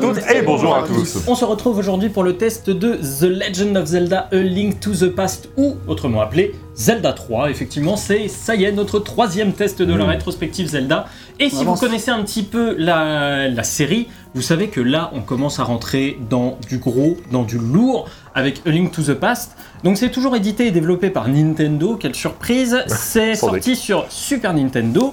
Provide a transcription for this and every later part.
toutes et bonjour à tous. On se retrouve aujourd'hui pour le test de The Legend of Zelda A Link to the Past, ou autrement appelé Zelda 3. Effectivement, ça y est, notre troisième test de la rétrospective Zelda. Et si vous connaissez un petit peu la série, vous savez que là, on commence à rentrer dans du gros, dans du lourd, avec A Link to the Past. Donc c'est toujours édité et développé par Nintendo, quelle surprise. C'est sorti sur Super Nintendo,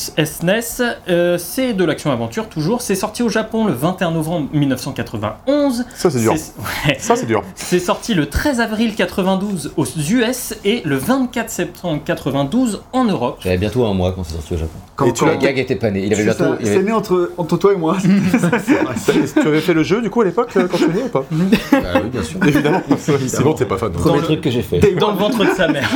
SNES, c'est de l'action-aventure toujours. C'est sorti au Japon le 21 novembre 1991. Ça c'est dur. Ça c'est dur. C'est sorti le 13 avril 92 aux US et le 24 septembre 92 en Europe. J'avais bientôt un mois quand c'est sorti au Japon. Quand le gag était pas né. Il avait bientôt. C'est né entre toi et moi. Tu avais fait le jeu du coup à l'époque quand tu es né ou pas? Oui, bien sûr. Évidemment. Sinon t'es pas fan. Premier truc que j'ai fait. Dans le ventre de sa mère.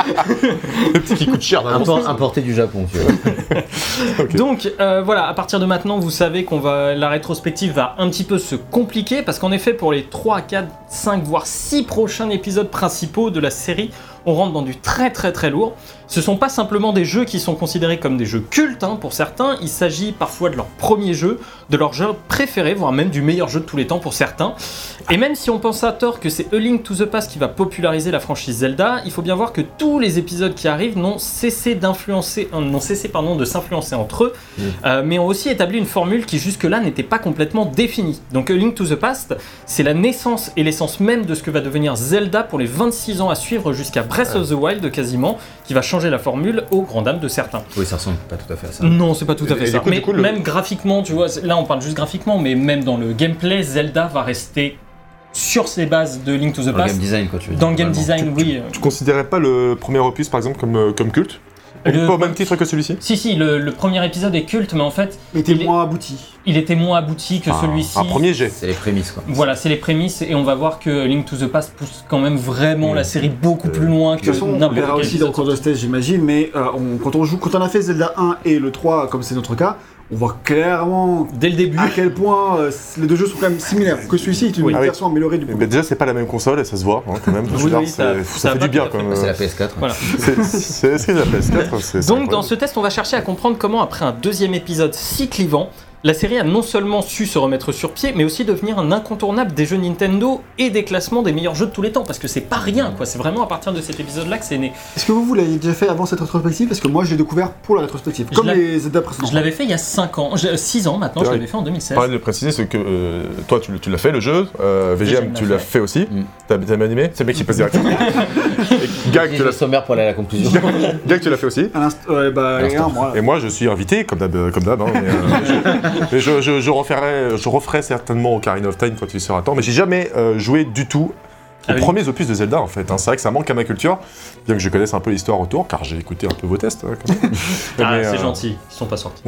Le petit qui coûte cher. Importé du Japon, tu vois. Okay. Donc voilà, à partir de maintenant, vous savez la rétrospective va un petit peu se compliquer parce qu'en effet, pour les 3, 4, 5, voire 6 prochains épisodes principaux de la série, on rentre dans du très très très lourd. Ce sont pas simplement des jeux qui sont considérés comme des jeux cultes pour certains, il s'agit parfois de leur premier jeu, de leur jeu préféré, voire même du meilleur jeu de tous les temps pour certains. Et même si on pense à tort que c'est A Link to the Past qui va populariser la franchise Zelda, il faut bien voir que tous les épisodes qui arrivent n'ont cessé de s'influencer entre eux, mais ont aussi établi une formule qui jusque-là n'était pas complètement définie. Donc A Link to the Past, c'est la naissance et l'essence même de ce que va devenir Zelda pour les 26 ans à suivre jusqu'à Breath of the Wild quasiment, qui va changer la formule aux grandes dames de certains. Oui, ça ressemble pas tout à fait à ça. Non, c'est pas tout à fait ça. Mais même graphiquement, tu vois, là on parle juste graphiquement, mais même dans le gameplay, Zelda va rester sur ses bases de Link to the Past. Dans le game design, quoi, tu veux dire. Dans le game design, oui. Tu considérais pas le premier opus par exemple comme culte? Pas au même titre que celui-ci? Si, le premier épisode est culte, mais en fait... Il était moins abouti. Il était moins abouti que celui-ci. Un premier jet. C'est les prémices, quoi. Voilà, c'est les prémices, et on va voir que Link to the Past pousse quand même vraiment la série beaucoup plus loin que n'importe quel. On verra aussi dans le cours de test, j'imagine, mais quand on a fait Zelda 1 et le 3, comme c'est notre cas, on voit clairement dès le début à quel point les deux jeux sont quand même similaires. Que celui-ci est une version améliorée du premier. Mais déjà, c'est pas la même console et ça se voit quand même. Ça fait du bien quand même. C'est la PS4. Voilà. C'est la PS4. Donc dans ce test, on va chercher à comprendre comment, après un deuxième épisode si clivant, la série a non seulement su se remettre sur pied, mais aussi devenir un incontournable des jeux Nintendo et des classements des meilleurs jeux de tous les temps, parce que c'est pas rien, quoi. C'est vraiment à partir de cet épisode-là que c'est né. Est-ce que vous l'avez déjà fait avant cette rétrospective? Parce que moi, je l'ai découvert pour la rétrospective, comme les Zelda précédents. Je l'avais fait il y a 6 ans maintenant, je l'avais fait en 2016. Pareil de préciser, c'est que toi, tu l'as fait le jeu, VGM, tu l'as fait aussi, t'as bien animé, c'est le mec qui passe directement. Gag, tu l'as sommaire pour aller à la conclusion. Gag, tu l'as fait aussi. Et moi, je suis invité, comme d'hab, mais je referai certainement Ocarina of Time quand il sera temps, mais j'ai jamais joué du tout aux premiers opus de Zelda en fait. C'est vrai que ça manque à ma culture, bien que je connaisse un peu l'histoire autour, car j'ai écouté un peu vos tests. Quand même. C'est gentil, ils sont pas sortis.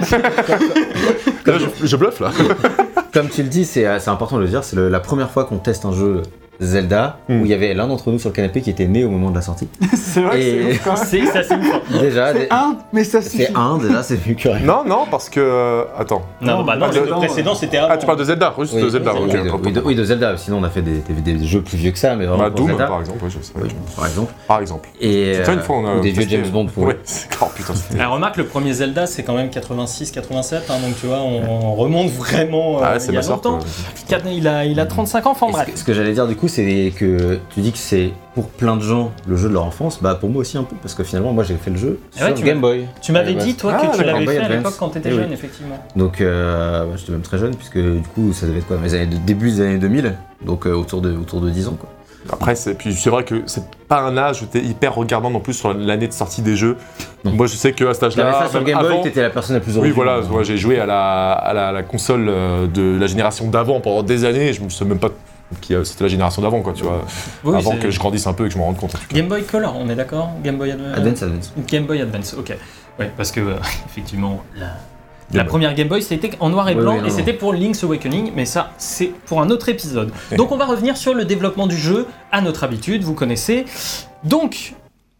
Je bluffe là. Comme tu le dis, c'est important de le dire, c'est la première fois qu'on teste un jeu Zelda, où il y avait l'un d'entre nous sur le canapé qui était né au moment de la sortie. C'est vrai que c'est assez ouf. Déjà, c'est un, déjà, c'est plus correct. Non, parce que... Attends. Non, le précédent, c'était avant. Ah, tu parles de Zelda, juste de Zelda. Oui, de Zelda, sinon on a fait des jeux plus vieux que ça, mais vraiment Doom, Zelda. par exemple, je sais. Par exemple. Et des vieux James Bond pour... Ouais, putain, la remarque, le premier Zelda, c'est quand même 86, 87, donc tu vois, on remonte vraiment il y a longtemps. Il a 35 ans, enfin bref. Ce que j'allais dire du coup, c'est que tu dis que c'est pour plein de gens le jeu de leur enfance, pour moi aussi un peu, parce que finalement moi j'ai fait le jeu sur Game Boy. Tu m'avais dit toi que tu l'avais fait à Advance. l'époque quand t'étais jeune, effectivement. Donc j'étais même très jeune, puisque du coup ça devait être quoi, début des années 2000, donc autour de 10 ans quoi. Après, c'est vrai que c'est pas un âge où t'es hyper regardant non plus sur l'année de sortie des jeux. Non. Moi je sais qu'à cet âge-là, sur Game Boy, t'étais la personne la plus heureuse. Oui, voilà, moi j'ai joué à la console de la génération d'avant pendant des années, et je me sais même pas c'était la génération d'avant, quoi, tu vois, avant que je grandisse un peu et que je me rende compte. Game Boy Color, on est d'accord? Game Boy Advance. Game Boy Advance, ok. Ouais, parce que effectivement, la première Game Boy c'était en noir et blanc et c'était pour Link's Awakening, mais ça c'est pour un autre épisode. Donc on va revenir sur le développement du jeu à notre habitude, vous connaissez. Donc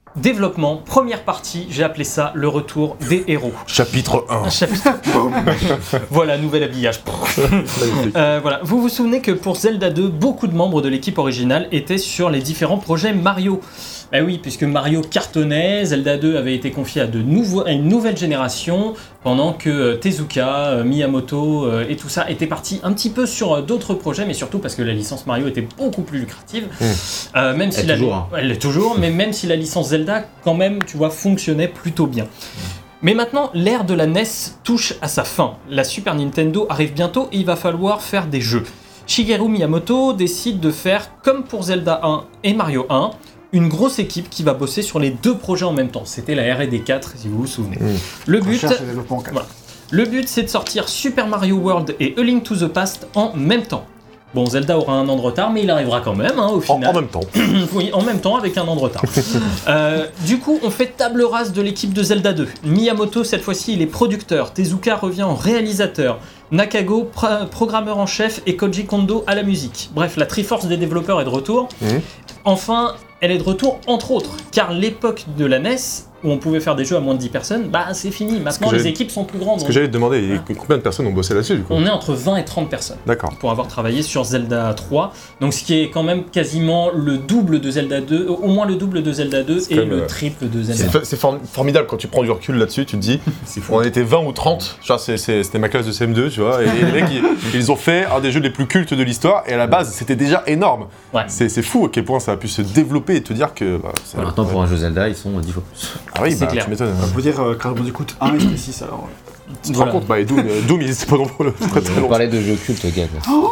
Développement, première partie, j'ai appelé ça le retour des héros. Chapitre 1. Voilà, nouvel habillage. Voilà. Vous vous souvenez que pour Zelda 2, beaucoup de membres de l'équipe originale étaient sur les différents projets Mario. Ben oui, puisque Mario cartonnait, Zelda 2 avait été confié à une nouvelle génération, pendant que Tezuka, Miyamoto et tout ça étaient partis un petit peu sur d'autres projets, mais surtout parce que la licence Mario était beaucoup plus lucrative. Même si elle l'est toujours, mais même si la licence Zelda, quand même, tu vois, fonctionnait plutôt bien. Mais maintenant, l'ère de la NES touche à sa fin. La Super Nintendo arrive bientôt et il va falloir faire des jeux. Shigeru Miyamoto décide de faire, comme pour Zelda 1 et Mario 1, une grosse équipe qui va bosser sur les 2 projets en même temps. C'était la R&D 4, si vous vous souvenez. Le but, c'est de sortir Super Mario World et A Link to the Past en même temps. Bon, Zelda aura un an de retard, mais il arrivera quand même, au final. En même temps. Oui, en même temps, avec un an de retard. Du coup, on fait table rase de l'équipe de Zelda 2. Miyamoto, cette fois-ci, il est producteur. Tezuka revient en réalisateur. Nakago, programmeur en chef, et Koji Kondo à la musique. Bref, la Triforce des développeurs est de retour. Enfin, elle est de retour, entre autres, car l'époque de la NES, où on pouvait faire des jeux à moins de 10 personnes, bah c'est fini. Maintenant, les équipes sont plus grandes. Ce que j'allais te demander, combien de personnes ont bossé là-dessus du coup ? On est entre 20 et 30 personnes. D'accord. Pour avoir travaillé sur Zelda 3. Donc, ce qui est quand même quasiment le double de Zelda 2, au moins le double de Zelda 2 et le triple de Zelda 2. C'est formidable quand tu prends du recul là-dessus, tu te dis, on était 20 ou 30, genre c'était ma classe de CM2, tu vois, et les mecs, ils ont fait un des jeux les plus cultes de l'histoire, et à la base, c'était déjà énorme. Ouais. C'est fou à quel point ça a pu se développer et te dire que... maintenant, pour un jeu Zelda, ils sont 10 fois plus. Ah oui, c'est clair. Tu m'étonnes. On peut dire Crash Bandicoot 1 et 6 alors. Tu te rends compte, et Doom, il était pas non plus très long. On parlait de jeux cultes, gars.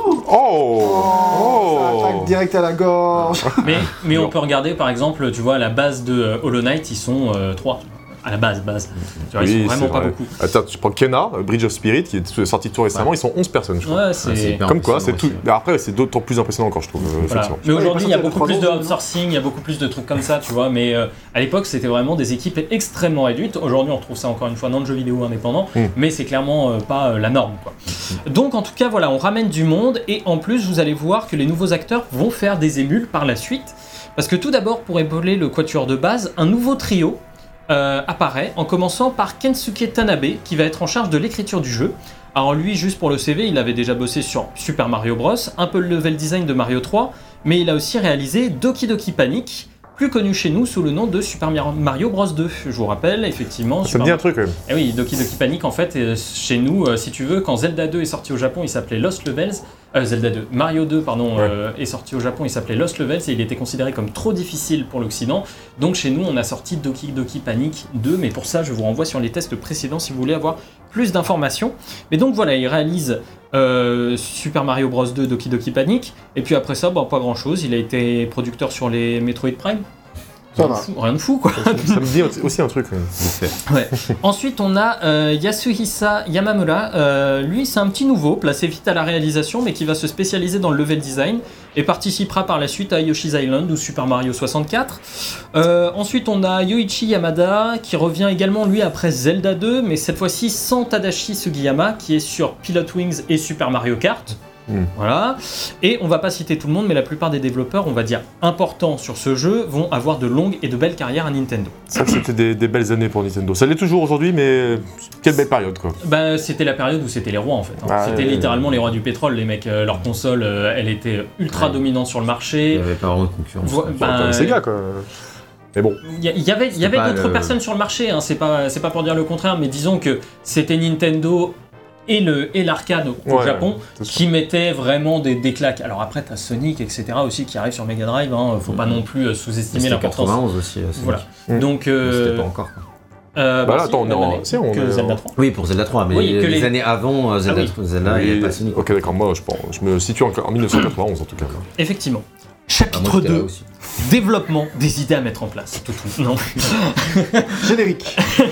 Ça attaque direct à la gorge. Mais on peut regarder, par exemple, tu vois, à la base de Hollow Knight, ils sont 3. À la base. Tu vois, ils sont vraiment pas beaucoup. Attends, tu prends Kena, Bridge of Spirit, qui est sorti tout récemment, ils sont 11 personnes, je crois. Ouais, c'est comme quoi, c'est tout. Mais après, c'est d'autant plus impressionnant encore, je trouve. Voilà. Mais aujourd'hui, il y a beaucoup plus de outsourcing, il y a beaucoup plus de trucs comme ça, tu vois. Mais à l'époque, c'était vraiment des équipes extrêmement réduites. Aujourd'hui, on retrouve ça encore une fois dans le jeu vidéo indépendant, mais c'est clairement pas la norme, quoi. Donc, en tout cas, voilà, on ramène du monde et en plus, vous allez voir que les nouveaux acteurs vont faire des émules par la suite. Parce que tout d'abord, pour épauler le quatuor de base, un nouveau trio apparaît en commençant par Kensuke Tanabe qui va être en charge de l'écriture du jeu. Alors lui, juste pour le CV, il avait déjà bossé sur Super Mario Bros, un peu le level design de Mario 3, mais il a aussi réalisé Doki Doki Panic, plus connu chez nous sous le nom de Super Mario Bros 2. Je vous rappelle, effectivement... Ça me dit un truc quand même. Eh oui, Doki Doki Panic, en fait, chez nous, si tu veux, quand Zelda 2 est sorti au Japon, il s'appelait Lost Levels. Mario 2, est sorti au Japon, il s'appelait Lost Levels et il était considéré comme trop difficile pour l'Occident. Donc chez nous, on a sorti Doki Doki Panic 2, mais pour ça, je vous renvoie sur les tests précédents si vous voulez avoir plus d'informations. Mais donc voilà, il réalise Super Mario Bros 2, Doki Doki Panic, et puis après ça, pas grand chose. Il a été producteur sur les Metroid Prime. Rien de fou, quoi. Ça me dit aussi un truc. Ouais. Ensuite, on a Yasuhisa Yamamura. Lui, c'est un petit nouveau, placé vite à la réalisation, mais qui va se spécialiser dans le level design et participera par la suite à Yoshi's Island ou Super Mario 64. Ensuite, on a Yoichi Yamada, qui revient également, lui, après Zelda 2, mais cette fois-ci sans Tadashi Sugiyama, qui est sur Pilot Wings et Super Mario Kart. Voilà. Et on va pas citer tout le monde, mais la plupart des développeurs, on va dire importants sur ce jeu, vont avoir de longues et de belles carrières à Nintendo. Ça, c'était des belles années pour Nintendo. Ça l'est toujours aujourd'hui, mais quelle belle période, quoi. Bah, c'était la période où c'était les rois, en fait. C'était littéralement les rois du pétrole, les mecs. Leur console, elle était ultra dominante sur le marché. Il n'y avait pas vraiment de concurrence. Comme Sega, quoi. Mais bon. Il y avait d'autres personnes sur le marché, hein. C'est pas pour dire le contraire, mais disons que c'était Nintendo et l'arcade au Japon qui mettaient vraiment des claques. Alors après, t'as Sonic, etc. aussi qui arrive sur Mega Drive. Faut pas non plus sous-estimer l'importance. 91 aussi. Voilà. Donc. C'était pas encore. Là, attends, on est Zelda 3. Oui, pour Zelda 3, mais les années avant Zelda, Zelda, il n'y avait pas Sonic. Ok, d'accord, moi je me situe en 1991 en tout cas. Effectivement. Chapitre 2, développement des idées à mettre en place. Non. Générique.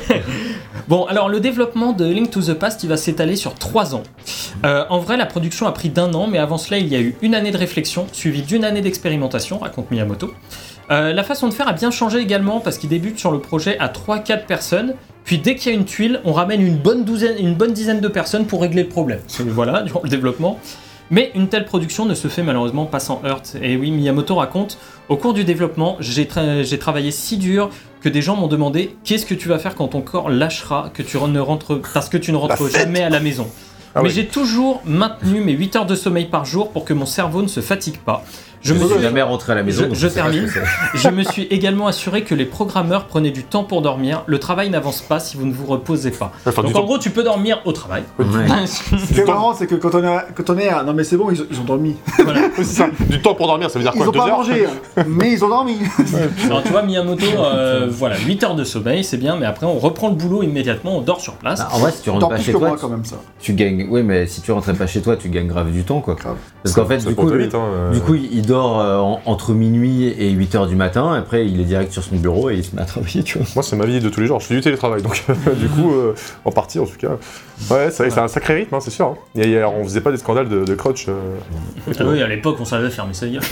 Bon, alors le développement de Link to the Past, il va s'étaler sur 3 ans. En vrai, la production a pris d'1 an, mais avant cela, il y a eu une année de réflexion, suivie d'une année d'expérimentation, raconte Miyamoto. La façon de faire a bien changé également, parce qu'il débute sur le projet à 3-4 personnes, puis dès qu'il y a une tuile, on ramène une bonne dizaine de personnes pour régler le problème. Voilà, durant le développement. Mais une telle production ne se fait malheureusement pas sans heurts. Et oui, Miyamoto raconte, au cours du développement, j'ai travaillé si dur que des gens m'ont demandé qu'est-ce que tu vas faire quand ton corps lâchera parce que tu ne rentres jamais à la maison. Mais j'ai toujours maintenu mes 8 heures de sommeil par jour pour que mon cerveau ne se fatigue pas. Je me suis jamais rentré à la maison. Je termine. Je me suis également assuré que les programmeurs prenaient du temps pour dormir. Le travail n'avance pas si vous ne vous reposez pas. Donc en gros, tu peux dormir au travail. Ouais. Ce qui est marrant, c'est que quand on est à non mais c'est bon, ils ont dormi. Voilà. C'est ça. Du temps pour dormir, ça veut dire quoi? Ils ont pas mangé, mais ils ont dormi. Alors tu vois, Miyamoto, voilà, 8 heures de sommeil, c'est bien, mais après on reprend le boulot immédiatement, on dort sur place. En vrai, si tu rentres pas chez toi, quand même, ça. Tu gagnes. Oui, mais si tu rentrais pas chez toi, tu gagnes grave du temps, quoi. Grave. Parce qu'en fait, du coup, il dort entre minuit et 8h du matin, après il est direct sur son bureau et il se met à travailler, tu vois. Moi, c'est ma vie de tous les jours, je fais du télétravail, donc du coup, en partie en tout cas. Ouais, c'est un sacré rythme, hein, c'est sûr. Hein. On faisait pas des scandales de crotch. Oui, à l'époque, on savait fermer sa gueule.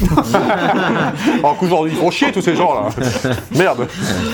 Alors qu'aujourd'hui, ils font chier tous ces gens-là. Merde.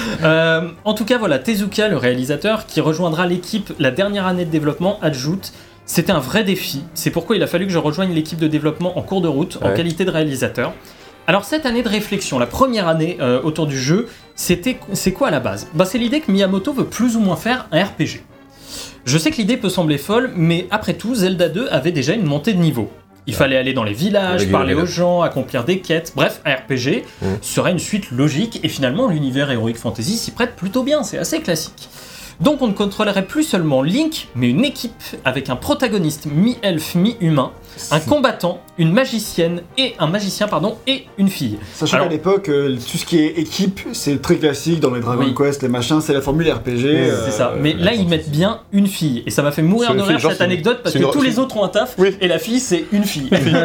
En tout cas, voilà, Tezuka, le réalisateur, qui rejoindra l'équipe la dernière année de développement, ajoute: c'était un vrai défi, c'est pourquoi il a fallu que je rejoigne l'équipe de développement en cours de route, en qualité de réalisateur. Alors cette année de réflexion, la première année autour du jeu, c'est quoi à la base? C'est l'idée que Miyamoto veut plus ou moins faire un RPG. Je sais que l'idée peut sembler folle, mais après tout, Zelda 2 avait déjà une montée de niveau. Il fallait aller dans les villages, parler aux gens, accomplir des quêtes, bref, un RPG serait une suite logique, et finalement l'univers Heroic Fantasy s'y prête plutôt bien, c'est assez classique. Donc on ne contrôlerait plus seulement Link, mais une équipe avec un protagoniste mi-elfe, mi-humain, un combattant, une magicienne et un magicien et une fille. Sachant qu'à l'époque, tout ce qui est équipe, c'est très classique dans les Dragon Quest, les machins, c'est la formule RPG. C'est ça. Mais là ils mettent bien une fille et ça m'a fait mourir de rire cette anecdote parce que tous les autres ont un taf et la fille c'est une fille.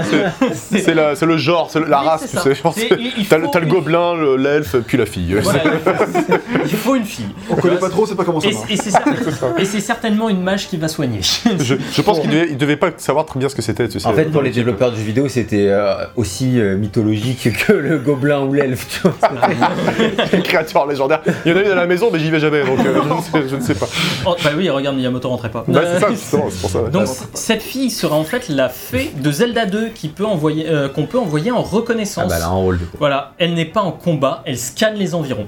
C'est le genre, c'est la race, tu sais. T'as le gobelin, l'elfe, puis la fille. Voilà, il faut une fille. On connaît pas trop, c'est pas comment ça marche. Et c'est certainement une mage qui va soigner. Je pense qu'il devait pas savoir très bien ce que c'était. Tu sais. En fait, pour les développeurs de jeux vidéo, c'était aussi mythologique que le gobelin ou l'elfe, tu vois. Une créature légendaire. Il y en a une à la maison, mais j'y vais jamais, donc je ne sais pas. Bah oui, regarde, Miyamoto rentrait pas. C'est ça, c'est pour ça. Donc cette fille sera en fait la fée de Zelda 2 qu'on peut envoyer en reconnaissance. Ah bah là, en rôle de... Voilà, elle n'est pas en combat, elle scanne les environs.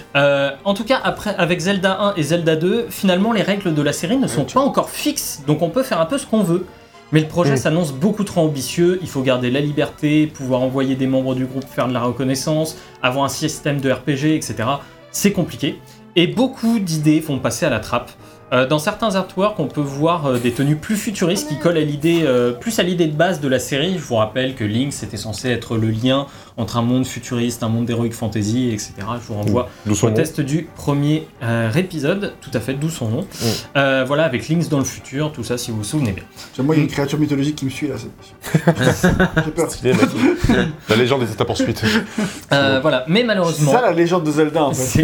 En tout cas, avec Zelda 1 et Zelda 2, finalement les règles de la série ne sont pas encore fixes, donc on peut faire un peu ce qu'on veut. Mais le projet s'annonce beaucoup trop ambitieux, il faut garder la liberté, pouvoir envoyer des membres du groupe faire de la reconnaissance, avoir un système de RPG, etc. C'est compliqué, et beaucoup d'idées font passer à la trappe. Dans certains artworks, on peut voir des tenues plus futuristes qui collent à plus à l'idée de base de la série. Je vous rappelle que Link, c'était censé être le lien entre un monde futuriste, un monde d'Heroic Fantasy, etc. Je vous renvoie au test du premier épisode, tout à fait, d'où son nom. Voilà, avec Link dans le futur, tout ça, si vous vous souvenez bien. Moi, il y a une créature mythologique qui me suit là. J'ai peur. La légende des états-poursuites. Voilà, mais malheureusement... C'est ça la légende de Zelda, en fait.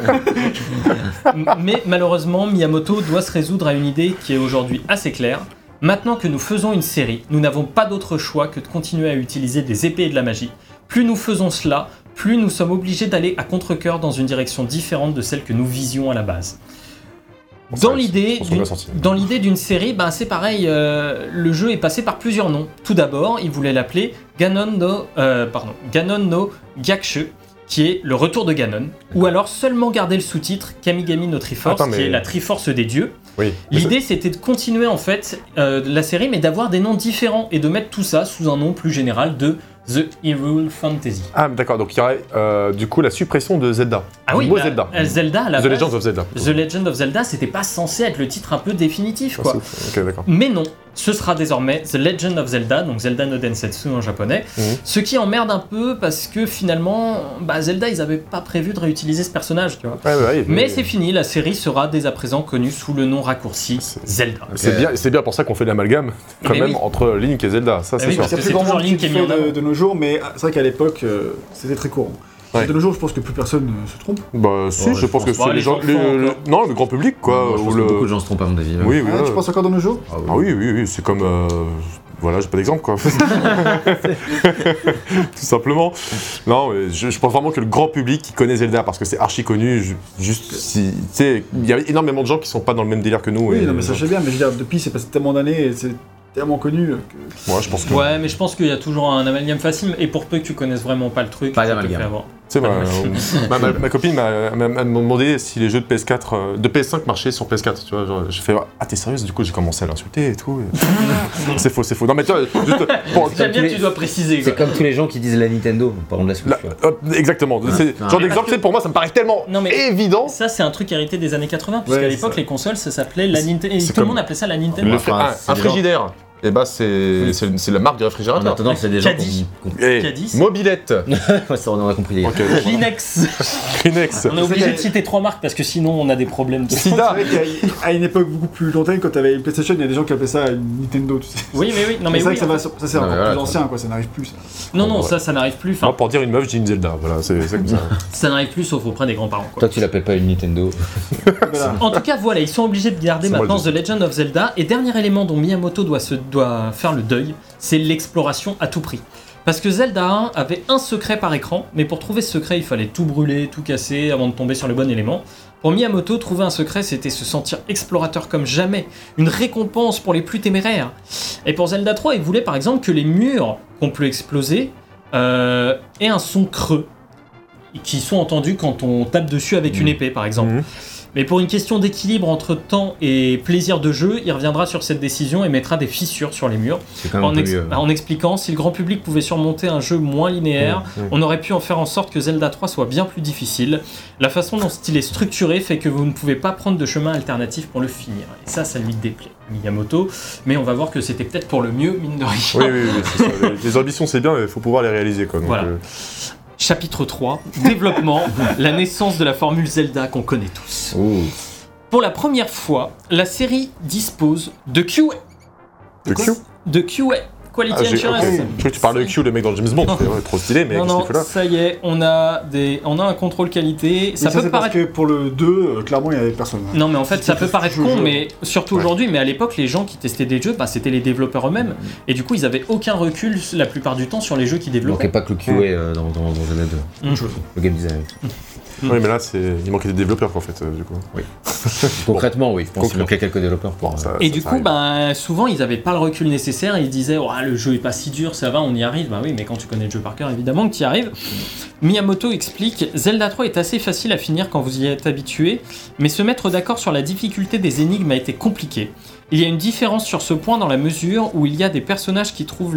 Mais malheureusement, Miyamoto doit se résoudre à une idée qui est aujourd'hui assez claire. Maintenant que nous faisons une série, nous n'avons pas d'autre choix que de continuer à utiliser des épées et de la magie. Plus nous faisons cela, plus nous sommes obligés d'aller à contre-cœur dans une direction différente de celle que nous visions à la base. Dans l'idée d'une série, c'est pareil, le jeu est passé par plusieurs noms. Tout d'abord, il voulait l'appeler Ganon no Gyakushu, qui est le retour de Ganon, ou alors seulement garder le sous-titre Kamigami no Triforce, qui est la Triforce des dieux. Oui. L'idée c'était de continuer en fait la série, mais d'avoir des noms différents et de mettre tout ça sous un nom plus général de The Hyrule Fantasy. Ah d'accord, donc il y aurait du coup la suppression de Zelda. Ah oui, Zelda. Zelda à la The base, Legend of Zelda. The Legend of Zelda, c'était pas censé être le titre un peu définitif, quoi. Ok, d'accord. Mais non, ce sera désormais The Legend of Zelda, donc Zelda no Densetsu en japonais. Ce qui emmerde un peu parce que finalement, Zelda, ils avaient pas prévu de réutiliser ce personnage, tu vois. Mais c'est fini, la série sera dès à présent connue sous le nom raccourci Zelda. C'est bien pour ça qu'on fait l'amalgame quand même entre Link et Zelda, ça c'est sûr. Parce que c'est toujours Link qui est mis en avant. De nos jours, mais c'est vrai qu'à l'époque, c'était très courant. De nos jours, je pense que plus personne ne se trompe. Je pense que c'est les gens... Non, le grand public, quoi. Je pense que beaucoup de gens se trompent à mon avis. Oui, tu penses encore de nos jours? Ah oui, c'est comme... Voilà, j'ai pas d'exemple, quoi. Tout simplement. Non, mais je pense vraiment que le grand public qui connaît Zelda, parce que c'est archi connu, juste si... Tu sais, il y a énormément de gens qui sont pas dans le même délire que nous. Oui, non, mais ça je sais bien, mais je veux dire, depuis, c'est passé tellement d'années, tellement connu que... Ouais, je pense que... Ouais, mais je pense qu'il y a toujours un amalgame facile, et pour peu que tu connaisses vraiment pas le truc, Pas ça te d'amalgame. fait avoir. Tu sais, ma copine m'a demandé si les jeux de PS4, de PS5 marchaient sur PS4, tu vois, genre, j'ai fait « Ah, t'es sérieuse ?» Du coup, j'ai commencé à l'insulter et tout. C'est faux. Non, mais tu vois, juste... J'aime bien que tu dois préciser. C'est comme tous les gens qui disent la Nintendo, par exemple la Switch. Exactement. Genre d'exemple, pour moi, ça me paraît tellement évident. Ça, c'est un truc hérité des années 80, puisqu'à Ouais, l'époque, ça. les consoles, ça s'appelait la Nintendo. Tout le monde appelait ça la Nintendo. Un frigidaire. Et bah, c'est la marque du réfrigérateur. Maintenant, c'est des gens Caddy. qui Et Caddy. mobilette. Ouais, ça, on a compris. Ok. Kleenex. Kleenex. On est obligé de citer 3 marques parce que sinon on a des problèmes de... Sida. C'est vrai qu'à une époque beaucoup plus lointaine, quand t'avais une PlayStation, il y a des gens qui appelaient ça une Nintendo, tu sais. Oui, mais oui. Non, mais c'est vrai oui. que ça c'est Non, encore mais voilà, plus ancien, quoi, ça n'arrive plus. Ça. Non, ça n'arrive plus. Enfin, Moi, pour dire une meuf, je dis une Zelda. Voilà, c'est comme ça. ça n'arrive plus sauf auprès des grands-parents, quoi. Toi, tu l'appelles pas une Nintendo. Voilà. En tout cas, voilà, ils sont obligés de garder C'est moi maintenant le The Legend of Zelda. Et dernier élément dont Miyamoto doit faire le deuil, c'est l'exploration à tout prix. Parce que Zelda 1 avait un secret par écran, mais pour trouver ce secret, il fallait tout brûler, tout casser avant de tomber sur le bon élément. Pour Miyamoto, trouver un secret, c'était se sentir explorateur comme jamais, une récompense pour les plus téméraires. Et pour Zelda 3, il voulait par exemple que les murs qu'on peut exploser aient un son creux, qui sont entendus quand on tape dessus avec une épée par exemple. Mais pour une question d'équilibre entre temps et plaisir de jeu, il reviendra sur cette décision et mettra des fissures sur les murs, C'est quand même un peu mieux. en expliquant si le grand public pouvait surmonter un jeu moins linéaire, on aurait pu en faire en sorte que Zelda 3 soit bien plus difficile. La façon dont il est structuré fait que vous ne pouvez pas prendre de chemin alternatif pour le finir. Et ça lui déplaît, Miyamoto. Mais on va voir que c'était peut-être pour le mieux, mine de rien. Oui, c'est ça. Les ambitions, c'est bien, mais il faut pouvoir les réaliser, quoi. Donc, Voilà. Chapitre 3, développement, la naissance de la formule Zelda qu'on connaît tous. Ouh. Pour la première fois, la série dispose de QA. Le Q De QA. Quality Je Assurance. crois que tu parles de Q, le mec dans James Bond. C'est ouais, trop stylé, mais Non, qu'est-ce non, qu'il fait là ça y est, on a un contrôle qualité. Ça Mais peut c'est paraître... parce que pour le 2, clairement, il n'y avait personne. Non, mais en fait, ça peut paraître con, jeu. mais surtout Ouais. aujourd'hui. Mais à l'époque, les gens qui testaient des jeux, c'était les développeurs eux-mêmes. Et du coup, ils avaient aucun recul la plupart du temps sur les jeux qu'ils Il manquait développaient. pas que le QA dans Zelda 2. Le game design. Oui, mais là, il manquait des développeurs, en fait, du coup. Concrètement, oui. Je pense qu'il manquait quelques développeurs. Bon, ça, Et ça, du ça coup, arrive. souvent, ils n'avaient pas le recul nécessaire et ils disaient oh, le jeu est pas si dur, ça va, on y arrive. Bah oui, mais quand tu connais le jeu par cœur, évidemment que tu y arrives. Miyamoto explique Zelda 3 est assez facile à finir quand vous y êtes habitué, mais se mettre d'accord sur la difficulté des énigmes a été compliqué. Il y a une différence sur ce point dans la mesure où il y a des personnes qui trouvent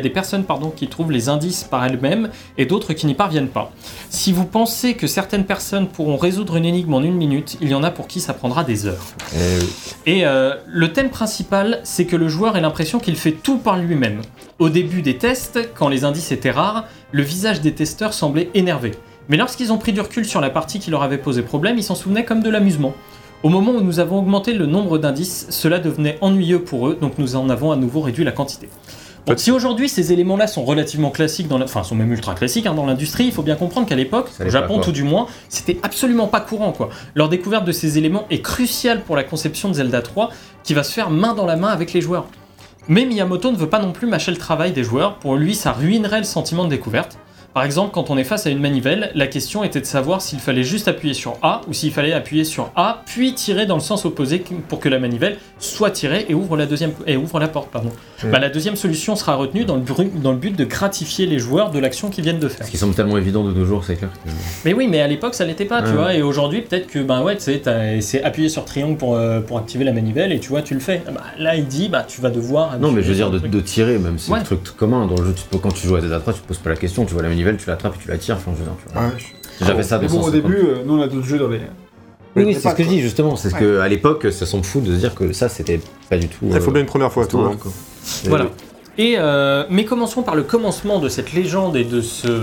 les indices par elles-mêmes et d'autres qui n'y parviennent pas. Si vous pensez que certaines personnes pourront résoudre une énigme en 1 minute, il y en a pour qui ça prendra des heures. Et le thème principal, c'est que le joueur ait l'impression qu'il fait tout par lui-même. Au début des tests, quand les indices étaient rares, le visage des testeurs semblait énervé. Mais lorsqu'ils ont pris du recul sur la partie qui leur avait posé problème, ils s'en souvenaient comme de l'amusement. Au moment où nous avons augmenté le nombre d'indices, cela devenait ennuyeux pour eux, donc nous en avons à nouveau réduit la quantité. Bon, si aujourd'hui ces éléments-là sont relativement classiques, sont même ultra classiques dans l'industrie, il faut bien comprendre qu'à l'époque, au Japon tout du moins, c'était absolument pas courant, quoi. Leur découverte de ces éléments est cruciale pour la conception de Zelda 3, qui va se faire main dans la main avec les joueurs. Mais Miyamoto ne veut pas non plus mâcher le travail des joueurs, pour lui ça ruinerait le sentiment de découverte. Par exemple, quand on est face à une manivelle, la question était de savoir s'il fallait juste appuyer sur A ou s'il fallait appuyer sur A, puis tirer dans le sens opposé pour que la manivelle soit tirée et ouvre la porte. La deuxième solution sera retenue dans le but de gratifier les joueurs de l'action qu'ils viennent de faire. Ce qui semble tellement évident de nos jours, c'est clair. Mais oui, mais à l'époque ça l'était pas, tu vois, et aujourd'hui peut-être que c'est appuyer sur triangle pour activer la manivelle et tu vois, tu le fais. Là il dit, tu vas devoir... Non, mais je veux dire de tirer, même si Ouais. c'est un truc commun. Dans le jeu, quand tu joues à Zelda 3, tu te poses pas la question, tu vois la manivelle, tu l'attrapes et tu la tires. Enfin, je veux dire, tu vois. Ouais. J'ai déjà fait ça de Mais bon, sens. au début, nous on a d'autres jeux dans les. Oui, c'est ce que je dis justement. C'est ce que à l'époque, ça semble fou de se dire que ça, c'était pas du tout. Il faut bien une première fois, tout. ouais, Hein. quoi. Voilà. Et mais commençons par le commencement de cette légende et de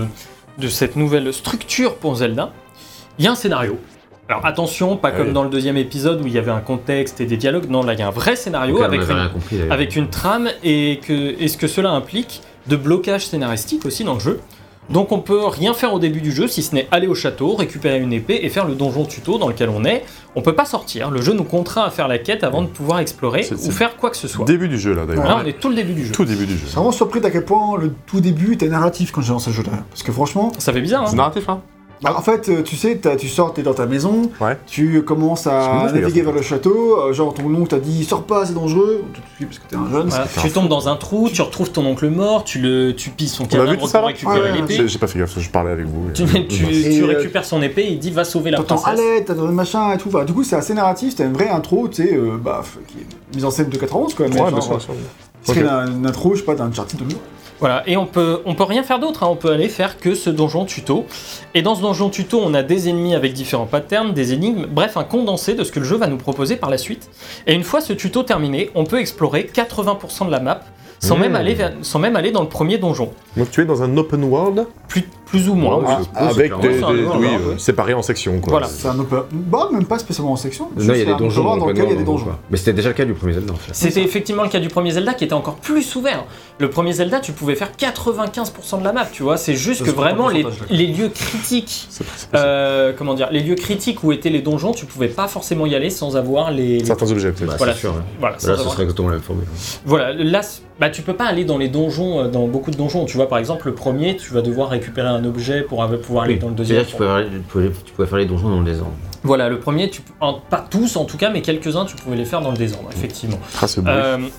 cette nouvelle structure pour Zelda. Il y a un scénario. Alors attention, pas comme dans le deuxième épisode où il y avait un contexte et des dialogues. Non, là il y a un vrai scénario Donc, on avait rien compris, d'ailleurs. avec une trame et ce que cela implique de blocage scénaristique aussi dans le jeu. Donc on peut rien faire au début du jeu si ce n'est aller au château, récupérer une épée et faire le donjon tuto dans lequel on est. On peut pas sortir, le jeu nous contraint à faire la quête avant de pouvoir explorer ou faire quoi que ce soit. Début du jeu, là, d'ailleurs. Là on est tout le début du jeu. Tout début du jeu. Je suis vraiment surpris d'à quel point le tout début était narratif quand j'ai lancé ce jeu-là. Parce que franchement, Ça fait bizarre, C'est hein. narratif, hein En fait, tu sais, tu sors, t'es dans ta maison, tu commences à naviguer vers le château, genre ton oncle t'a dit sors pas, c'est dangereux, tu te suis parce que t'es un jeune. Voilà, tu tombes dans un trou, tu retrouves ton oncle mort, tu pilles son cadavre pour récupérer l'épée. J'ai pas fait gaffe, je parlais avec vous. Tu récupères son épée et il dit va sauver la princesse. T'entends Alette, t'as le machin et tout. Du coup, c'est assez narratif, t'as une vraie intro, tu sais, qui est mise en scène de 91 quand même. Ouais, bien sûr. Parce qu'il y a une intro, je sais pas, d'un Uncharted de nous. Voilà, et on peut rien faire d'autre, on peut aller faire que ce donjon tuto. Et dans ce donjon tuto, on a des ennemis avec différents patterns, des énigmes, bref, un condensé de ce que le jeu va nous proposer par la suite. Et une fois ce tuto terminé, on peut explorer 80% de la map sans même aller dans le premier donjon. Donc tu es dans un open world plus ou moins. Avec séparés en sections. Quoi. Voilà. C'est un open... même pas spécialement en section. Non, il y a des donjons dans lesquels il y a des donjons. Mais c'était déjà le cas du premier Zelda en fait. C'était effectivement le cas du premier Zelda qui était encore plus ouvert. Le premier Zelda, tu pouvais faire 95% de la map, tu vois. C'est juste que vraiment les lieux critiques, les lieux critiques où étaient les donjons, tu pouvais pas forcément y aller sans avoir certains objets peut-être. Voilà, c'est sûr. Là, ce serait exactement la même formule. Voilà, là, tu peux pas aller dans les donjons, dans beaucoup de donjons. Tu vois, par exemple, le premier, tu vas devoir récupérer un objet pour pouvoir aller dans le deuxième. C'est-à-dire que tu pouvais faire les donjons dans le désordre. Voilà, le premier, pas tous en tout cas, mais quelques-uns, tu pouvais les faire dans le désordre, effectivement. Ce bruit.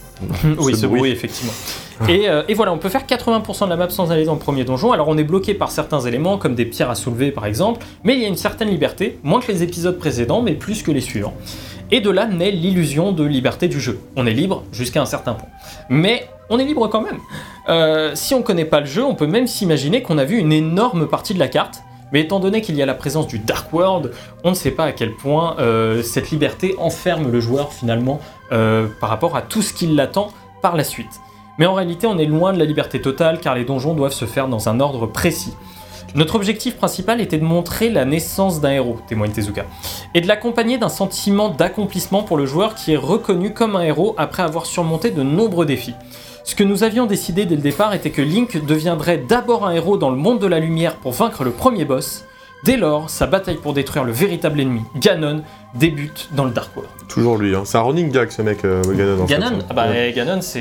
Oui, ce bruit, effectivement. Et voilà, on peut faire 80% de la map sans aller dans le premier donjon. Alors on est bloqué par certains éléments, comme des pierres à soulever par exemple, mais il y a une certaine liberté, moins que les épisodes précédents, mais plus que les suivants. Et de là naît l'illusion de liberté du jeu. On est libre jusqu'à un certain point. Mais on est libre quand même. Si on connaît pas le jeu, on peut même s'imaginer qu'on a vu une énorme partie de la carte. Mais étant donné qu'il y a la présence du Dark World, on ne sait pas à quel point cette liberté enferme le joueur finalement par rapport à tout ce qui l'attend par la suite. Mais en réalité, on est loin de la liberté totale car les donjons doivent se faire dans un ordre précis. Notre objectif principal était de montrer la naissance d'un héros, témoigne Tezuka, et de l'accompagner d'un sentiment d'accomplissement pour le joueur qui est reconnu comme un héros après avoir surmonté de nombreux défis. Ce que nous avions décidé dès le départ était que Link deviendrait d'abord un héros dans le monde de la lumière pour vaincre le premier boss. Dès lors, sa bataille pour détruire le véritable ennemi, Ganon, débute dans le Dark World. Toujours lui, c'est un running gag ce mec, Ganon. Ganon, c'est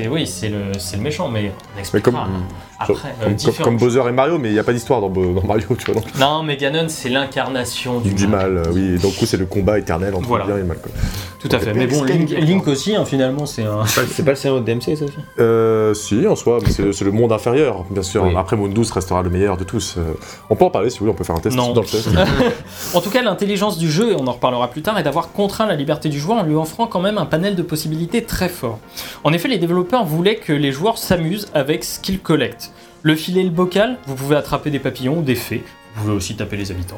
le méchant, mais on expliquera après. Comme Bowser et Mario, mais il n'y a pas d'histoire dans Mario, tu vois. Non, mais Ganon, c'est l'incarnation du mal. Oui, et donc c'est le combat éternel entre le bien et le mal. Quoi. Tout à fait, mais bon, Link aussi, finalement, c'est un... C'est pas le scénario de DMC, ça aussi Si, en soi, mais c'est le monde inférieur, bien sûr. Oui. Après, Moon 12 restera le meilleur de tous. On peut en parler si vous voulez, on peut faire un test dans le test. En tout cas, l'intelligence du jeu, et on en reparlera plus tard, est d'avoir contraint la liberté du joueur en lui offrant quand même un panel de possibilités très fort. En effet, les développeurs voulaient que les joueurs s'amusent avec ce qu'ils collectent. Le filet et le bocal, vous pouvez attraper des papillons ou des fées. Vous pouvez aussi taper les habitants.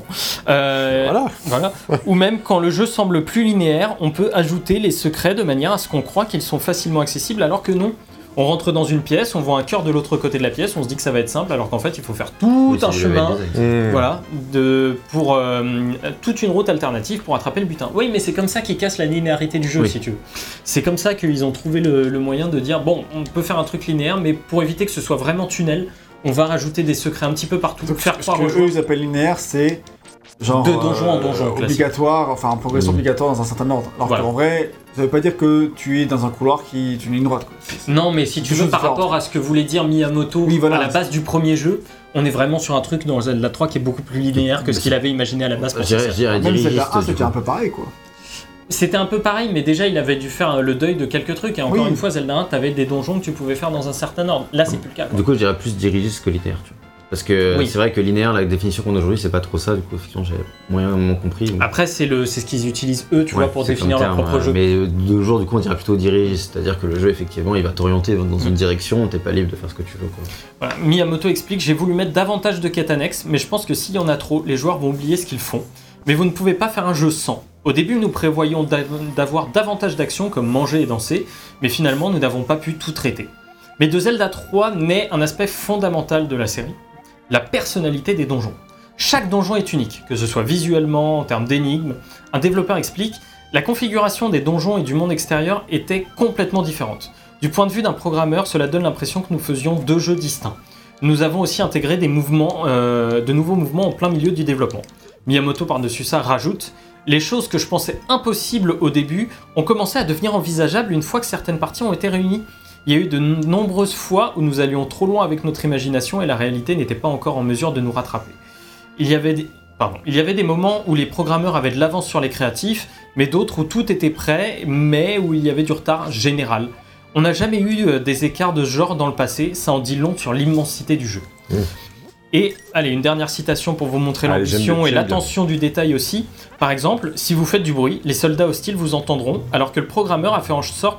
Voilà. Ou même, quand le jeu semble plus linéaire, on peut ajouter les secrets de manière à ce qu'on croit qu'ils sont facilement accessibles, alors que non. On rentre dans une pièce, on voit un cœur de l'autre côté de la pièce, on se dit que ça va être simple, alors qu'en fait, il faut faire tout un chemin, pour toute une route alternative pour attraper le butin. Oui, mais c'est comme ça qu'ils cassent la linéarité du jeu, si tu veux. C'est comme ça qu'ils ont trouvé le moyen de dire, bon, on peut faire un truc linéaire, mais pour éviter que ce soit vraiment tunnel, on va rajouter des secrets un petit peu partout. Donc, faire croire aux joueurs. Ils appellent linéaire, c'est genre de donjon en donjon obligatoire, enfin en progression obligatoire dans un certain ordre. Alors qu'en vrai, ça veut pas dire que tu es dans un couloir qui est une ligne droite. Quoi. Non, mais si tu veux, par rapport à ce que voulait dire Miyamoto à la base du premier jeu, on est vraiment sur un truc dans Zelda 3 qui est beaucoup plus linéaire que ce qu'il avait imaginé à la base. Même Zelda 1, c'était un peu pareil, quoi. C'était un peu pareil, mais déjà il avait dû faire le deuil de quelques trucs. Et encore une fois, Zelda 1, t'avais des donjons que tu pouvais faire dans un certain ordre. Là, c'est plus le cas. Du coup, je dirais plus dirigiste que linéaire, tu vois. Parce que c'est vrai que linéaire, la définition qu'on a aujourd'hui, c'est pas trop ça, du coup, effectivement, j'ai moyennement compris. Donc... Après, c'est ce qu'ils utilisent eux, tu vois, pour définir leur propre jeu. Mais de nos jours, du coup, on dirait plutôt dirigiste, c'est-à-dire que le jeu, effectivement, il va t'orienter dans une direction, t'es pas libre de faire ce que tu veux, quoi. Voilà. Miyamoto explique, j'ai voulu mettre davantage de quêtes annexes, mais je pense que s'il y en a trop, les joueurs vont oublier ce qu'ils font. Mais vous ne pouvez pas faire un jeu sans. Au début, nous prévoyions d'avoir davantage d'actions comme manger et danser, mais finalement, nous n'avons pas pu tout traiter. Mais de Zelda 3 naît un aspect fondamental de la série. La personnalité des donjons. Chaque donjon est unique, que ce soit visuellement, en termes d'énigmes. Un développeur explique, la configuration des donjons et du monde extérieur était complètement différente. Du point de vue d'un programmeur, cela donne l'impression que nous faisions deux jeux distincts. Nous avons aussi intégré de nouveaux mouvements en plein milieu du développement. Miyamoto par-dessus ça rajoute, les choses que je pensais impossibles au début ont commencé à devenir envisageables une fois que certaines parties ont été réunies. Il y a eu de nombreuses fois où nous allions trop loin avec notre imagination et la réalité n'était pas encore en mesure de nous rattraper. Il y avait Il y avait des moments où les programmeurs avaient de l'avance sur les créatifs, mais d'autres où tout était prêt, mais où il y avait du retard général. On n'a jamais eu des écarts de ce genre dans le passé, ça en dit long sur l'immensité du jeu. Et, allez, une dernière citation pour vous montrer l'ambition et l'attention du détail aussi. Par exemple, si vous faites du bruit, les soldats hostiles vous entendront, alors que le programmeur a fait en sorte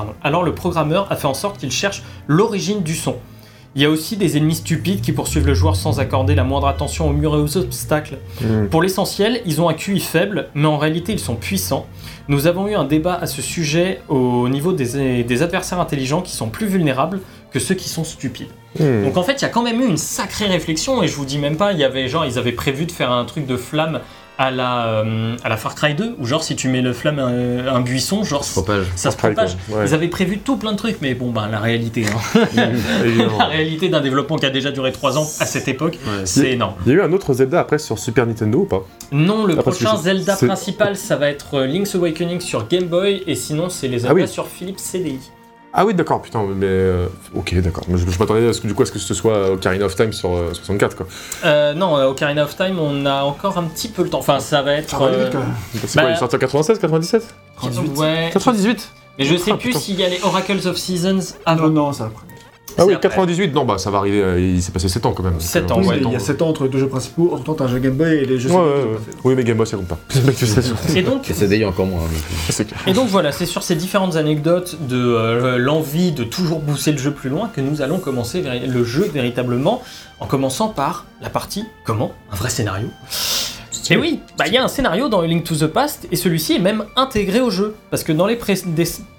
qu'il cherche l'origine du son. Il y a aussi des ennemis stupides qui poursuivent le joueur sans accorder la moindre attention aux murs et aux obstacles. Pour l'essentiel, ils ont un QI faible, mais en réalité ils sont puissants. Nous avons eu un débat à ce sujet au niveau des adversaires intelligents qui sont plus vulnérables que ceux qui sont stupides. Donc en fait, il y a quand même eu une sacrée réflexion, et je vous dis même pas, ils avaient prévu de faire un truc de flamme à la Far Cry 2, où genre si tu mets le flamme à un buisson, genre ça se propage. Ouais. Ils avaient prévu tout plein de trucs, mais bon, la réalité, la réalité d'un développement qui a déjà duré 3 ans à cette époque, c'est énorme. Il y a eu un autre Zelda après sur Super Nintendo ou pas? Non, le prochain Zelda principal, ça va être Link's Awakening sur Game Boy, et sinon c'est les Zelda sur Philips CDI. Ah oui, d'accord, putain, mais... ok, d'accord. Je m'attendais à ce que ce soit Ocarina of Time sur 64, quoi. Non, Ocarina of Time, on a encore un petit peu le temps. Enfin, ça va être... C'est quoi, il est sorti en 96, 97 Ouais. 98. Mais je sais plus s'il y a les Oracles of Seasons avant. Non, ça après. Ah oui, 98, non, ça va arriver, il s'est passé 7 ans quand même. 7 ans, il y a 7 ans entre les 2 jeux principaux, en temps t'as un jeu Game Boy et les jeux Oui, mais Game Boy ça compte pas. Et donc, c'est d'ailleurs encore moins. Et donc voilà, c'est sur ces différentes anecdotes de l'envie de toujours pousser le jeu plus loin que nous allons commencer le jeu véritablement, en commençant par la partie comment ? Un vrai scénario. Et oui, il y a un scénario dans A Link to the Past, et celui-ci est même intégré au jeu, parce que dans les Précédent ?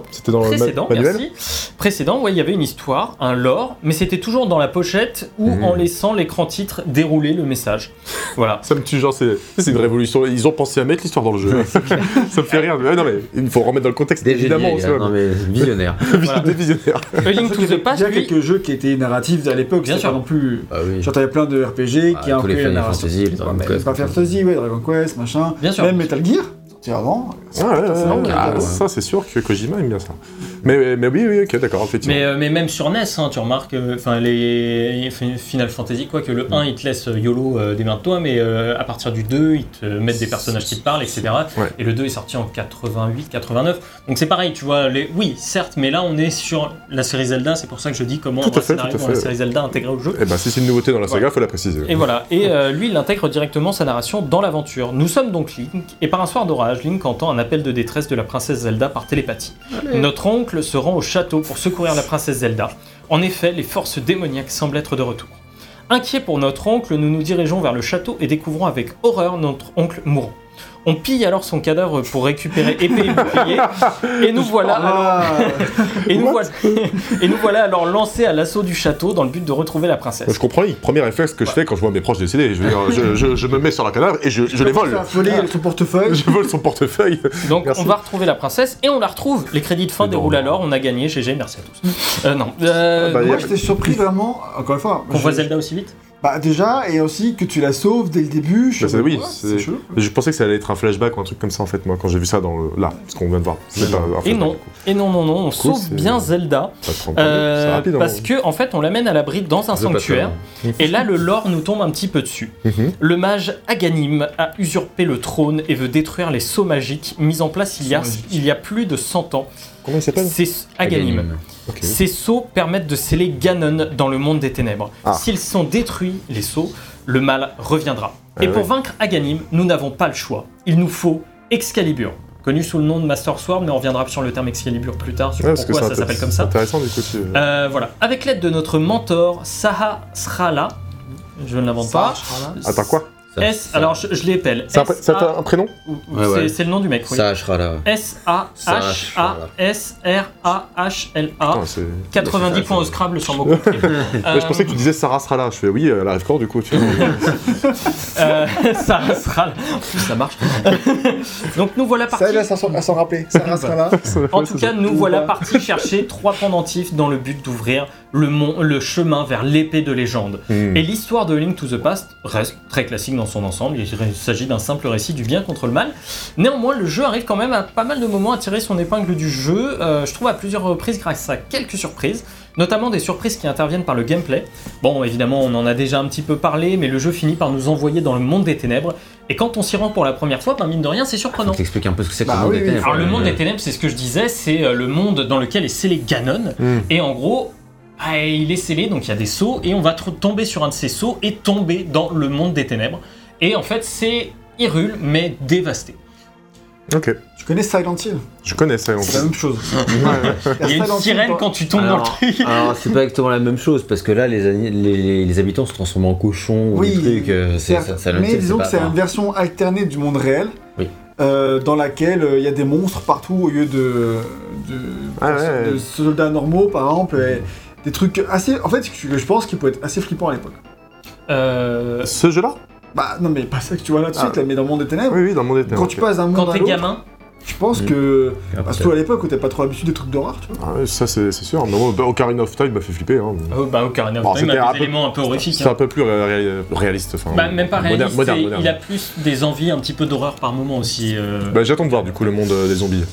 C'était dans le manuel ? Précédent, il y avait une histoire, un lore, mais c'était toujours dans la pochette ou en laissant l'écran titre dérouler le message. Voilà. Ça me tue, genre, c'est une révolution. Ils ont pensé à mettre l'histoire dans le jeu. Ça me fait rire. Non, mais il faut remettre dans le contexte, évidemment. Non, mais visionnaire. Des visionnaires. A Link to the Past, il y a quelques jeux qui étaient narratifs à l'époque, bien sûr. Pas non plus. Ah oui. Genre, t'avais plein de RPG qui tous les Final Fantasy, les Dragon Quest. Pas Fantasy, Dragon Quest, machin. Bien sûr. Même Metal Gear. Avant. Ça c'est sûr que Kojima aime bien ça. Mais oui, ok, d'accord, effectivement. Mais même sur NES, tu remarques, les Final Fantasy, que le 1 il te laisse YOLO démerde-toi, mais à partir du 2 ils te mettent des personnages qui te parlent, etc. Ouais. Et le 2 est sorti en 88, 89. Donc c'est pareil, tu vois, oui, certes, mais là on est sur la série Zelda, c'est pour ça que je dis comment un scénario dans la série Zelda intégré au jeu. Et si c'est une nouveauté dans la saga, faut la préciser. Et voilà, et lui il intègre directement sa narration dans l'aventure. Nous sommes donc Link, et par un soir d'orage, Link entend un appel de détresse de la princesse Zelda par télépathie. Notre oncle se rend au château pour secourir la princesse Zelda. En effet, les forces démoniaques semblent être de retour. Inquiets pour notre oncle, nous nous dirigeons vers le château et découvrons avec horreur notre oncle mourant. On pille alors son cadavre pour récupérer épée et bouclier, et nous voilà alors lancés à l'assaut du château dans le but de retrouver la princesse. Je comprends, le premier réflexe que je fais quand je vois mes proches décédés, je me mets sur la cadavre et je les vole. Son portefeuille. Je vole son portefeuille. Donc on va retrouver la princesse et on la retrouve. Les crédits de fin déroulent alors, on a gagné, GG, merci à tous. Moi j'étais surpris vraiment, encore une fois. Qu'on voit Zelda aussi vite ? Déjà, et aussi que tu la sauves dès le début. C'est chaud. Je pensais que ça allait être un flashback ou un truc comme ça en fait, moi, quand j'ai vu ça ce qu'on vient de voir. Et non, on sauve bien Zelda. Parce que, en fait, on l'amène à l'abri dans un sanctuaire. Et là, le lore nous tombe un petit peu dessus. Le mage Aghanim a usurpé le trône et veut détruire les sceaux magiques mis en place il y a plus de 100 ans. Comment il s'appelle ? C'est Aghanim. Okay. Ces sceaux permettent de sceller Ganon dans le monde des ténèbres. S'ils sont détruits, les sceaux, le mal reviendra. Et pour vaincre Aghanim, nous n'avons pas le choix. Il nous faut Excalibur, connu sous le nom de Master Sword, mais on reviendra sur le terme Excalibur plus tard, sur pourquoi ça s'appelle comme ça. C'est intéressant du coup. Voilà. Avec l'aide de notre mentor, Sahasrara, je ne l'invente pas. Attends, quoi ? Alors je l'épelle. C'est un prénom ? C'est le nom du mec, oui. Sahasrala. Sahasrahla. 90 points au Scrabble sans mot compris. Je pensais que tu disais Sarasrala. Je fais oui, elle arrive quand du coup Sarasrala. En plus ça marche. Donc nous voilà partis. Ça aide à s'en rappeler. Sarasrala. En tout cas, nous voilà partis chercher 3 pendentifs dans le but d'ouvrir le chemin vers l'épée de légende. Et l'histoire de Link to the Past reste très classique dans son ensemble. Il s'agit d'un simple récit du bien contre le mal. Néanmoins, le jeu arrive quand même à pas mal de moments à tirer son épingle du jeu. Je trouve à plusieurs reprises grâce à quelques surprises, notamment des surprises qui interviennent par le gameplay. Bon, évidemment, on en a déjà un petit peu parlé, mais le jeu finit par nous envoyer dans le monde des ténèbres. Et quand on s'y rend pour la première fois, mine de rien, c'est surprenant. Faut t'expliquer un peu ce que c'est que le monde des ténèbres. Alors, le monde des ténèbres, c'est ce que je disais, c'est le monde dans lequel est scellé Ganon. Et en gros, il est scellé, donc il y a des sceaux, et on va tomber sur un de ces sceaux et tomber dans le monde des ténèbres. Et en fait, c'est Hyrule, mais dévasté. Ok. Tu connais Silent Hill ? Je connais Silent Hill. C'est la même chose. Il y a une sirène quand tu tombes dans le truc. Alors, c'est pas exactement la même chose, parce que là, les habitants se transforment en cochons ou des trucs. Mais disons que c'est une version alternée du monde réel. Oui. Dans laquelle il y a des monstres partout au lieu de soldats normaux, par exemple. Et des trucs assez. En fait, je pense qu'il peut être assez flippant à l'époque. Ce jeu-là ? Bah non, mais pas ça que tu vois là de suite, mais dans le monde des ténèbres. Oui, dans le monde des ténèbres. Quand tu passes d'un monde à l'autre. Quand t'es gamin. Je pense que, surtout à l'époque où t'as pas trop l'habitude des trucs d'horreur, tu vois. Ah ouais, ça c'est sûr. Mais moi, Ocarina of Time m'a fait flipper. Hein. Ocarina of Time a des éléments un peu horrifiques. C'est un peu plus réaliste. Même pas réaliste, moderne. Il a plus des envies un petit peu d'horreur par moment aussi. J'attends de voir du coup le monde des zombies.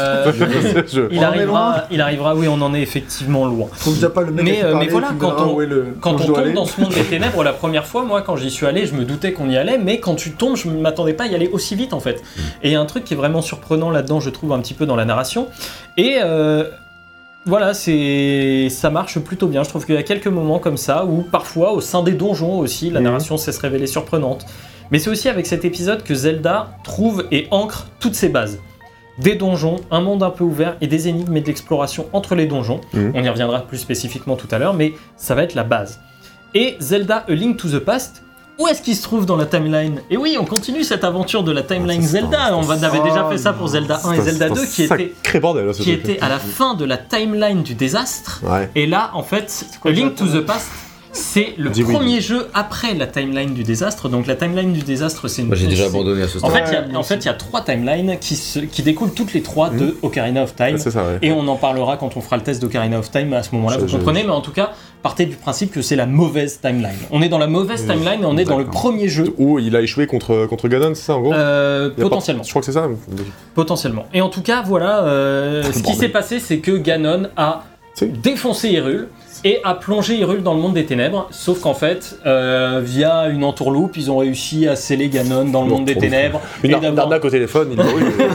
Il arrivera, oui, on en est effectivement loin. Faut déjà pas le mec mais voilà, quand on tombe dans ce monde des ténèbres, la première fois, moi quand j'y suis allé, je me doutais qu'on y allait, mais quand tu tombes, je m'attendais pas à y aller aussi vite en fait. Et il y a un truc qui est vraiment surprenant là-dedans, je trouve, un petit peu dans la narration. Et voilà, ça marche plutôt bien. Je trouve qu'il y a quelques moments comme ça où parfois, au sein des donjons aussi, la narration sait se révéler surprenante. Mais c'est aussi avec cet épisode que Zelda trouve et ancre toutes ses bases. Des donjons, un monde un peu ouvert et des énigmes et de l'exploration entre les donjons. On y reviendra plus spécifiquement tout à l'heure, mais ça va être la base. Et Zelda A Link to the Past, où est-ce qu'il se trouve dans la timeline ? Et oui, on continue cette aventure de la timeline Zelda. On avait déjà fait ça pour Zelda 1 et Zelda 2 qui était à la fin de la timeline du désastre. Ouais. Et là, en fait, A Link to the Past, c'est le premier jeu après la timeline du désastre. Donc la timeline du désastre, c'est une... Moi j'ai déjà abandonné à ce stade. En fait, il y a 3 timelines qui découlent toutes les 3 de Ocarina of Time. C'est ça, ouais. Et on en parlera quand on fera le test d'Ocarina of Time à ce moment-là, vous comprenez. Mais en tout cas, partez du principe que c'est la mauvaise timeline. On est dans la mauvaise timeline et on est dans le premier jeu. Où il a échoué contre Ganon, c'est ça en gros potentiellement. Je crois que c'est ça. Potentiellement. Et en tout cas, voilà, ce qui s'est passé, c'est que Ganon a défoncé Hyrule et a plongé Hyrule dans le monde des ténèbres, sauf qu'en fait, via une entourloupe, ils ont réussi à sceller Ganon dans le monde des ténèbres. Une arnaque au téléphone, il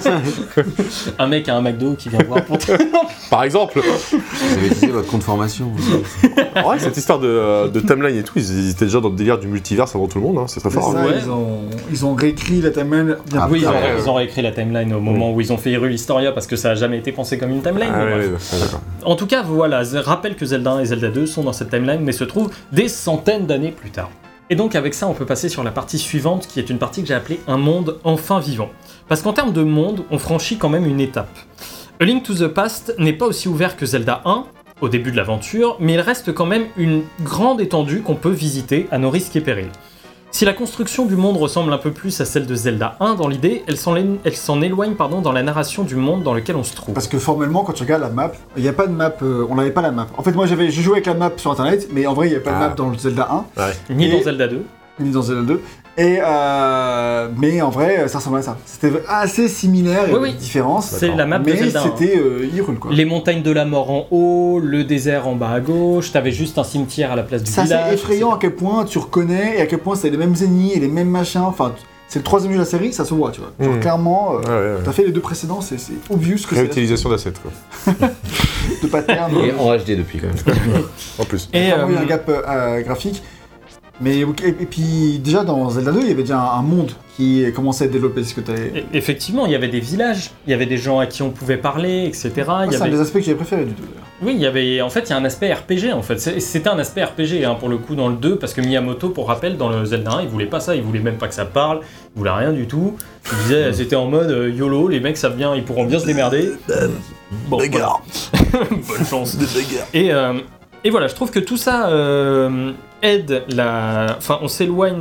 un mec à un McDo qui vient voir pour... Par exemple. Vous avez utilisé votre compte formation. Ouais, cette histoire de timeline et tout, ils étaient déjà dans le délire du multiverse avant tout le monde, hein. C'est très fort. Ça, ils ont réécrit la timeline. Ils ont réécrit la timeline au moment où ils ont fait Hyrule Historia, parce que ça n'a jamais été pensé comme une timeline. En tout cas, voilà, rappelle que Zelda 1 et Zelda 2 sont dans cette timeline, mais se trouvent des centaines d'années plus tard. Et donc avec ça, on peut passer sur la partie suivante, qui est une partie que j'ai appelée un monde enfin vivant. Parce qu'en termes de monde, on franchit quand même une étape. A Link to the Past n'est pas aussi ouvert que Zelda 1, au début de l'aventure, mais il reste quand même une grande étendue qu'on peut visiter à nos risques et périls. Si la construction du monde ressemble un peu plus à celle de Zelda 1 dans l'idée, elle s'en éloigne dans la narration du monde dans lequel on se trouve. Parce que formellement, quand tu regardes la map, il n'y a pas de map, on n'avait pas la map. En fait, moi j'ai joué avec la map sur internet, mais en vrai, il n'y a pas de map dans le Zelda 1. Ouais. Ni dans Zelda 2. Ni dans Zelda 2. Et mais en vrai, ça ressemblait à ça. C'était assez similaire, il y avait des différences. C'est la map de Zelda. Mais c'était Hyrule, quoi. Les montagnes de la mort en haut, le désert en bas à gauche, t'avais juste un cimetière à la place du village. C'est effrayant à quel point tu reconnais et à quel point c'est les mêmes ennemis et les mêmes machins. Enfin, c'est le 3e jeu de la série, ça se voit, tu vois. Genre clairement, t'as fait les 2 précédents, c'est obvious que c'est. Réutilisation d'assets, quoi. De pattern. Et en HD depuis, quand même. En plus. Et il y a un gap graphique. Mais et puis déjà dans Zelda 2, il y avait déjà un monde qui commençait à être développé. Effectivement, il y avait des villages, il y avait des gens à qui on pouvait parler, etc. C'est un des aspects que j'avais préféré du 2. Oui, il y a un aspect RPG en fait. C'était un aspect RPG pour le coup dans le 2, parce que Miyamoto, pour rappel, dans le Zelda 1, il voulait pas ça, il voulait même pas que ça parle, il voulait rien du tout. Il disait, c'était en mode YOLO, les mecs savent bien, ils pourront bien se démerder. Bon, bagarre. Voilà. Bonne chance. De bagarre. Et voilà, je trouve que tout ça aide Enfin, on s'éloigne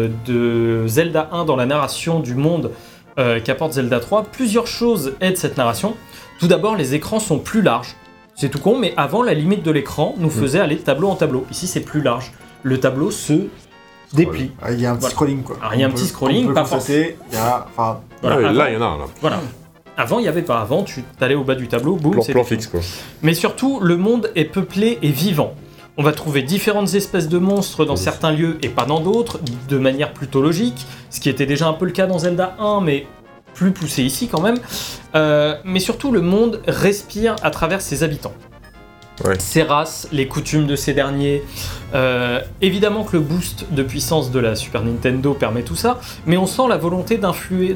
de Zelda 1 dans la narration du monde qu'apporte Zelda 3. Plusieurs choses aident cette narration. Tout d'abord, les écrans sont plus larges. C'est tout con, mais avant, la limite de l'écran nous faisait aller de tableau en tableau. Ici, c'est plus large. Le tableau se déplie. Il y a un petit scrolling, quoi. Alors, il y a un petit scrolling, pas forcément. Là, il y en a un, là. Voilà. Avant, il n'y avait pas. Avant, tu allais au bas du tableau, boum, c'est plan fixe, quoi. Mais surtout, le monde est peuplé et vivant. On va trouver différentes espèces de monstres dans certains lieux et pas dans d'autres, de manière plutôt logique, ce qui était déjà un peu le cas dans Zelda 1, mais plus poussé ici quand même. Mais surtout, le monde respire à travers ses habitants. Ouais. Ses races, les coutumes de ces derniers. Évidemment que le boost de puissance de la Super Nintendo permet tout ça, mais on sent la volonté d'insuffler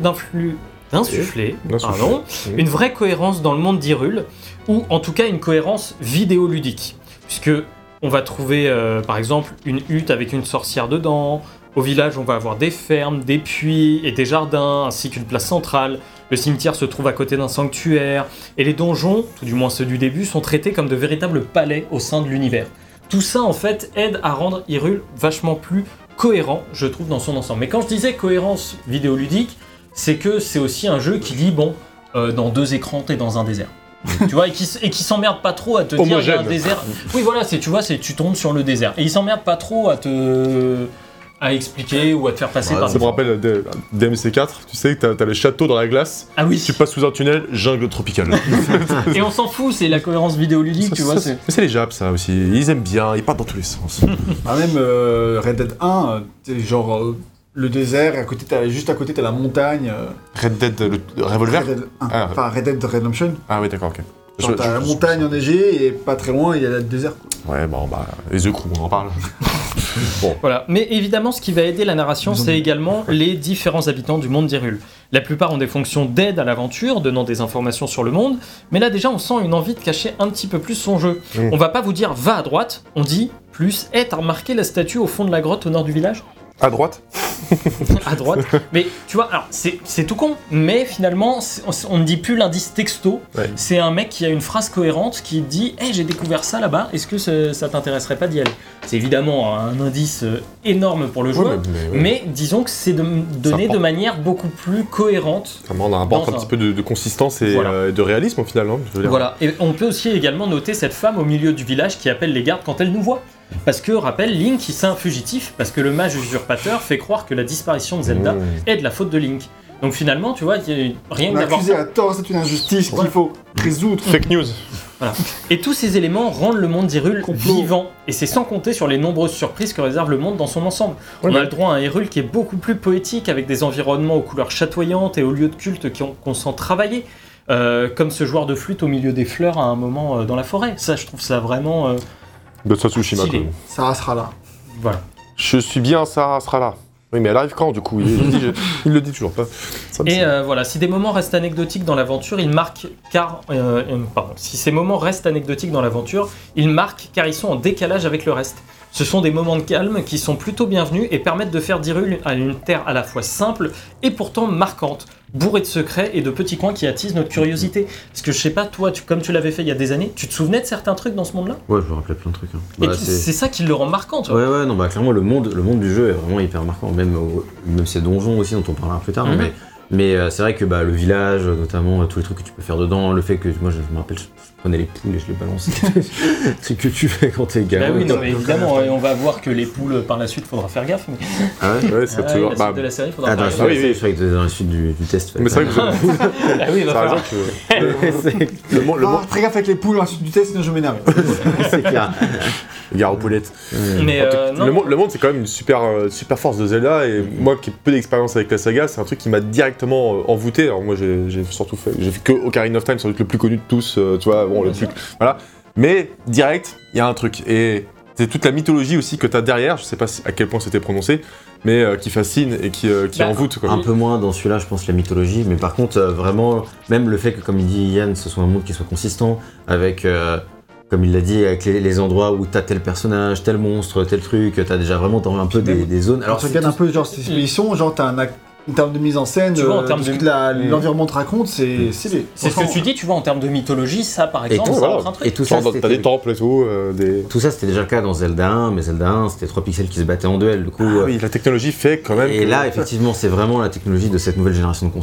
une vraie cohérence dans le monde d'Hyrule, ou en tout cas une cohérence vidéoludique, puisque on va trouver par exemple une hutte avec une sorcière dedans. Au village, on va avoir des fermes, des puits et des jardins, ainsi qu'une place centrale. Le cimetière se trouve à côté d'un sanctuaire, et les donjons, tout du moins ceux du début, sont traités comme de véritables palais au sein de l'univers. Tout ça, en fait, aide à rendre Hyrule vachement plus cohérent, je trouve, dans son ensemble. Mais quand je disais cohérence vidéoludique, c'est que c'est aussi un jeu qui dit, dans 2 écrans, t'es dans un désert. Tu vois, et qui s'emmerde pas trop à te dire, il y a un désert. Oui, voilà, tu tombes sur le désert. Et il s'emmerde pas trop à expliquer ou à te faire passer par. Ça me rappelle DMC4, tu sais que t'as les châteaux dans la glace. Ah oui. Tu passes sous un tunnel, jungle tropicale. Et on s'en fout, c'est la cohérence vidéoludique, tu vois. Mais c'est les Japs, ça aussi. Ils aiment bien, ils partent dans tous les sens. Même Red Dead 1, genre le désert, et juste à côté t'as la montagne. Red Dead, le Revolver. Red Dead 1. Enfin Red Dead Redemption. Ah oui, d'accord, ok. Genre t'as la montagne enneigée et pas très loin il y a le désert. Ouais, les The Crew, on en parle. Bon. Voilà. Mais évidemment, ce qui va aider la narration, c'est également les différents habitants du monde d'Hyrule. La plupart ont des fonctions d'aide à l'aventure, donnant des informations sur le monde, mais là déjà on sent une envie de cacher un petit peu plus son jeu. On va pas vous dire va à droite, on dit plus t'as remarqué la statue au fond de la grotte au nord du village ? À droite. À droite. Mais tu vois, alors c'est tout con, mais finalement on ne dit plus l'indice texto. Ouais. C'est un mec qui a une phrase cohérente qui dit hey, j'ai découvert ça là-bas, est-ce que ça t'intéresserait pas d'y aller ? C'est évidemment un indice énorme pour le joueur, mais disons que c'est donné de manière beaucoup plus cohérente. On apporte un petit peu de consistance et de réalisme au final. Hein, je veux dire. Voilà, et on peut aussi également noter cette femme au milieu du village qui appelle les gardes quand elle nous voit. Parce que, rappelle, Link, c'est un fugitif, parce que le mage usurpateur fait croire que la disparition de Zelda est de la faute de Link. Donc finalement, tu vois, rien que d'avoir... Accusé à tort, c'est une injustice qu'il faut résoudre. Fake news. Voilà. Et tous ces éléments rendent le monde d'Hyrule vivant, et c'est sans compter sur les nombreuses surprises que réserve le monde dans son ensemble. On a le droit à un Hyrule qui est beaucoup plus poétique, avec des environnements aux couleurs chatoyantes et aux lieux de culte qu'on sent travailler. Comme ce joueur de flûte au milieu des fleurs à un moment dans la forêt. Ça, je trouve ça vraiment... de Tsushima. Sarah sera là. Voilà. Je suis bien, Sarah sera là. Oui, mais elle arrive quand, du coup il le dit toujours pas. Voilà, si des moments restent anecdotiques dans l'aventure, ils marquent si ces moments restent anecdotiques dans l'aventure, ils marquent car ils sont en décalage avec le reste. Ce sont des moments de calme qui sont plutôt bienvenus et permettent de faire d'Hyrule une terre à la fois simple et pourtant marquante, bourrée de secrets et de petits coins qui attisent notre curiosité. Parce que je sais pas, toi, comme tu l'avais fait il y a des années, tu te souvenais de certains trucs dans ce monde-là ? Ouais, je me rappelais plein de trucs. Hein. Et c'est ça qui le rend marquant, tu vois. Ouais, non, clairement, le monde du jeu est vraiment hyper marquant. Même ces donjons aussi, dont on parlera plus tard. Mais c'est vrai que le village, notamment, tous les trucs que tu peux faire dedans, le fait que, moi, je me rappelle, je prenais les poules et je les balançais. C'est que tu fais quand t'es gamin. Bah oui, non, mais évidemment, on va voir que les poules, par la suite, faudra faire gaffe. Mais... Ah ouais, c'est toujours... La suite de la série, faudra faire gaffe. Je croyais que dans la suite du test. Mais c'est vrai que vous... Ah oui, il va falloir. Très gaffe avec les poules dans la suite du test, sinon je m'énerve. C'est clair. Gare aux poulettes. Mais le monde, c'est quand même une super force de Zelda, et moi qui ai peu d'expérience avec la saga, c'est un truc qui m'a directement envoûté. Alors moi j'ai fait que Ocarina of Time, sans doute le plus connu de tous, tu vois, le truc, voilà. Mais direct, il y a un truc, et c'est toute la mythologie aussi que t'as derrière, je sais pas à quel point c'était prononcé, mais qui fascine et qui envoûte, quoi. Un peu moins dans celui-là, je pense, la mythologie, mais par contre, vraiment, même le fait que, comme il dit Yann, ce soit un monde qui soit consistant, avec... comme il l'a dit, avec les endroits où t'as tel personnage, tel monstre, tel truc, t'as déjà vraiment un peu des zones. Alors tu regardes un peu genre ces expéditions, genre t'as en termes de mise en scène, tu vois, en termes l'environnement te raconte, c'est stylé. C'est ce que tu dis, tu vois, en termes de mythologie, ça par exemple, ça montre un truc. Et tout ça, t'as des temples et tout. Tout ça, c'était déjà le cas dans Zelda 1, mais Zelda 1, c'était 3 pixels qui se battaient en duel, du coup... oui, la technologie fait quand même... Et là, effectivement, c'est vraiment la technologie de cette nouvelle génération de consoles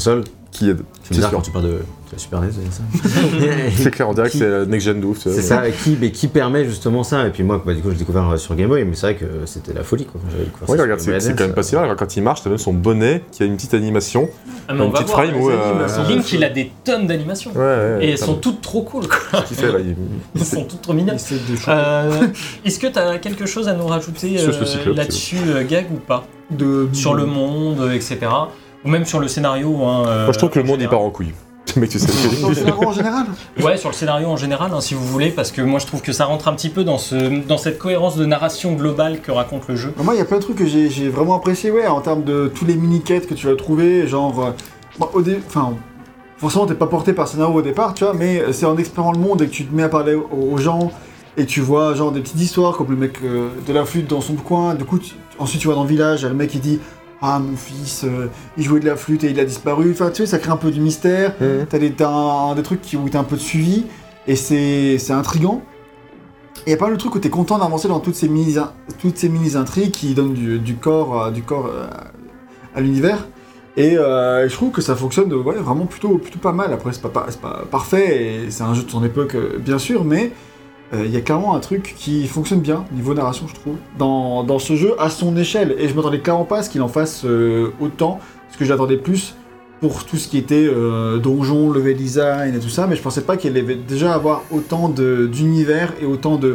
qui aide. C'est bizarre quand tu parles de la Super NES, c'est ça. C'est clair, on dirait que c'est la next gen de ouf. C'est ça, qui permet justement ça. Et puis moi, du coup, j'ai découvert sur Game Boy, mais c'est vrai que c'était la folie quand j'avais découvert ça. Oui, regarde, c'est quand même pas si mal. Quand il marche, t'as même son bonnet qui a une petite animation, une petite frame où. Link, il a des tonnes d'animations. Et elles sont toutes trop cool. Qu'est-ce qu'il fait là? Ils sont toutes trop mignonnes. Est-ce que t'as quelque chose à nous rajouter là-dessus, Gag, ou pas? Sur le monde, etc. Ou même sur le scénario. Moi, je trouve que le monde il part en couille. Mais tu sais, sur le scénario en général. Ouais, sur le scénario en général, si vous voulez, parce que moi je trouve que ça rentre un petit peu dans cette cohérence de narration globale que raconte le jeu. Moi, il y a plein de trucs que j'ai vraiment apprécié, en termes de tous les mini-quêtes que tu vas trouver, genre. Forcément, t'es pas porté par le scénario au départ, tu vois, mais c'est en explorant le monde et que tu te mets à parler aux gens et tu vois, genre, des petites histoires comme le mec de la flûte dans son coin. Du coup, ensuite, tu vois dans le village, le mec qui dit. Ah, mon fils, il jouait de la flûte et il a disparu. Enfin, tu sais, ça crée un peu du mystère. T'as des trucs où t'as un peu de suivi. Et c'est intriguant. Et il y a pas mal de trucs où t'es content d'avancer dans toutes ces mini-intrigues qui donnent du corps à l'univers. Et je trouve que ça fonctionne vraiment plutôt pas mal. Après, c'est pas parfait. Et c'est un jeu de son époque, bien sûr, mais... Il y a clairement un truc qui fonctionne bien, niveau narration je trouve, dans ce jeu à son échelle. Et je m'attendais clairement pas à ce qu'il en fasse autant, parce que j'attendais plus pour tout ce qui était donjon, level design et tout ça, mais je pensais pas qu'il allait déjà avoir autant d'univers et autant de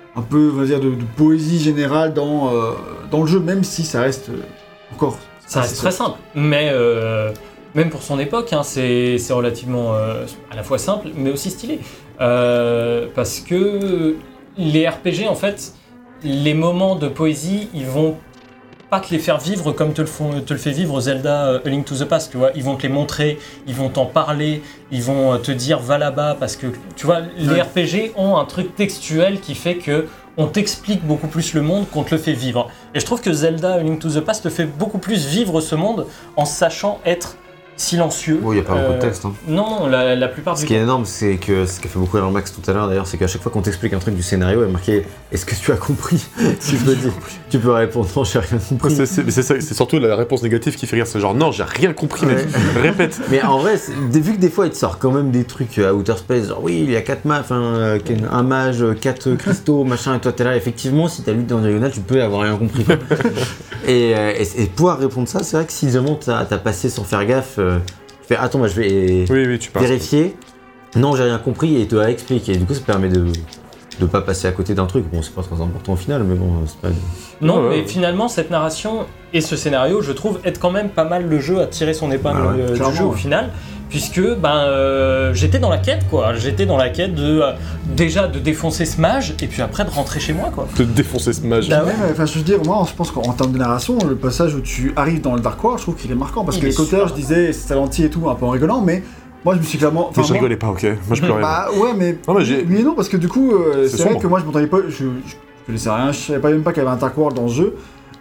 poésie générale dans le jeu, même si ça reste encore... Ça reste très simple, mais même pour son époque, c'est relativement à la fois simple, mais aussi stylé. Parce que les RPG, en fait, les moments de poésie, ils vont pas te les faire vivre comme te le fait vivre Zelda A Link to the Past, tu vois. Ils vont te les montrer, ils vont t'en parler, ils vont te dire va là-bas, parce que, tu vois, les RPG ont un truc textuel qui fait que on t'explique beaucoup plus le monde qu'on te le fait vivre. Et je trouve que Zelda A Link to the Past te fait beaucoup plus vivre ce monde en sachant être silencieux. Il n'y a pas beaucoup de texte. Non, la plupart du temps. Ce qui est énorme, c'est que ce qu'a fait beaucoup Max tout à l'heure d'ailleurs, c'est qu'à chaque fois qu'on t'explique un truc du scénario, il est marqué est-ce que tu as compris? Si je me dis, tu peux répondre non, j'ai rien compris. C'est surtout la réponse négative qui fait rire, c'est genre non, j'ai rien compris, mec. Répète. Mais en vrai, vu que des fois il te sort quand même des trucs à Outer Space, genre oui, il y a 4 mages, un mage, 4 cristaux, machin, et toi t'es là, effectivement, si t'as lu dans diagonale, tu peux avoir rien compris. et pouvoir répondre ça, c'est vrai que si jamais t'as passé sans faire gaffe. Tu fais attends, je vais vérifier. Non, j'ai rien compris et te l'a expliqué. Et du coup, ça permet de pas passer à côté d'un truc. Bon, c'est pas très important au final, mais bon, c'est pas. Non, mais finalement, cette narration et ce scénario, je trouve, aident quand même pas mal le jeu à tirer son épingle du jeu au final. Puisque j'étais dans la quête, quoi. J'étais dans la quête déjà de défoncer ce mage et puis après de rentrer chez moi, quoi. De défoncer ce mage. Bah ouais, enfin, je veux dire, moi, je pense qu'en termes de narration, le passage où tu arrives dans le Dark World, je trouve qu'il est marquant parce que les côtés, je disais, c'est ralenti et tout, un peu en rigolant, mais moi, je me suis clairement. Mais je rigolais pas, ok. Moi, je pleurais. Bah ouais, mais. Non, mais oui et non, parce que du coup, c'est vrai que moi, je m'entendais pas. Je connaissais rien, je savais pas même pas qu'il y avait un Dark World dans ce jeu.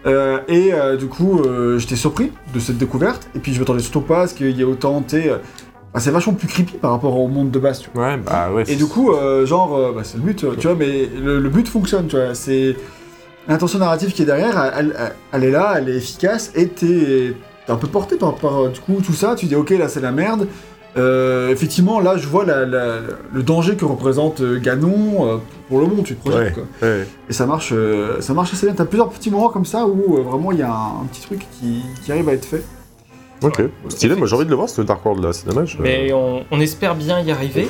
Du coup, j'étais surpris de cette découverte. Et puis, je m'attendais surtout pas à ce qu'il y ait autant, c'est vachement plus creepy par rapport au monde de base, tu vois. Ouais. Et du coup, c'est le but, tu vois, mais le but fonctionne, tu vois. C'est l'intention narrative qui est derrière, elle est là, elle est efficace, et t'es un peu porté par du coup tout ça. Tu dis ok, là c'est la merde. Effectivement, là je vois le danger que représente Ganon pour le monde, tu te projettes, quoi. Ouais. Et ça marche assez bien. T'as plusieurs petits moments comme ça où vraiment il y a un petit truc qui arrive à être fait. Ok, stylé, moi j'ai envie de le voir ce Dark World là, c'est dommage. Mais on espère bien y arriver.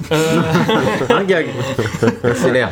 Un gag. C'est l'air.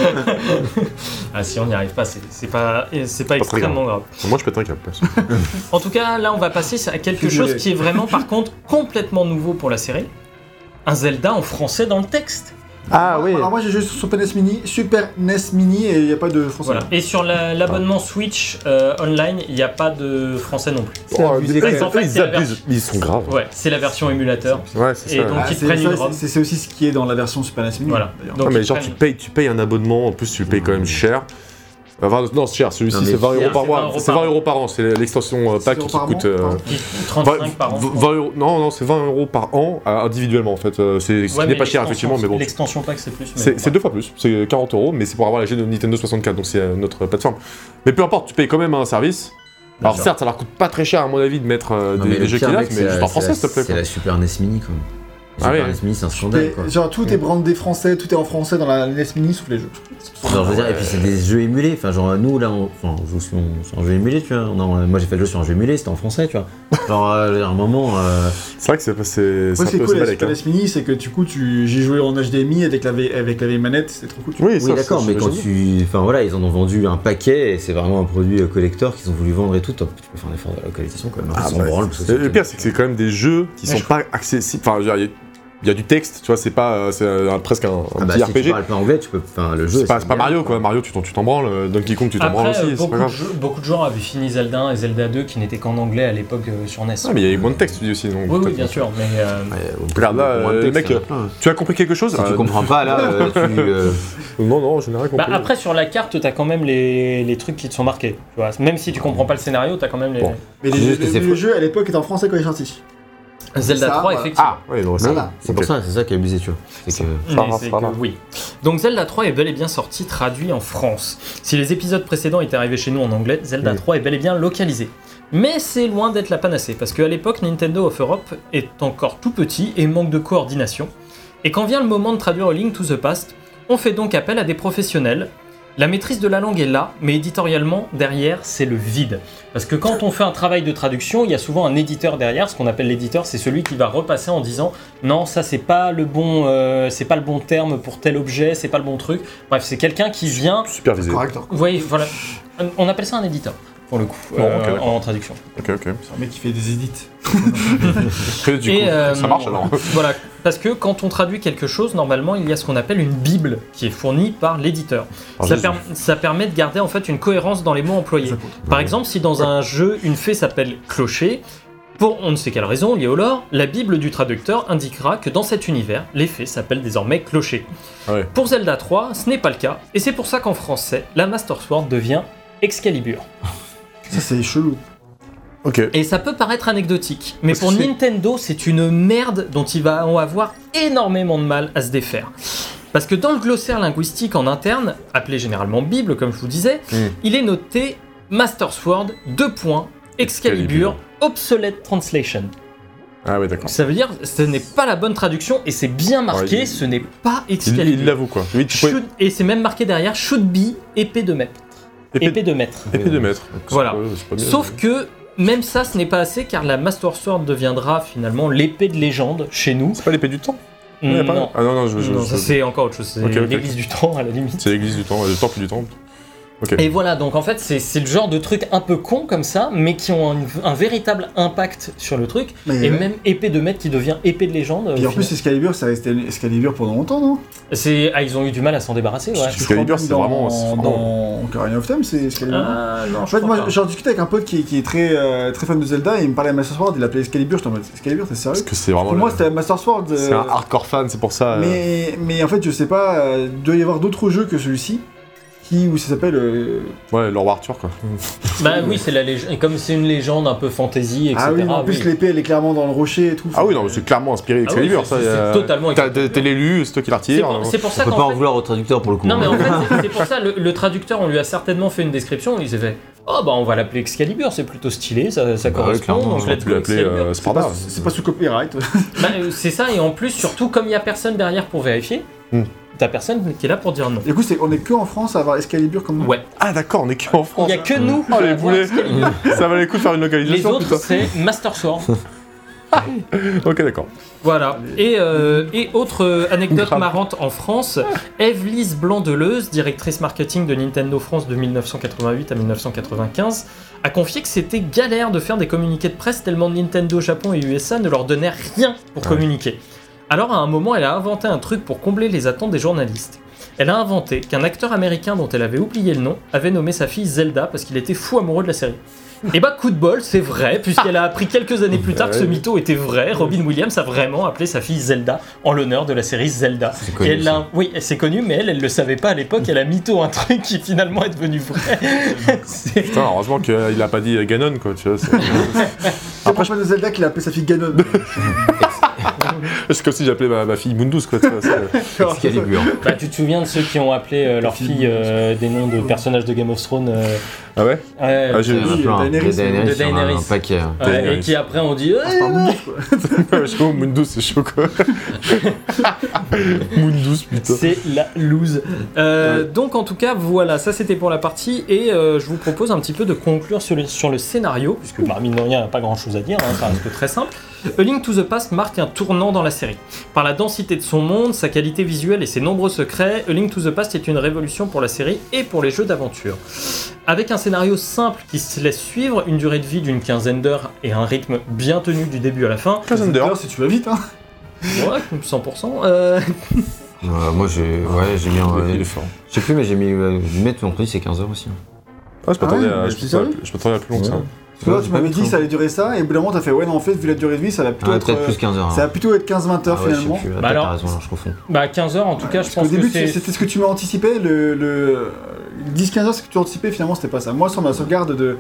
Si on n'y arrive pas, c'est pas extrêmement grave. Moi je pète un câble. En tout cas, là on va passer à quelque chose qui est vraiment par contre complètement nouveau pour la série. Un Zelda en français dans le texte. Ah oui. Alors moi j'ai joué sur Super NES Mini et il n'y a pas de français. Voilà. Et sur l'abonnement Switch online, il n'y a pas de français non plus. Ils sont graves. Ouais, c'est la version émulateur. Ouais, c'est ça. Et donc ils prennent une ROM. C'est aussi ce qui est dans la version Super NES Mini. Voilà. Donc, mais genre tu payes un abonnement, en plus tu le payes quand même cher. Non, c'est cher, celui-ci c'est 20 € par mois. C'est 20 € par an, c'est l'extension pack qui coûte. 35 par an. 20 €, non, c'est 20 € par an individuellement en fait. Ce qui n'est pas cher effectivement, mais bon. L'extension pack c'est plus. C'est 2 fois plus, c'est 40 €, mais c'est pour avoir la G de Nintendo 64, donc c'est notre plateforme. Mais peu importe, tu payes quand même un service. Alors certes, ça leur coûte pas très cher à mon avis de mettre des jeux Kinect, mais juste en français s'il te plaît. C'est la Super NES Mini quand même. Ah Super NES Mini, c'est un scandale quoi. Genre tout est brandé français, tout est en français dans la NES Mini sauf les jeux. Genre, je veux dire, et puis c'est des jeux émulés, enfin genre nous là, on joue sur un jeu émulé, tu vois. Moi j'ai fait le jeu sur un jeu émulé, c'était en français, tu vois. Genre à un moment. C'est vrai que c'est un peu cool la symbolique. Super NES Mini, c'est que du coup j'ai joué en HDMI avec la vieille manette, c'était trop cool. Oui, Oui d'accord, mais quand enfin voilà, ils en ont vendu un paquet et c'est vraiment un produit collector qu'ils ont voulu vendre et tout. Tu peux faire un effort de localisation quand même. Le pire c'est que c'est quand même des jeux qui sont pas accessibles. Enfin, il y a du texte, tu vois, c'est pas, presque un petit RPG. Si tu parles pas anglais, tu peux, le jeu. C'est pas Mario quoi. Mario, tu t'en branles. Donkey Kong, tu t'en branles aussi. C'est pas grave. Beaucoup de gens avaient fini Zelda 1 et Zelda 2 qui n'étaient qu'en anglais à l'époque sur NES. Ah mais il y a eu moins de texte, tu dis aussi. Donc, oui, bien sûr, mais regarde là, le mec, tu as compris quelque chose? Si tu comprends pas là, Non, je n'ai rien compris. Après sur la carte, t'as quand même les trucs qui te sont marqués. Tu vois, même si tu comprends pas le scénario, t'as quand même les. Bon. Mais le jeu à l'époque était en français quand il est sorti. Zelda 3, effectivement. Ah, oui, donc ça. C'est pour ça, c'est ça qui a abusé, tu vois. Oui. Donc Zelda 3 est bel et bien sorti, traduit en France. Si les épisodes précédents étaient arrivés chez nous en anglais, Zelda 3 est bel et bien localisé. Mais c'est loin d'être la panacée, parce qu'à l'époque, Nintendo of Europe est encore tout petit et manque de coordination. Et quand vient le moment de traduire A Link to the Past, on fait donc appel à des professionnels. La maîtrise de la langue est là, mais éditorialement, derrière, c'est le vide. Parce que quand on fait un travail de traduction, il y a souvent un éditeur derrière. Ce qu'on appelle l'éditeur, c'est celui qui va repasser en disant « Non, ça, c'est pas le bon terme pour tel objet, c'est pas le bon truc. » Bref, c'est quelqu'un qui vient... Superviser. Vous voyez, voilà. On appelle ça un éditeur, pour le coup, en traduction. Ok. C'est un mec qui fait des édits. Du coup, ça marche alors. Voilà, parce que quand on traduit quelque chose, normalement, il y a ce qu'on appelle une bible qui est fournie par l'éditeur. Ça permet de garder en fait une cohérence dans les mots employés. Par exemple, si dans un jeu, une fée s'appelle clocher, pour on ne sait quelle raison liée au lore, la bible du traducteur indiquera que dans cet univers, les fées s'appellent désormais clocher. Ouais. Pour Zelda 3, ce n'est pas le cas, et c'est pour ça qu'en français, la Master Sword devient Excalibur. Ça c'est chelou. Ok. Et ça peut paraître anecdotique, mais pour Nintendo, c'est une merde dont ils vont avoir énormément de mal à se défaire. Parce que dans le glossaire linguistique en interne, appelé généralement Bible, comme je vous disais, il est noté Master Sword, Excalibur, Obsolete Translation. Ah ouais, d'accord. Ça veut dire ce n'est pas la bonne traduction et c'est bien marqué, ce n'est pas Excalibur. Il l'avoue quoi. Oui, et c'est même marqué derrière Should be épée de maître. Épée de maître. Épée de maître. Voilà. Sauf que même ça, ce n'est pas assez car la Master Sword deviendra finalement l'épée de légende chez nous. C'est pas l'épée du temps? Non. Ah non, ça c'est encore autre chose. C'est l'église du temps à la limite. C'est l'église du temps, le temple du temps. Okay. Et voilà, donc en fait, c'est le genre de trucs un peu cons comme ça, mais qui ont un véritable impact sur le truc. Et même épée de maître qui devient épée de légende. Et en plus, Excalibur, ça restait Excalibur pendant longtemps, non? Ils ont eu du mal à s'en débarrasser, ouais. Excalibur, c'est vraiment. Dans Ocarina of Time, c'est Excalibur. Non, en fait, moi, j'en discutais avec un pote qui est très fan de Zelda, et il me parlait de Master Sword, il l'appelait Excalibur. J'étais en mode Excalibur, t'es sérieux? Parce que c'est vraiment. Pour moi, c'était Master Sword. C'est un hardcore fan, c'est pour ça. Mais en fait, je sais pas, il doit y avoir d'autres jeux que celui-ci. Où ça s'appelle... Ouais, Lord Arthur quoi. Bah oui, c'est la légende. Et comme c'est une légende un peu fantasy, etc. Ah oui, en plus l'épée elle est clairement dans le rocher et tout. Ah oui, non, mais c'est clairement inspiré Excalibur, ça. C'est totalement. T'es l'élu, c'est toi qui la retire. C'est pour ça qu'on peut pas en vouloir au traducteur pour le coup. Non, mais en fait, c'est pour ça, le traducteur, on lui a certainement fait une description, il s'est fait oh bah on va l'appeler Excalibur, c'est plutôt stylé, ça correspond. Donc on peut l'appeler Sparda. C'est pas sous copyright. C'est ça, et en plus, surtout comme il y a personne derrière pour vérifier. T'as personne qui est là pour dire non. Du coup, on est que en France à avoir Excalibur comme nom. Ouais. Ah d'accord, on est que en France. Il y a que nous. Oh les boulets. Ça valait le coup de faire une localisation. Les autres, c'est Master Sword. Ok, d'accord. Voilà. Et autre anecdote marrante en France, Eve-Lise Blanc-Deleuze, directrice marketing de Nintendo France de 1988 à 1995, a confié que c'était galère de faire des communiqués de presse tellement Nintendo Japon et USA ne leur donnaient rien pour communiquer. Alors à un moment, elle a inventé un truc pour combler les attentes des journalistes. Elle a inventé qu'un acteur américain dont elle avait oublié le nom avait nommé sa fille Zelda parce qu'il était fou amoureux de la série. Et bah coup de bol, c'est vrai, puisqu'elle a appris quelques années plus tard que ce mytho était vrai. Robin Williams a vraiment appelé sa fille Zelda en l'honneur de la série Zelda. C'est connu, et oui, c'est connu, mais elle le savait pas à l'époque. Elle a mytho un truc qui finalement est devenu vrai. Putain, heureusement qu'il a pas dit Ganon quoi, tu vois. Après, je parle de Zelda qu'il a appelé sa fille Ganon. C'est comme si j'appelais ma fille Mundus quoi. Excalibur. Bah, tu te souviens de ceux qui ont appelé leur fille des noms de personnages de Game of Thrones Ah ouais? Ouais, Ah, j'ai oui, vu. Daenerys, De de Daenerys. un paquet. et qui après on dit c'est pas Mundus, quoi. Je trouve Mundus, c'est chaud quoi. Mundus, putain. c'est la loose. Donc en tout cas voilà, ça c'était pour la partie et je vous propose un petit peu de conclure sur le scénario, puisque mine de rien il n'y a pas grand chose à dire, hein, ça reste très simple. A Link to the Past marque un tournant dans la série. Par la densité de son monde, sa qualité visuelle et ses nombreux secrets, A Link to the Past est une révolution pour la série et pour les jeux d'aventure. Avec un scénario simple qui se laisse suivre, une durée de vie d'une quinzaine d'heures et un rythme bien tenu du début à la fin. 15 d'heures. Si tu vas vite, hein. Ouais, 100%. Moi j'ai mis Il est fort. je sais plus mais j'ai mis ton produit c'est 15 heures aussi. Ah, je m'attendais Ah ouais, à, je suis sérieux je m'attendais à plus long que ça. Parce que là, tu m'avais dit que ça allait durer ça, et au bout d'un moment, t'as fait, ouais, non, en fait, vu la durée de vie, ça va plutôt être. Peut-être plus 15 heures. Ça va plutôt être 15-20 heures finalement. Bah alors, t'as raison, alors je confonds. Bah 15 heures en tout cas, je pense Au début, que c'est... c'était ce que tu m'as anticipé, le 10-15 heures, ce que tu as anticipé, finalement, c'était pas ça. Moi, sur ma sauvegarde de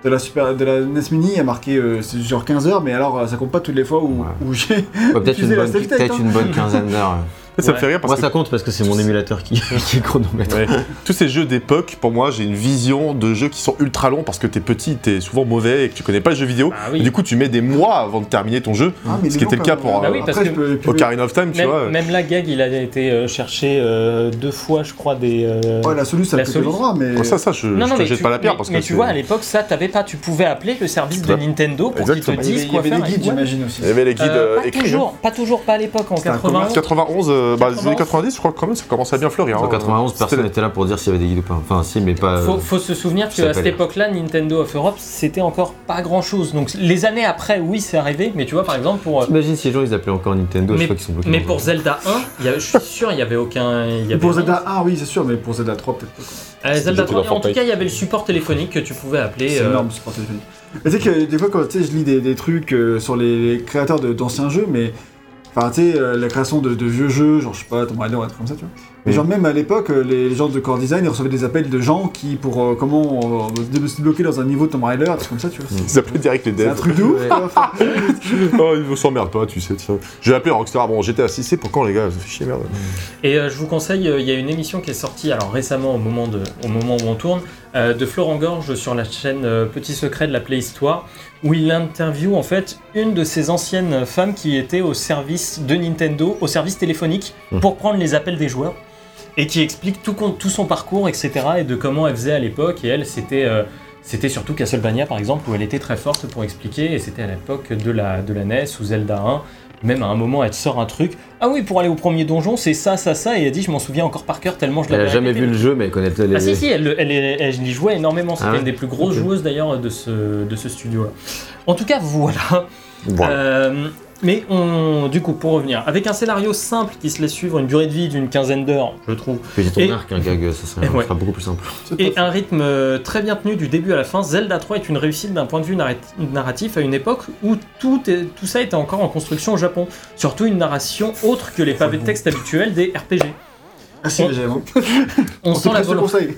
la NES Mini, il y a marqué c'est genre 15 heures, mais alors ça compte pas toutes les fois où j'ai Peut-être utilisé la stealth une bonne quinzaine d'heures. Ça me fait rire parce Moi que ça compte parce que c'est mon émulateur qui chronomètre. ouais. Tous ces jeux d'époque, pour moi, j'ai une vision de jeux qui sont ultra longs parce que t'es petit, t'es souvent mauvais et que tu connais pas le jeu vidéo. Bah oui. Et du coup, tu mets des mois avant de terminer ton jeu. Ah, mais Ce il qui est était long, le cas quand pour même. Bah oui, parce Après, que je peux Ocarina of Time, tu vois. Même la gag, il a été chercher 2 fois, je crois, des... Ouais, la solution, la ça peut l'endroit, mais. Oh, ça, je te jette pas la pierre parce que. mais tu vois, à l'époque, ça, t'avais pas, tu pouvais appeler le service de Nintendo pour qu'ils te Exactement. disent il y quoi avait faire. des guides, et quoi. j'imagine aussi. Il y avait les guides écrits. Pas à l'époque, en C'était un 91. 91, les années 90, je crois que quand même ça commençait à bien fleurir. En hein. 91, personne C'était- n'était là pour dire s'il y avait des guides ou pas. Enfin, si, mais pas. Faut se souvenir je sais qu'à pas cette lire. époque-là, Nintendo of Europe, c'était encore pas grand-chose. Donc les années après, oui, c'est arrivé, mais tu vois, par exemple, pour... T'imagines si les gens ils appelaient encore Nintendo, je crois qu'ils sont bloqués. Mais pour Zelda 1, je suis sûr, il y avait aucun... Pour Zelda 1, oui, c'est sûr, mais pour Zelda 3, peut-être pas. Zelda C'était 3, dans en tout Fortnite. cas, il y avait le support téléphonique que tu pouvais appeler... C'est énorme, ce support téléphonique. Mais tu sais que des fois, quand tu sais, je lis des trucs sur les créateurs d'anciens jeux, mais. Enfin, tu sais, la création de vieux jeux, genre, je sais pas, Tomb Raider, un truc comme ça, tu vois. Mais genre, même à l'époque, les gens de Core Design, ils recevaient des appels de gens qui, pour comment se débloquer dans un niveau de Tomb Raider, un truc comme ça, tu vois. Ils appelaient direct les C'est un devs. truc de ouf, Ouais. quoi. Oh, ils s'emmerdent pas, tu sais. Je vais appeler Rockstar. Bon, j'étais assis, c'est pour quand les gars? Ça fait chier, merde. Et je vous conseille, il y a une émission qui est sortie alors récemment au moment où on tourne, de Florent Gorge sur la chaîne Petit Secret de la Playhistoire, où il interviewe en fait une de ces anciennes femmes qui était au service de Nintendo, au service téléphonique, pour prendre les appels des joueurs, et qui explique tout son parcours, etc. et de comment elle faisait à l'époque. Et elle, c'était surtout Castlevania par exemple, où elle était très forte pour expliquer, et c'était à l'époque de la NES ou Zelda 1. Même à un moment, elle te sort un truc. Ah oui, pour aller au premier donjon, c'est ça, et elle dit, je m'en souviens encore par cœur tellement je Elle l'avais a jamais répété. vu le jeu, mais elle connaît les. Ah si, elle y jouait énormément. C'était Ah ouais. une des plus grosses Ok. joueuses d'ailleurs de ce studio-là. En tout cas, voilà. Voilà. Mais du coup, pour revenir, avec un scénario simple qui se laisse suivre une durée de vie d'une quinzaine d'heures, je trouve, Petit ton Et- arc, un gag, ça Ouais. sera beaucoup plus simple. et un rythme très bien tenu du début à la fin, Zelda 3 est une réussite d'un point de vue narratif à une époque où tout ça était encore en construction au Japon. Surtout une narration autre que les pavés de texte habituels des RPG. Ah si, mais j'aime. On sent la volonté. conseil.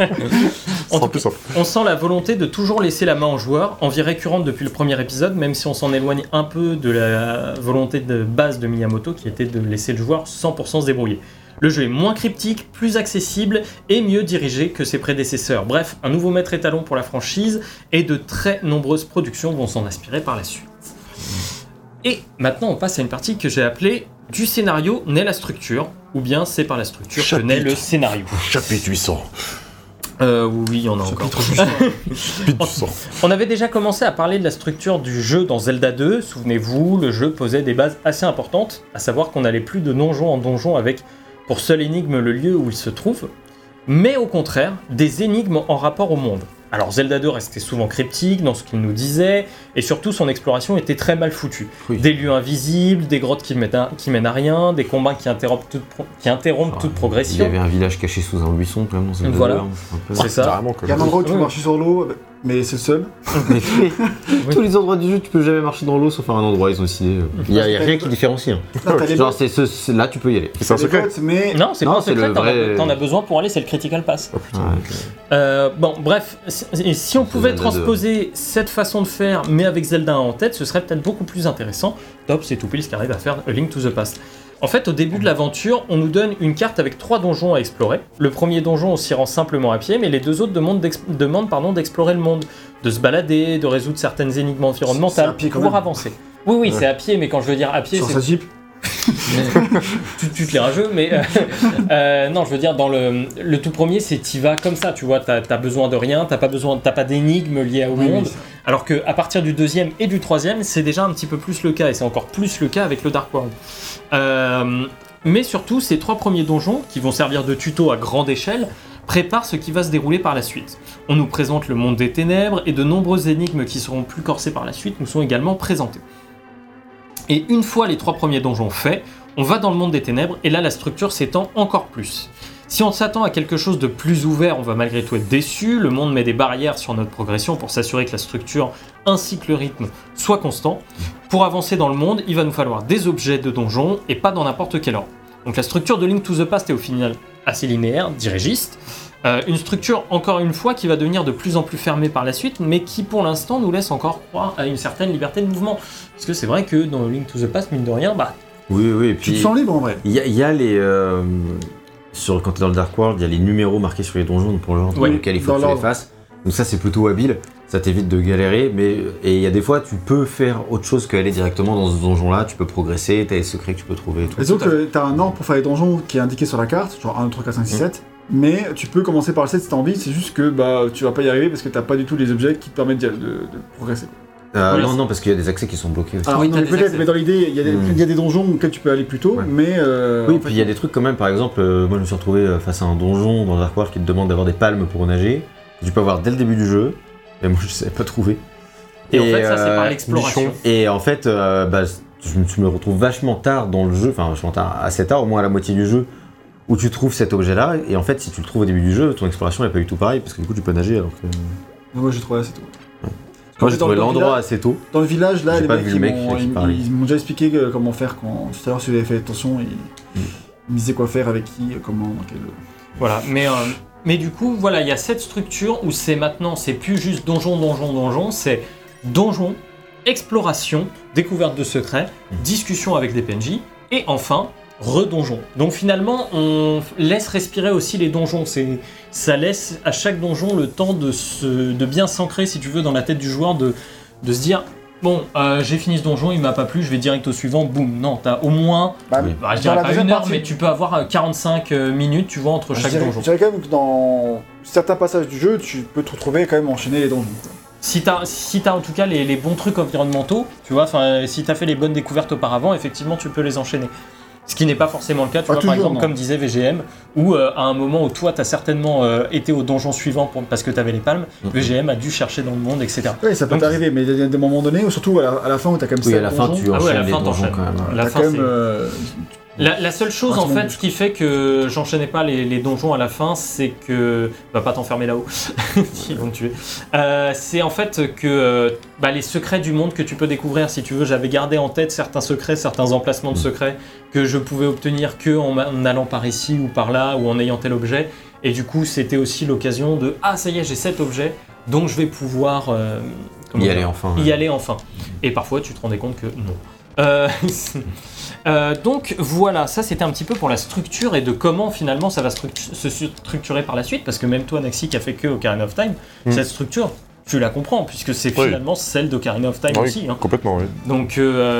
C'est en plus simple. On sent la volonté de toujours laisser la main au joueur, envie récurrente depuis le premier épisode, même si on s'en éloigne un peu de la volonté de base de Miyamoto, qui était de laisser le joueur 100% se débrouiller. Le jeu est moins cryptique, plus accessible et mieux dirigé que ses prédécesseurs. Bref, un nouveau maître étalon pour la franchise, et de très nombreuses productions vont s'en inspirer par la suite. Et maintenant, on passe à une partie que j'ai appelée « Du scénario naît la structure », ou bien c'est par la structure que naît le scénario. Chapitre 800. Oui, il y en a encore. Chapitre 800. On avait déjà commencé à parler de la structure du jeu dans Zelda 2. Souvenez-vous, le jeu posait des bases assez importantes, à savoir qu'on n'allait plus de donjon en donjon avec pour seule énigme le lieu où il se trouve, mais au contraire, des énigmes en rapport au monde. Alors Zelda 2 restait souvent cryptique dans ce qu'il nous disait, et surtout son exploration était très mal foutue. Oui. Des lieux invisibles, des grottes qui mènent à rien, des combats qui interrompent toute progression. Il y avait un village caché sous un buisson quand même dans cette Voilà. vidéo, un peu. C'est ça. Carrément, quoi. Il y a un endroit où tu Ouais. marches sur l'eau, mais c'est le seul. Tous les endroits du jeu, tu peux jamais marcher dans l'eau sauf à un endroit, ils ont décidé. Il y a rien qui différencie. Hein. Là, t'as les Genre, bottes, là, tu peux y aller. C'est un les secret. bottes, mais. Non, c'est Non, pas un c'est secret, le t'en vrai- as besoin pour aller, c'est le Critical Pass. Oh, putain. Bon, bref, et si on pouvait Zelda transposer cette façon de faire, mais avec Zelda en tête, ce serait peut-être beaucoup plus intéressant. Top, c'est Toupils qui arrive à faire A Link to the Past. En fait, au début de l'aventure, on nous donne une carte avec 3 donjons à explorer. Le premier donjon, on s'y rend simplement à pied, mais les 2 autres demandent d'explorer le monde, de se balader, de résoudre certaines énigmes environnementales pour pouvoir avancer. Oui, c'est à pied, mais quand je veux dire à pied, sur sa Jeep. tu te les rageux, mais non, je veux dire, dans le tout premier, c'est t'y vas comme ça, tu vois, t'as besoin de rien, t'as pas d'énigmes liées au monde, alors qu'à partir du deuxième et du troisième, c'est déjà un petit peu plus le cas, et c'est encore plus le cas avec le Dark World. Mais surtout, ces 3 premiers donjons, qui vont servir de tuto à grande échelle, préparent ce qui va se dérouler par la suite. On nous présente le monde des ténèbres, et de nombreuses énigmes qui seront plus corsées par la suite nous sont également présentées. Et une fois les 3 premiers donjons faits, on va dans le monde des ténèbres et là la structure s'étend encore plus. Si on s'attend à quelque chose de plus ouvert, on va malgré tout être déçu. Le monde met des barrières sur notre progression pour s'assurer que la structure ainsi que le rythme soient constants. Pour avancer dans le monde, il va nous falloir des objets de donjon et pas dans n'importe quel ordre. Donc la structure de Link to the Past est au final assez linéaire, dirigiste. Une structure, encore une fois, qui va devenir de plus en plus fermée par la suite, mais qui pour l'instant nous laisse encore croire à une certaine liberté de mouvement. Parce que c'est vrai que dans Link to the Past, mine de rien, oui, et puis tu te sens libre en vrai. Il y a les... quand t'es dans le Dark World, il y a les numéros marqués sur les donjons pour l'ordre lequel il faut que tu les fasses. Donc ça, c'est plutôt habile. Ça t'évite de galérer, et il y a des fois, tu peux faire autre chose qu'aller directement dans ce donjon-là. Tu peux progresser, t'as les secrets que tu peux trouver et tout. Et donc, t'as un ordre pour faire les donjons qui est indiqué sur la carte, genre 1, 2, 3, 4, 5, 6, 7. Mais tu peux commencer par le 7 si t'as envie, c'est juste que tu vas pas y arriver parce que t'as pas du tout les objets qui te permettent de progresser. Non, parce qu'il y a des accès qui sont bloqués aussi. Alors, oui, peut-être, mais dans l'idée, il y a des donjons auxquels tu peux aller plus tôt, mais... oui, puis il y a des trucs quand même, par exemple, moi je me suis retrouvé face à un donjon dans Dark World qui te demande d'avoir des palmes pour nager, que tu peux avoir dès le début du jeu, et moi je savais pas trouver. Et en fait, ça c'est par l'exploration. Et en fait, je me retrouve vachement tard dans le jeu, enfin vachement tard, assez tard, au moins à la moitié du jeu, où tu trouves cet objet-là, et en fait, si tu le trouves au début du jeu, ton exploration n'est pas du tout pareil, parce que du coup, tu peux nager alors que... Moi, j'ai trouvé assez tôt. Ouais. Moi, j'ai trouvé l'endroit assez tôt. Dans le village, là, les mecs, ils m'ont déjà expliqué comment faire quand... Tout à l'heure, si vous avez fait attention, ils me disaient quoi faire, avec qui, comment, dans quel... Voilà, mais du coup, voilà, il y a cette structure où c'est plus juste donjon, c'est donjon, exploration, découverte de secrets, discussion avec des PNJ, et enfin... redonjon. Donc finalement, on laisse respirer aussi les donjons. Ça laisse à chaque donjon le temps de bien s'ancrer, si tu veux, dans la tête du joueur, de se dire bon, j'ai fini ce donjon, il m'a pas plu, je vais direct au suivant, boum. Non, t'as au moins, je dirais pas 1 heure, mais tu peux avoir 45 minutes, tu vois, entre chaque donjon. Je dirais quand même que dans certains passages du jeu, tu peux te retrouver quand même enchaîner les donjons. Si t'as en tout cas les bons trucs environnementaux, tu vois, si t'as fait les bonnes découvertes auparavant, effectivement, tu peux les enchaîner. Ce qui n'est pas forcément le cas, tu vois, par exemple, comme disait VGM, où à un moment où toi, t'as certainement été au donjon suivant parce que t'avais les palmes, VGM a dû chercher dans le monde, etc. Oui, ça peut t'arriver, mais il y a des moments donnés, surtout à la fin où t'as quand même 7 donjons. Oui, à la fin, tu enchaînes les donjons quand même. La fin, la seule chose en fait qui fait que j'enchaînais pas les donjons à la fin, c'est que va pas t'enfermer là-haut, ils vont te tuer. C'est en fait que les secrets du monde que tu peux découvrir, si tu veux, j'avais gardé en tête certains secrets, certains emplacements de secrets que je pouvais obtenir que en allant par ici ou par là ou en ayant tel objet. Et du coup, c'était aussi l'occasion de ça y est, j'ai cet objet, donc je vais pouvoir y aller enfin. Et parfois, tu te rendais compte que non. Donc voilà, ça c'était un petit peu pour la structure et de comment finalement ça va se structurer par la suite, parce que même toi Naxi qui a fait que Ocarina of Time, cette structure tu la comprends puisque c'est finalement celle d'Ocarina of Time aussi. Complètement, oui. Donc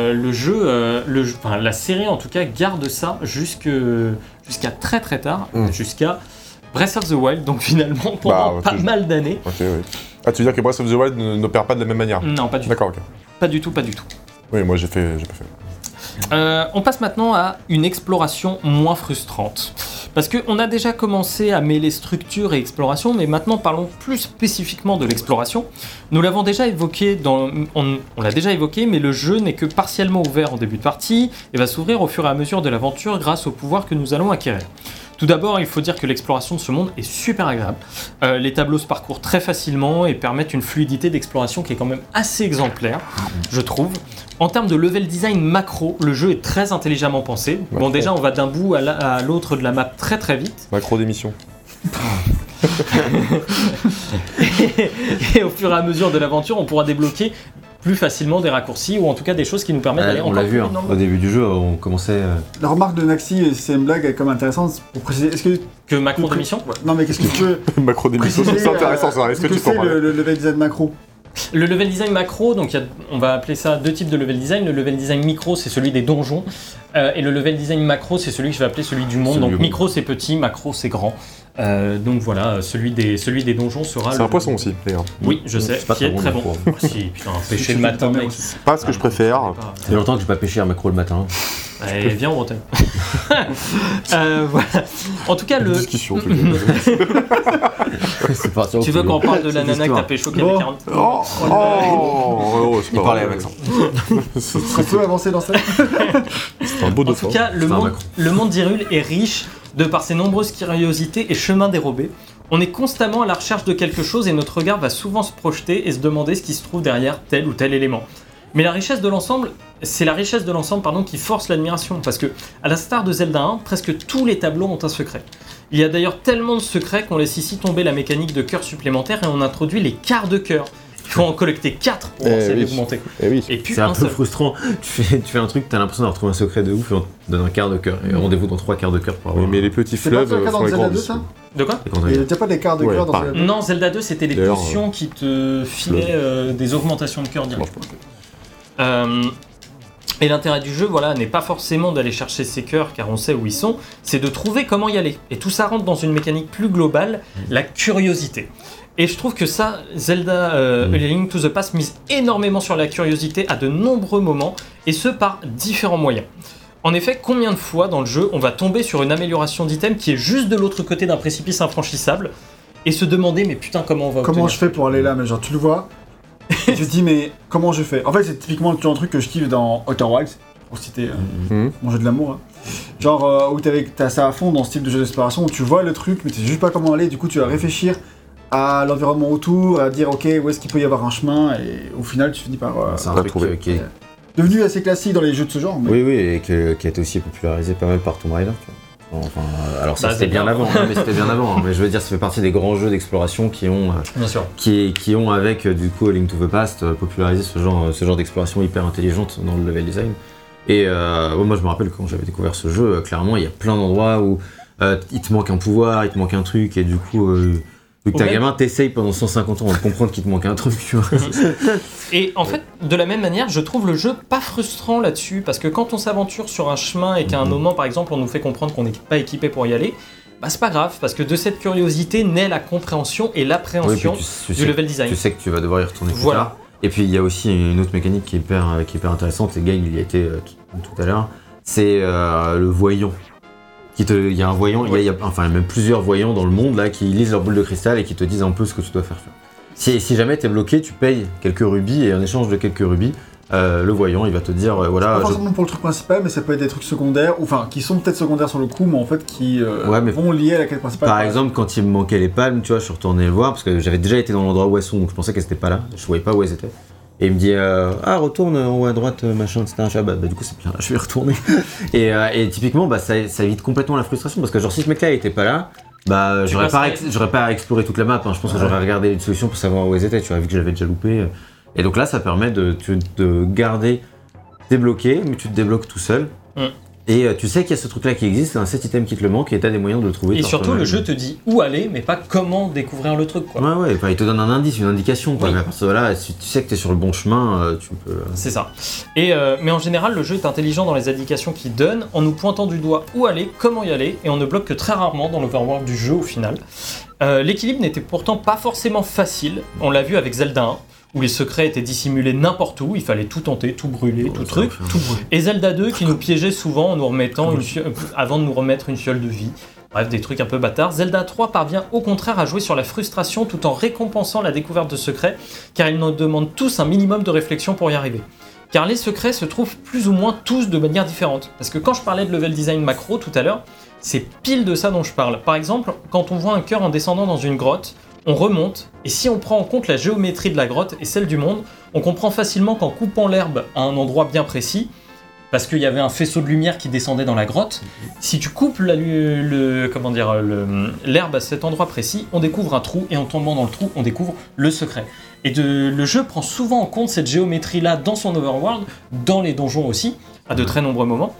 la série en tout cas garde ça jusqu'à très très tard, jusqu'à Breath of the Wild, donc finalement pendant pas mal d'années. Ok, oui. Ah, tu veux dire que Breath of the Wild n'opère pas de la même manière? Non, pas du tout. D'accord, ok. Pas du tout. Oui, moi j'ai pas fait. On passe maintenant à une exploration moins frustrante. Parce qu'on a déjà commencé à mêler structure et exploration, mais maintenant parlons plus spécifiquement de l'exploration. Nous l'avons déjà évoqué, on l'a déjà évoqué, mais le jeu n'est que partiellement ouvert en début de partie et va s'ouvrir au fur et à mesure de l'aventure grâce aux pouvoirs que nous allons acquérir. Tout d'abord, il faut dire que l'exploration de ce monde est super agréable. Les tableaux se parcourent très facilement et permettent une fluidité d'exploration qui est quand même assez exemplaire, je trouve. En termes de level design macro, le jeu est très intelligemment pensé. Bon, déjà, on va d'un bout à l'autre de la map très très vite. Macro d'émission. Et au fur et à mesure de l'aventure, on pourra débloquer plus facilement des raccourcis ou en tout cas des choses qui nous permettent d'aller On encore l'a plus vu, vite dans le au début du jeu, on commençait. La remarque de Naxi, et c'est une blague comme intéressante pour préciser. Est-ce que. que macro d'émission. Ouais, non, mais qu'est-ce que tu veux Macro d'émission, préciser, c'est intéressant ça. Est-ce que tu peux c'est en parler le level design macro? Le level design macro, donc on va appeler ça deux types de level design. Le level design micro, c'est celui des donjons, et le level design macro, c'est celui que je vais appeler celui du monde. Donc micro, c'est petit, macro, c'est grand. Donc voilà, celui des donjons sera. C'est un poisson aussi, d'ailleurs. Oui, je sais, qui est très bon. Si, putain, pêcher le matin, mec. Pas ce que je préfère. Ça fait longtemps que j'ai pas pêché un macro le matin. Allez, viens en Bretagne. Voilà. En tout cas, le. Discussion, tout le C'est parti. Tu veux qu'on parle de la nana que t'as pécho qui avait 40 Oh, c'est Il pas parlait vrai. avec ça. On peut avancer dans ça. C'est un beau En dauphin. tout cas, C'est un Macron. le monde d'Hyrule est riche de par ses nombreuses curiosités et chemins dérobés. On est constamment à la recherche de quelque chose et notre regard va souvent se projeter et se demander ce qui se trouve derrière tel ou tel élément. Mais la richesse de l'ensemble, qui force l'admiration, parce que, à la star de Zelda 1, presque tous les tableaux ont un secret. Il y a d'ailleurs tellement de secrets qu'on laisse ici tomber la mécanique de cœur supplémentaire et on introduit les quarts de cœur. Il faut en collecter 4 pour lancer les augmenter. Eh oui. Et puis C'est un peu seul. frustrant. Tu fais un truc, t'as l'impression d'avoir trouvé un secret de ouf et on te donne un quart de cœur. Et rendez-vous dans 3 quarts de cœur pour avoir. Oui, mais les petits C'est pas fleuves le cas font dans les Zelda grands 2, ça De quoi Il n'y a pas des quarts de Ouais, cœur dans pareil. Zelda 2? Non, Zelda 2, c'était les D'ailleurs, potions qui te filaient des augmentations de cœur Ça direct. marche pas. Et l'intérêt du jeu, voilà, n'est pas forcément d'aller chercher ces cœurs car on sait où ils sont, c'est de trouver comment y aller. Et tout ça rentre dans une mécanique plus globale, la curiosité. Et je trouve que ça, Zelda A Link to the Past mise énormément sur la curiosité à de nombreux moments, et ce par différents moyens. En effet, combien de fois dans le jeu on va tomber sur une amélioration d'item qui est juste de l'autre côté d'un précipice infranchissable, et se demander mais putain comment on va Comment obtenir je fais pour aller là? Mais genre, tu le vois, et tu te dis, mais comment je fais? En fait, c'est typiquement le genre de truc que je kiffe dans Outer Wilds, pour citer mon jeu de l'amour. Hein. Genre, où t'as ça à fond dans ce type de jeu d'exploration, où tu vois le truc, mais tu sais juste pas comment aller, du coup, tu vas réfléchir à l'environnement autour, à dire, ok, où est-ce qu'il peut y avoir un chemin, et au final, tu finis par. C'est un on va truc trouver. qui est. Devenu assez classique dans les jeux de ce genre. Mais... Oui, et qui a été aussi popularisé pas mal par Tomb Raider. Tu vois. Enfin, alors ça Bah, c'était c'est bien bien. avant, hein, mais c'était bien avant. Hein. Mais je veux dire, ça fait partie des grands jeux d'exploration qui ont, Bien sûr. qui ont avec du coup A Link to the Past popularisé ce genre d'exploration hyper intelligente dans le level design. Et moi je me rappelle quand j'avais découvert ce jeu, clairement il y a plein d'endroits où il te manque un pouvoir, il te manque un truc, et du coup vu que t'es un gamin, t'essayes pendant 150 ans de comprendre qu'il te manque un truc, tu vois. Et en fait, de la même manière, je trouve le jeu pas frustrant là-dessus, parce que quand on s'aventure sur un chemin et qu'à un moment, par exemple, on nous fait comprendre qu'on n'est pas équipé pour y aller, bah c'est pas grave, parce que de cette curiosité naît la compréhension et l'appréhension du level design. Tu sais que tu vas devoir y retourner plus Voilà. tard. Et puis il y a aussi une autre mécanique qui est hyper intéressante, et Gail il y a été tout à l'heure, c'est le voyant. Il y a un voyant, il y a enfin même plusieurs voyants dans le monde là qui lisent leur boule de cristal et qui te disent un peu ce que tu dois faire. Si jamais t'es bloqué, tu payes quelques rubis, et en échange de quelques rubis, le voyant il va te dire voilà. Pas forcément pour le truc principal, mais ça peut être des trucs secondaires, ou enfin qui sont peut-être secondaires sur le coup, mais en fait qui vont lier à la quête principale. Par exemple, quand il me manquait les palmes, tu vois, je suis retourné le voir parce que j'avais déjà été dans l'endroit où elles sont, donc je pensais qu'elles étaient pas là, je voyais pas où elles étaient. Et il me dit retourne en haut à droite, machin, etc. Bah, du coup c'est bien là, je vais y retourner. et typiquement ça évite complètement la frustration, parce que genre si ce mec là était pas là, bah j'aurais pas à explorer toute la map, hein. Je pense que j'aurais regardé une solution pour savoir où elles étaient, tu vois, vu que j'avais déjà loupé. Et donc là ça permet de garder débloqué, mais tu te débloques tout seul. Et tu sais qu'il y a ce truc là qui existe, c'est un set item qui te le manque, et t'as des moyens de le trouver. Et surtout le jeu te dit où aller, mais pas comment découvrir le truc, quoi. Ouais, enfin, il te donne un indice, une indication, quoi. Oui. Mais à partir de là, si tu sais que t'es sur le bon chemin, tu peux. C'est ça. Et mais en général, le jeu est intelligent dans les indications qu'il donne, en nous pointant du doigt où aller, comment y aller, et on ne bloque que très rarement dans l'overworld du jeu au final. L'équilibre n'était pourtant pas forcément facile, on l'a vu avec Zelda 1, où les secrets étaient dissimulés n'importe où, il fallait tout tenter, tout brûler, tout truc. Et Zelda 2 qui nous piégeait souvent en nous remettant avant de nous remettre une fiole de vie. Bref, des trucs un peu bâtards. Zelda 3 parvient au contraire à jouer sur la frustration tout en récompensant la découverte de secrets, car ils nous demandent tous un minimum de réflexion pour y arriver. Car les secrets se trouvent plus ou moins tous de manière différente. Parce que quand je parlais de level design macro tout à l'heure, c'est pile de ça dont je parle. Par exemple, quand on voit un cœur en descendant dans une grotte, on remonte, et si on prend en compte la géométrie de la grotte et celle du monde, on comprend facilement qu'en coupant l'herbe à un endroit bien précis, parce qu'il y avait un faisceau de lumière qui descendait dans la grotte. Si tu coupes l'herbe à cet endroit précis, on découvre un trou, et en tombant dans le trou, on découvre le secret. Et le jeu prend souvent en compte cette géométrie-là dans son overworld, dans les donjons aussi, à de très nombreux moments.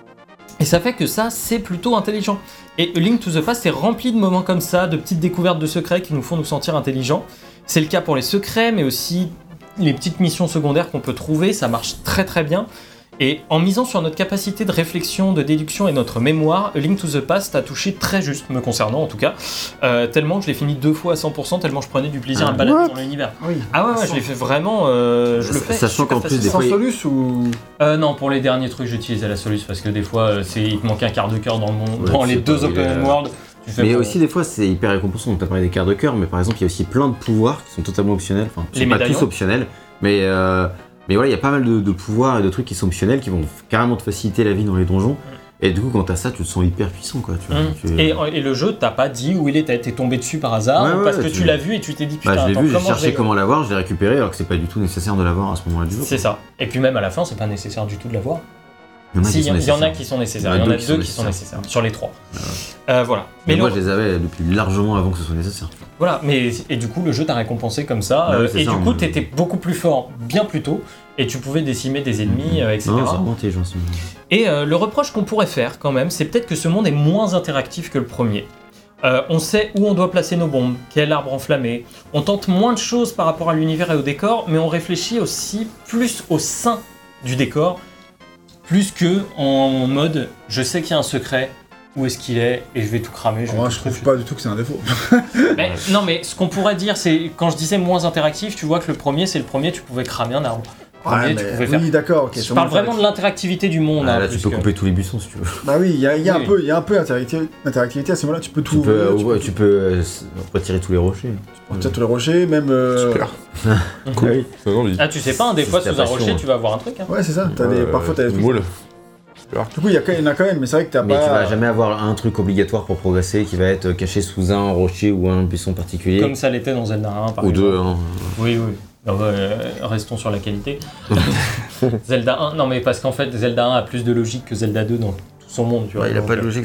Et ça fait que ça, c'est plutôt intelligent. Et A Link to the Past est rempli de moments comme ça, de petites découvertes de secrets qui nous font nous sentir intelligents. C'est le cas pour les secrets, mais aussi les petites missions secondaires qu'on peut trouver, ça marche très très bien. Et en misant sur notre capacité de réflexion, de déduction et notre mémoire, A Link to the Past a touché très juste, me concernant en tout cas, tellement que je l'ai fini 2 fois à 100%, tellement je prenais du plaisir à me balader dans l'univers. Oui. Ah ouais, je l'ai fait vraiment, je le fais. Sachant qu'en plus, des Sans fois, Solus ou... Non, pour les derniers trucs, j'utilisais la Solus parce que des fois, il te manque un quart de cœur dans le monde, Ouais, dans les c'est deux pas- open world. Mais aussi des fois c'est hyper récompensant, donc t'as parlé des quarts de cœur, mais par exemple il y a aussi plein de pouvoirs qui sont totalement optionnels, enfin Les c'est pas médaillons. tous optionnels, mais voilà, il y a pas mal de pouvoirs et de trucs qui sont optionnels qui vont carrément te faciliter la vie dans les donjons, et du coup quand t'as ça tu te sens hyper puissant quoi. Et le jeu t'as pas dit où il est, t'es tombé dessus par hasard, Ouais, ou parce que tu tu l'as vu et tu t'es dit putain, je l'ai attends, vu, j'ai comment je cherché vais... comment l'avoir, je l'ai récupéré alors que c'est pas du tout nécessaire de l'avoir à ce moment-là du jeu. C'est ça. Et puis même à la fin, c'est pas nécessaire du tout de l'avoir. Il Si, il y en a qui sont nécessaires, il y en a deux qui sont nécessaires, sur les 3. Voilà. Mais moi le- je les avais depuis largement avant que ce soit nécessaire. Voilà, et du coup, le jeu t'a récompensé comme ça, Bah ouais, c'est et ça, du coup, hein. t'étais beaucoup plus fort bien plus tôt, et tu pouvais décimer des ennemis, etc. Non, c'est vraiment intelligent. Et le reproche qu'on pourrait faire quand même, c'est peut-être que ce monde est moins interactif que le premier. On sait où on doit placer nos bombes, quel arbre enflammer. On tente moins de choses par rapport à l'univers et au décor, mais on réfléchit aussi plus au sein du décor, plus que en mode je sais qu'il y a un secret, où est-ce qu'il est, et je vais tout cramer. Moi, je trouve pas du tout que c'est un défaut. Mais, non, mais ce qu'on pourrait dire, c'est quand je disais moins interactif, tu vois que le premier, tu pouvais cramer un arbre. Premier, tu pouvais faire. Oui, d'accord, ok. Je parle vraiment de l'interactivité du monde. Ah, hein, là plus tu peux que- couper tous les buissons si tu veux. Bah oui, il y a Oui. un peu d'interactivité à ce moment-là, tu peux tout Tu peux retirer tous les rochers. retirer tous les rochers, même... Super. Oui. Ça donne envie. Ah, tu sais pas, des C'est fois ta sous un passion, rocher, hein. tu vas avoir un truc. Hein. Ouais, c'est ça, parfois t'as des trucs... Moule. Du coup, il y en a quand même, mais c'est vrai que t'as Mais pas... tu vas jamais avoir un truc obligatoire pour progresser qui va être caché sous un rocher ou un buisson particulier. Comme ça l'était dans Zelda 1, par Ou exemple. deux, hein. Oui. Non, restons sur la qualité. Zelda 1, non, mais parce qu'en fait, Zelda 1 a plus de logique que Zelda 2 dans tout son monde, tu vois. Ouais, il a donc, pas de logique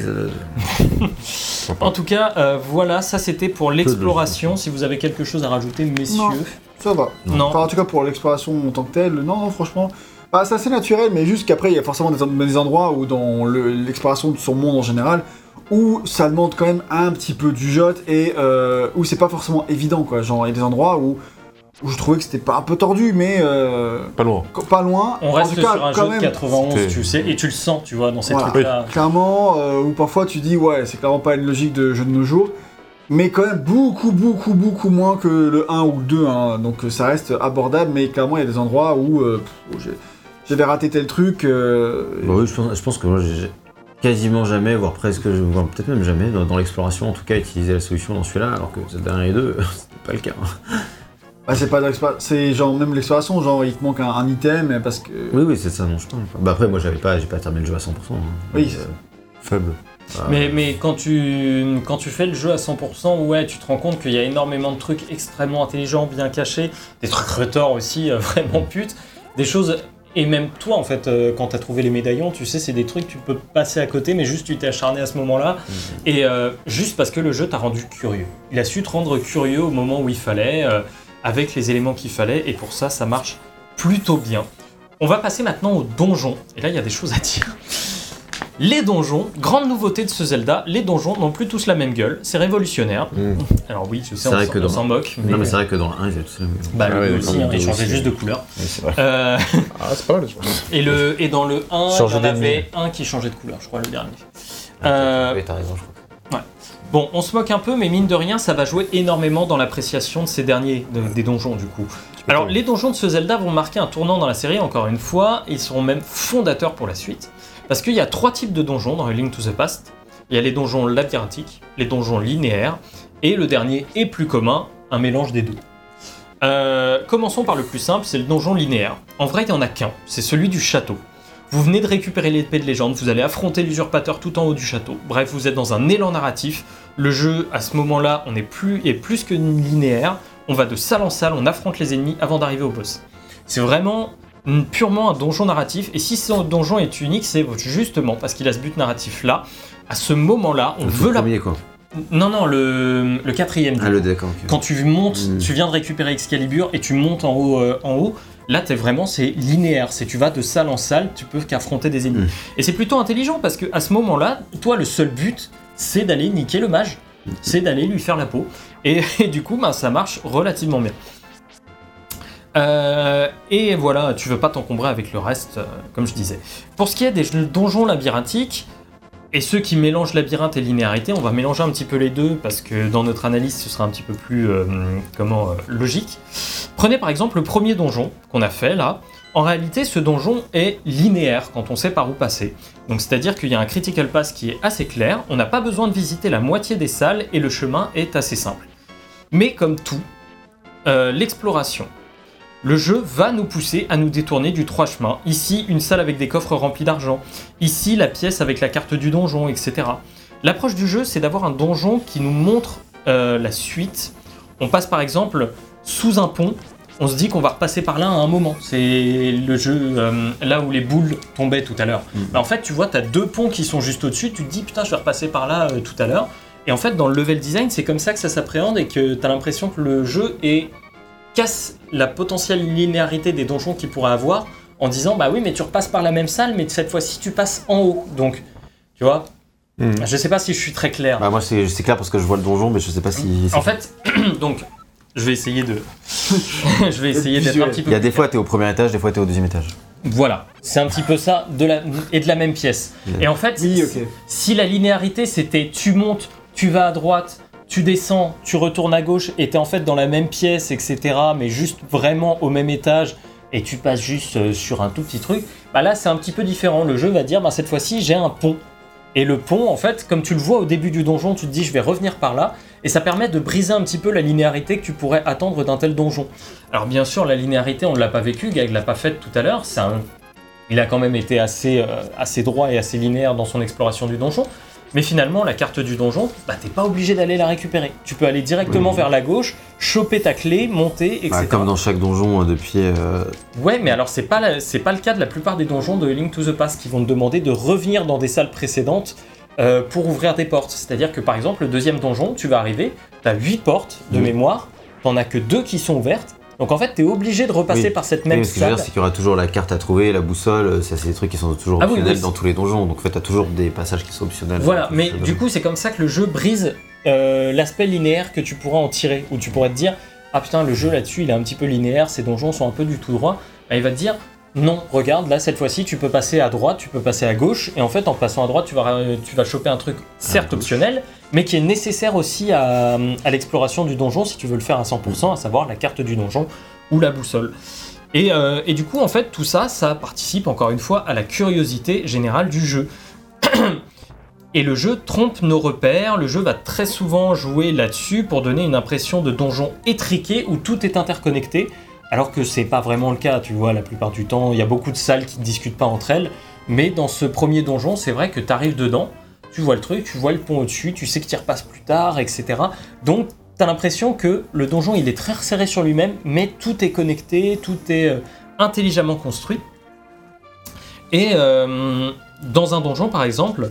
ça. En tout cas, voilà, ça c'était pour l'exploration. Si vous avez quelque chose à rajouter, messieurs. Non. Ça va. Non. Enfin, en tout cas, pour l'exploration en tant que telle, non, franchement... Bah, c'est assez naturel, mais juste qu'après, il y a forcément des endroits où, dans l'exploration de son monde en général, où ça demande quand même un petit peu du jote et où c'est pas forcément évident, quoi. Genre, il y a des endroits où je trouvais que c'était pas un peu tordu, mais Pas loin. pas loin. On En reste tout cas, sur un quand jeu de même, 91, C'était- tu sais, et tu le sens, tu vois, dans ces Voilà. trucs-là. Clairement, où parfois tu dis, ouais, c'est clairement pas une logique de jeu de nos jours, mais quand même beaucoup moins que le 1 ou le 2, hein. Donc ça reste abordable, mais clairement, il y a des endroits où j'avais raté tel truc. Bah oui, je pense que moi j'ai quasiment jamais, voire presque, voire peut-être même jamais, dans l'exploration en tout cas, utilisé la solution dans celui-là, alors que Zelda 1 et 2, c'était pas le cas. Bah, c'est pas de c'est genre même l'exploration, genre il te manque un item parce que. Oui, c'est ça dont je parle. Bah après, moi j'ai pas terminé le jeu à 100%. Hein. Oui, Donc, Faible. Mais quand tu fais le jeu à 100%, ouais, tu te rends compte qu'il y a énormément de trucs extrêmement intelligents, bien cachés, des trucs retors aussi, vraiment putes, des choses. Et même toi, en fait, quand t'as trouvé les médaillons, tu sais, c'est des trucs que tu peux passer à côté, mais juste tu t'es acharné à ce moment-là, et juste parce que le jeu t'a rendu curieux. Il a su te rendre curieux au moment où il fallait, avec les éléments qu'il fallait, et pour ça, ça marche plutôt bien. On va passer maintenant aux donjons, et là, il y a des choses à dire. Les donjons, grande nouveauté de ce Zelda, les donjons n'ont plus tous la même gueule, c'est révolutionnaire. Alors oui, je sais, C'est vrai que on s'en moque, mais... Non, mais c'est vrai que dans le 1, ils avaient tous la même. Bah, Ah ouais, le d'accord, aussi, hein, il le changeait aussi. juste de couleur. Oui, c'est vrai. Euh, Ah, c'est pas mal, je pense. et dans le 1, il y Changer en avait d'ennemi. un qui changeait de couleur, je crois, le dernier. Oui, t'as raison, je crois. Bon, on se moque un peu, mais mine de rien, ça va jouer énormément dans l'appréciation de ces derniers, des donjons, du coup. Alors, les donjons de ce Zelda vont marquer un tournant dans la série, encore une fois, ils seront même fondateurs pour la suite, parce qu'il y a 3 types de donjons dans A Link to the Past. Il y a les donjons labyrinthiques, les donjons linéaires, et le dernier et plus commun, un mélange des deux. Commençons par le plus simple, c'est le donjon linéaire. En vrai, il n'y en a qu'un, c'est celui du château. Vous venez de récupérer l'épée de légende, vous allez affronter l'usurpateur tout en haut du château. Bref, vous êtes dans un élan narratif. Le jeu, à ce moment-là, est plus que linéaire. On va de salle en salle, on affronte les ennemis avant d'arriver au boss. C'est vraiment purement un donjon narratif. Et si ce donjon est unique, c'est justement parce qu'il a ce but narratif-là. À ce moment-là, on veut la... premier, quoi. Non, le 4e. Ah, le d'accord. Okay. Quand tu montes, tu viens de récupérer Excalibur et tu montes en haut. Là, c'est linéaire. Tu vas de salle en salle, tu peux qu'affronter des ennemis. Et c'est plutôt intelligent parce qu'à ce moment-là, toi, le seul but, c'est d'aller niquer le mage. C'est d'aller lui faire la peau. Et du coup, ça marche relativement bien. Et voilà, tu veux pas t'encombrer avec le reste, comme je disais. Pour ce qui est des donjons labyrinthiques, et ceux qui mélangent labyrinthe et linéarité, on va mélanger un petit peu les deux, parce que dans notre analyse, ce sera un petit peu plus logique. Prenez par exemple le premier donjon qu'on a fait là. En réalité, ce donjon est linéaire quand on sait par où passer. Donc c'est-à-dire qu'il y a un critical pass qui est assez clair, on n'a pas besoin de visiter la moitié des salles, et le chemin est assez simple. Mais comme tout, l'exploration, le jeu va nous pousser à nous détourner du 3 chemins. Ici, une salle avec des coffres remplis d'argent. Ici, la pièce avec la carte du donjon, etc. L'approche du jeu, c'est d'avoir un donjon qui nous montre la suite. On passe par exemple sous un pont. On se dit qu'on va repasser par là à un moment. C'est le jeu là où les boules tombaient tout à l'heure. En fait, tu vois, tu as 2 ponts qui sont juste au-dessus. Tu te dis, putain, je vais repasser par là tout à l'heure. Et en fait, dans le level design, c'est comme ça que ça s'appréhende et que tu as l'impression que le jeu casse la potentielle linéarité des donjons qu'il pourrait avoir en disant bah oui mais tu repasses par la même salle mais cette fois-ci tu passes en haut, donc tu vois. Je sais pas si je suis très clair. Bah moi c'est clair parce que je vois le donjon mais je sais pas si... En fait, donc je vais essayer d'être un petit peu... Il y a des fois t'es au premier étage, des fois t'es au deuxième étage. Voilà, c'est un petit peu ça, de la même pièce. Et en fait, si la linéarité c'était tu montes, tu vas à droite, tu descends, tu retournes à gauche et t'es en fait dans la même pièce, etc. mais juste vraiment au même étage et tu passes juste sur un tout petit truc, bah là c'est un petit peu différent. Le jeu va dire bah cette fois-ci j'ai un pont. Et le pont, en fait, comme tu le vois au début du donjon, tu te dis je vais revenir par là et ça permet de briser un petit peu la linéarité que tu pourrais attendre d'un tel donjon. Alors bien sûr la linéarité on ne l'a pas vécu, Gag l'a pas faite tout à l'heure, il a quand même été assez droit et assez linéaire dans son exploration du donjon. Mais finalement, la carte du donjon, bah, t'es pas obligé d'aller la récupérer. Tu peux aller directement vers la gauche, choper ta clé, monter, etc. Comme dans chaque donjon depuis... Ouais, mais alors c'est pas le cas de la plupart des donjons de Link to the Past qui vont te demander de revenir dans des salles précédentes pour ouvrir des portes. C'est-à-dire que par exemple, le deuxième donjon, tu vas arriver, t'as 8 portes de mémoire, t'en as que 2 qui sont ouvertes. Donc en fait, t'es obligé de repasser par cette même salle. Ce que je veux dire, c'est qu'il y aura toujours la carte à trouver, la boussole, ça c'est des trucs qui sont toujours optionnels dans tous les donjons. Donc en fait, t'as toujours des passages qui sont optionnels. Voilà, mais du coup, c'est comme ça que le jeu brise l'aspect linéaire que tu pourras en tirer. Où tu pourrais te dire, ah putain, le jeu là-dessus, il est un petit peu linéaire, ces donjons sont un peu du tout droit. Bah, il va te dire, non, regarde, là, cette fois-ci, tu peux passer à droite, tu peux passer à gauche. Et en fait, en passant à droite, tu vas choper un truc, certes optionnel, mais qui est nécessaire aussi à l'exploration du donjon si tu veux le faire à 100%, à savoir la carte du donjon ou la boussole. Et du coup, en fait, tout ça, ça participe encore une fois à la curiosité générale du jeu. Et le jeu trompe nos repères, le jeu va très souvent jouer là-dessus pour donner une impression de donjon étriqué où tout est interconnecté, alors que c'est pas vraiment le cas, tu vois, la plupart du temps, il y a beaucoup de salles qui ne discutent pas entre elles, mais dans ce premier donjon, c'est vrai que tu arrives dedans, tu vois le truc, tu vois le pont au-dessus, tu sais que tu y repasses plus tard, etc. Donc, t'as l'impression que le donjon, il est très resserré sur lui-même, mais tout est connecté, tout est intelligemment construit. Et dans un donjon, par exemple,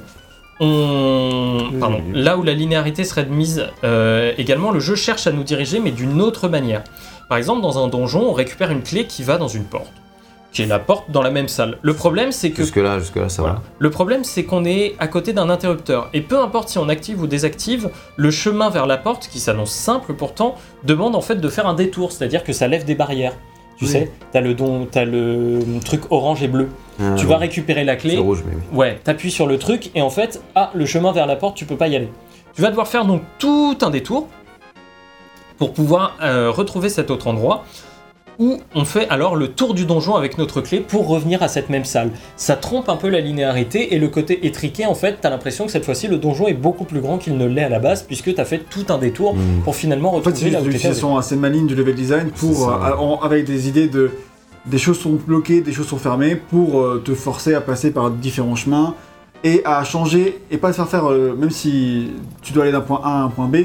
là où la linéarité serait de mise également, le jeu cherche à nous diriger, mais d'une autre manière. Par exemple, dans un donjon, on récupère une clé qui va dans une porte, qui est la porte dans la même salle. Le problème, c'est que... Jusque-là, ça va. Le problème, c'est qu'on est à côté d'un interrupteur. Et peu importe si on active ou désactive, le chemin vers la porte, qui s'annonce simple pourtant, demande en fait de faire un détour, c'est-à-dire que ça lève des barrières. Tu sais, t'as le truc orange et bleu. Tu vas récupérer la clé. C'est rouge, mais oui. Ouais, t'appuies sur le truc et en fait, le chemin vers la porte, tu peux pas y aller. Tu vas devoir faire donc tout un détour pour pouvoir retrouver cet autre endroit où on fait alors le tour du donjon avec notre clé pour revenir à cette même salle. Ça trompe un peu la linéarité et le côté étriqué, en fait, t'as l'impression que cette fois-ci le donjon est beaucoup plus grand qu'il ne l'est à la base puisque t'as fait tout un détour pour finalement retrouver là où t'étais. En fait, c'est une utilisation assez maligne du level design avec des idées de... Des choses sont bloquées, des choses sont fermées pour te forcer à passer par différents chemins et à changer et pas te faire même si tu dois aller d'un point A à un point B,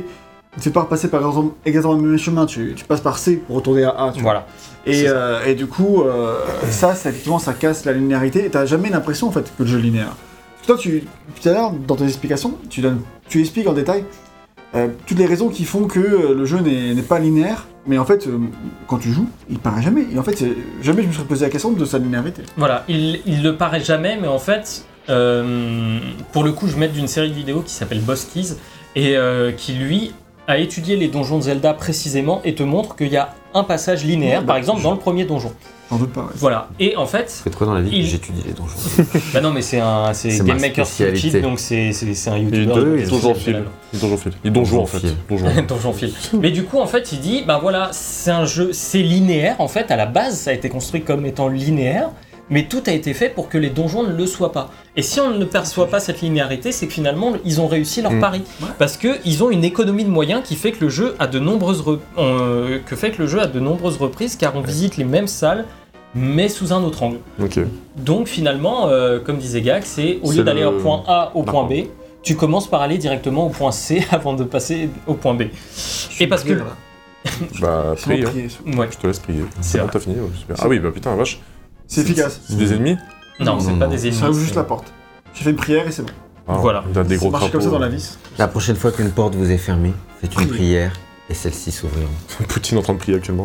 Tu ne fais pas repasser par exemple exactement le même chemin, tu passes par C pour retourner à A. Tu vois. Voilà. Et du coup, ça effectivement, ça casse la linéarité et t'as jamais l'impression en fait que le jeu est linéaire. Toi, tout à l'heure, dans tes explications, tu expliques en détail toutes les raisons qui font que le jeu n'est pas linéaire, mais en fait, quand tu joues, il paraît jamais. Et en fait, jamais je me serais posé la question de sa linéarité. Voilà, il le paraît jamais, mais en fait, pour le coup, je m'aide d'une série de vidéos qui s'appelle Boss Keys et qui lui a étudié les donjons de Zelda précisément et te montre qu'il y a un passage linéaire, par exemple dans le premier donjon. J'en doute pas. Ouais. Voilà, et en fait... Faites quoi dans la vie? J'étudie les donjons. Bah non, mais c'est Game Maker Cheat, donc c'est un YouTuber. Il est donjon en fait. Donjon fil. Mais du coup, en fait, il dit, bah voilà, c'est un jeu, c'est linéaire, en fait, à la base, ça a été construit comme étant linéaire, mais tout a été fait pour que les donjons ne le soient pas. Et si on ne perçoit pas cette linéarité, c'est que finalement, ils ont réussi leur pari. Parce qu'ils ont une économie de moyens qui fait que le jeu a de nombreuses reprises, car on visite les mêmes salles, mais sous un autre angle. Okay. Donc finalement, comme disait Gag, c'est au lieu d'aller au point A au point B, tu commences par aller directement au point C avant de passer au point B. Et parce que... Bah, prie, ouais. Je te laisse prier. C'est bon, t'as fini. Super. Ah oui, bah putain, vache. C'est efficace. C'est des ennemis? Non, c'est pas des ennemis. Ça ouvre juste la porte. J'ai fait une prière et c'est bon. Ah, voilà. Il a des gros crapauds. Ça marche comme ça dans la vie. La prochaine fois qu'une porte vous est fermée, faites une prière. Et celle-ci s'ouvriront. Poutine en train de prier actuellement.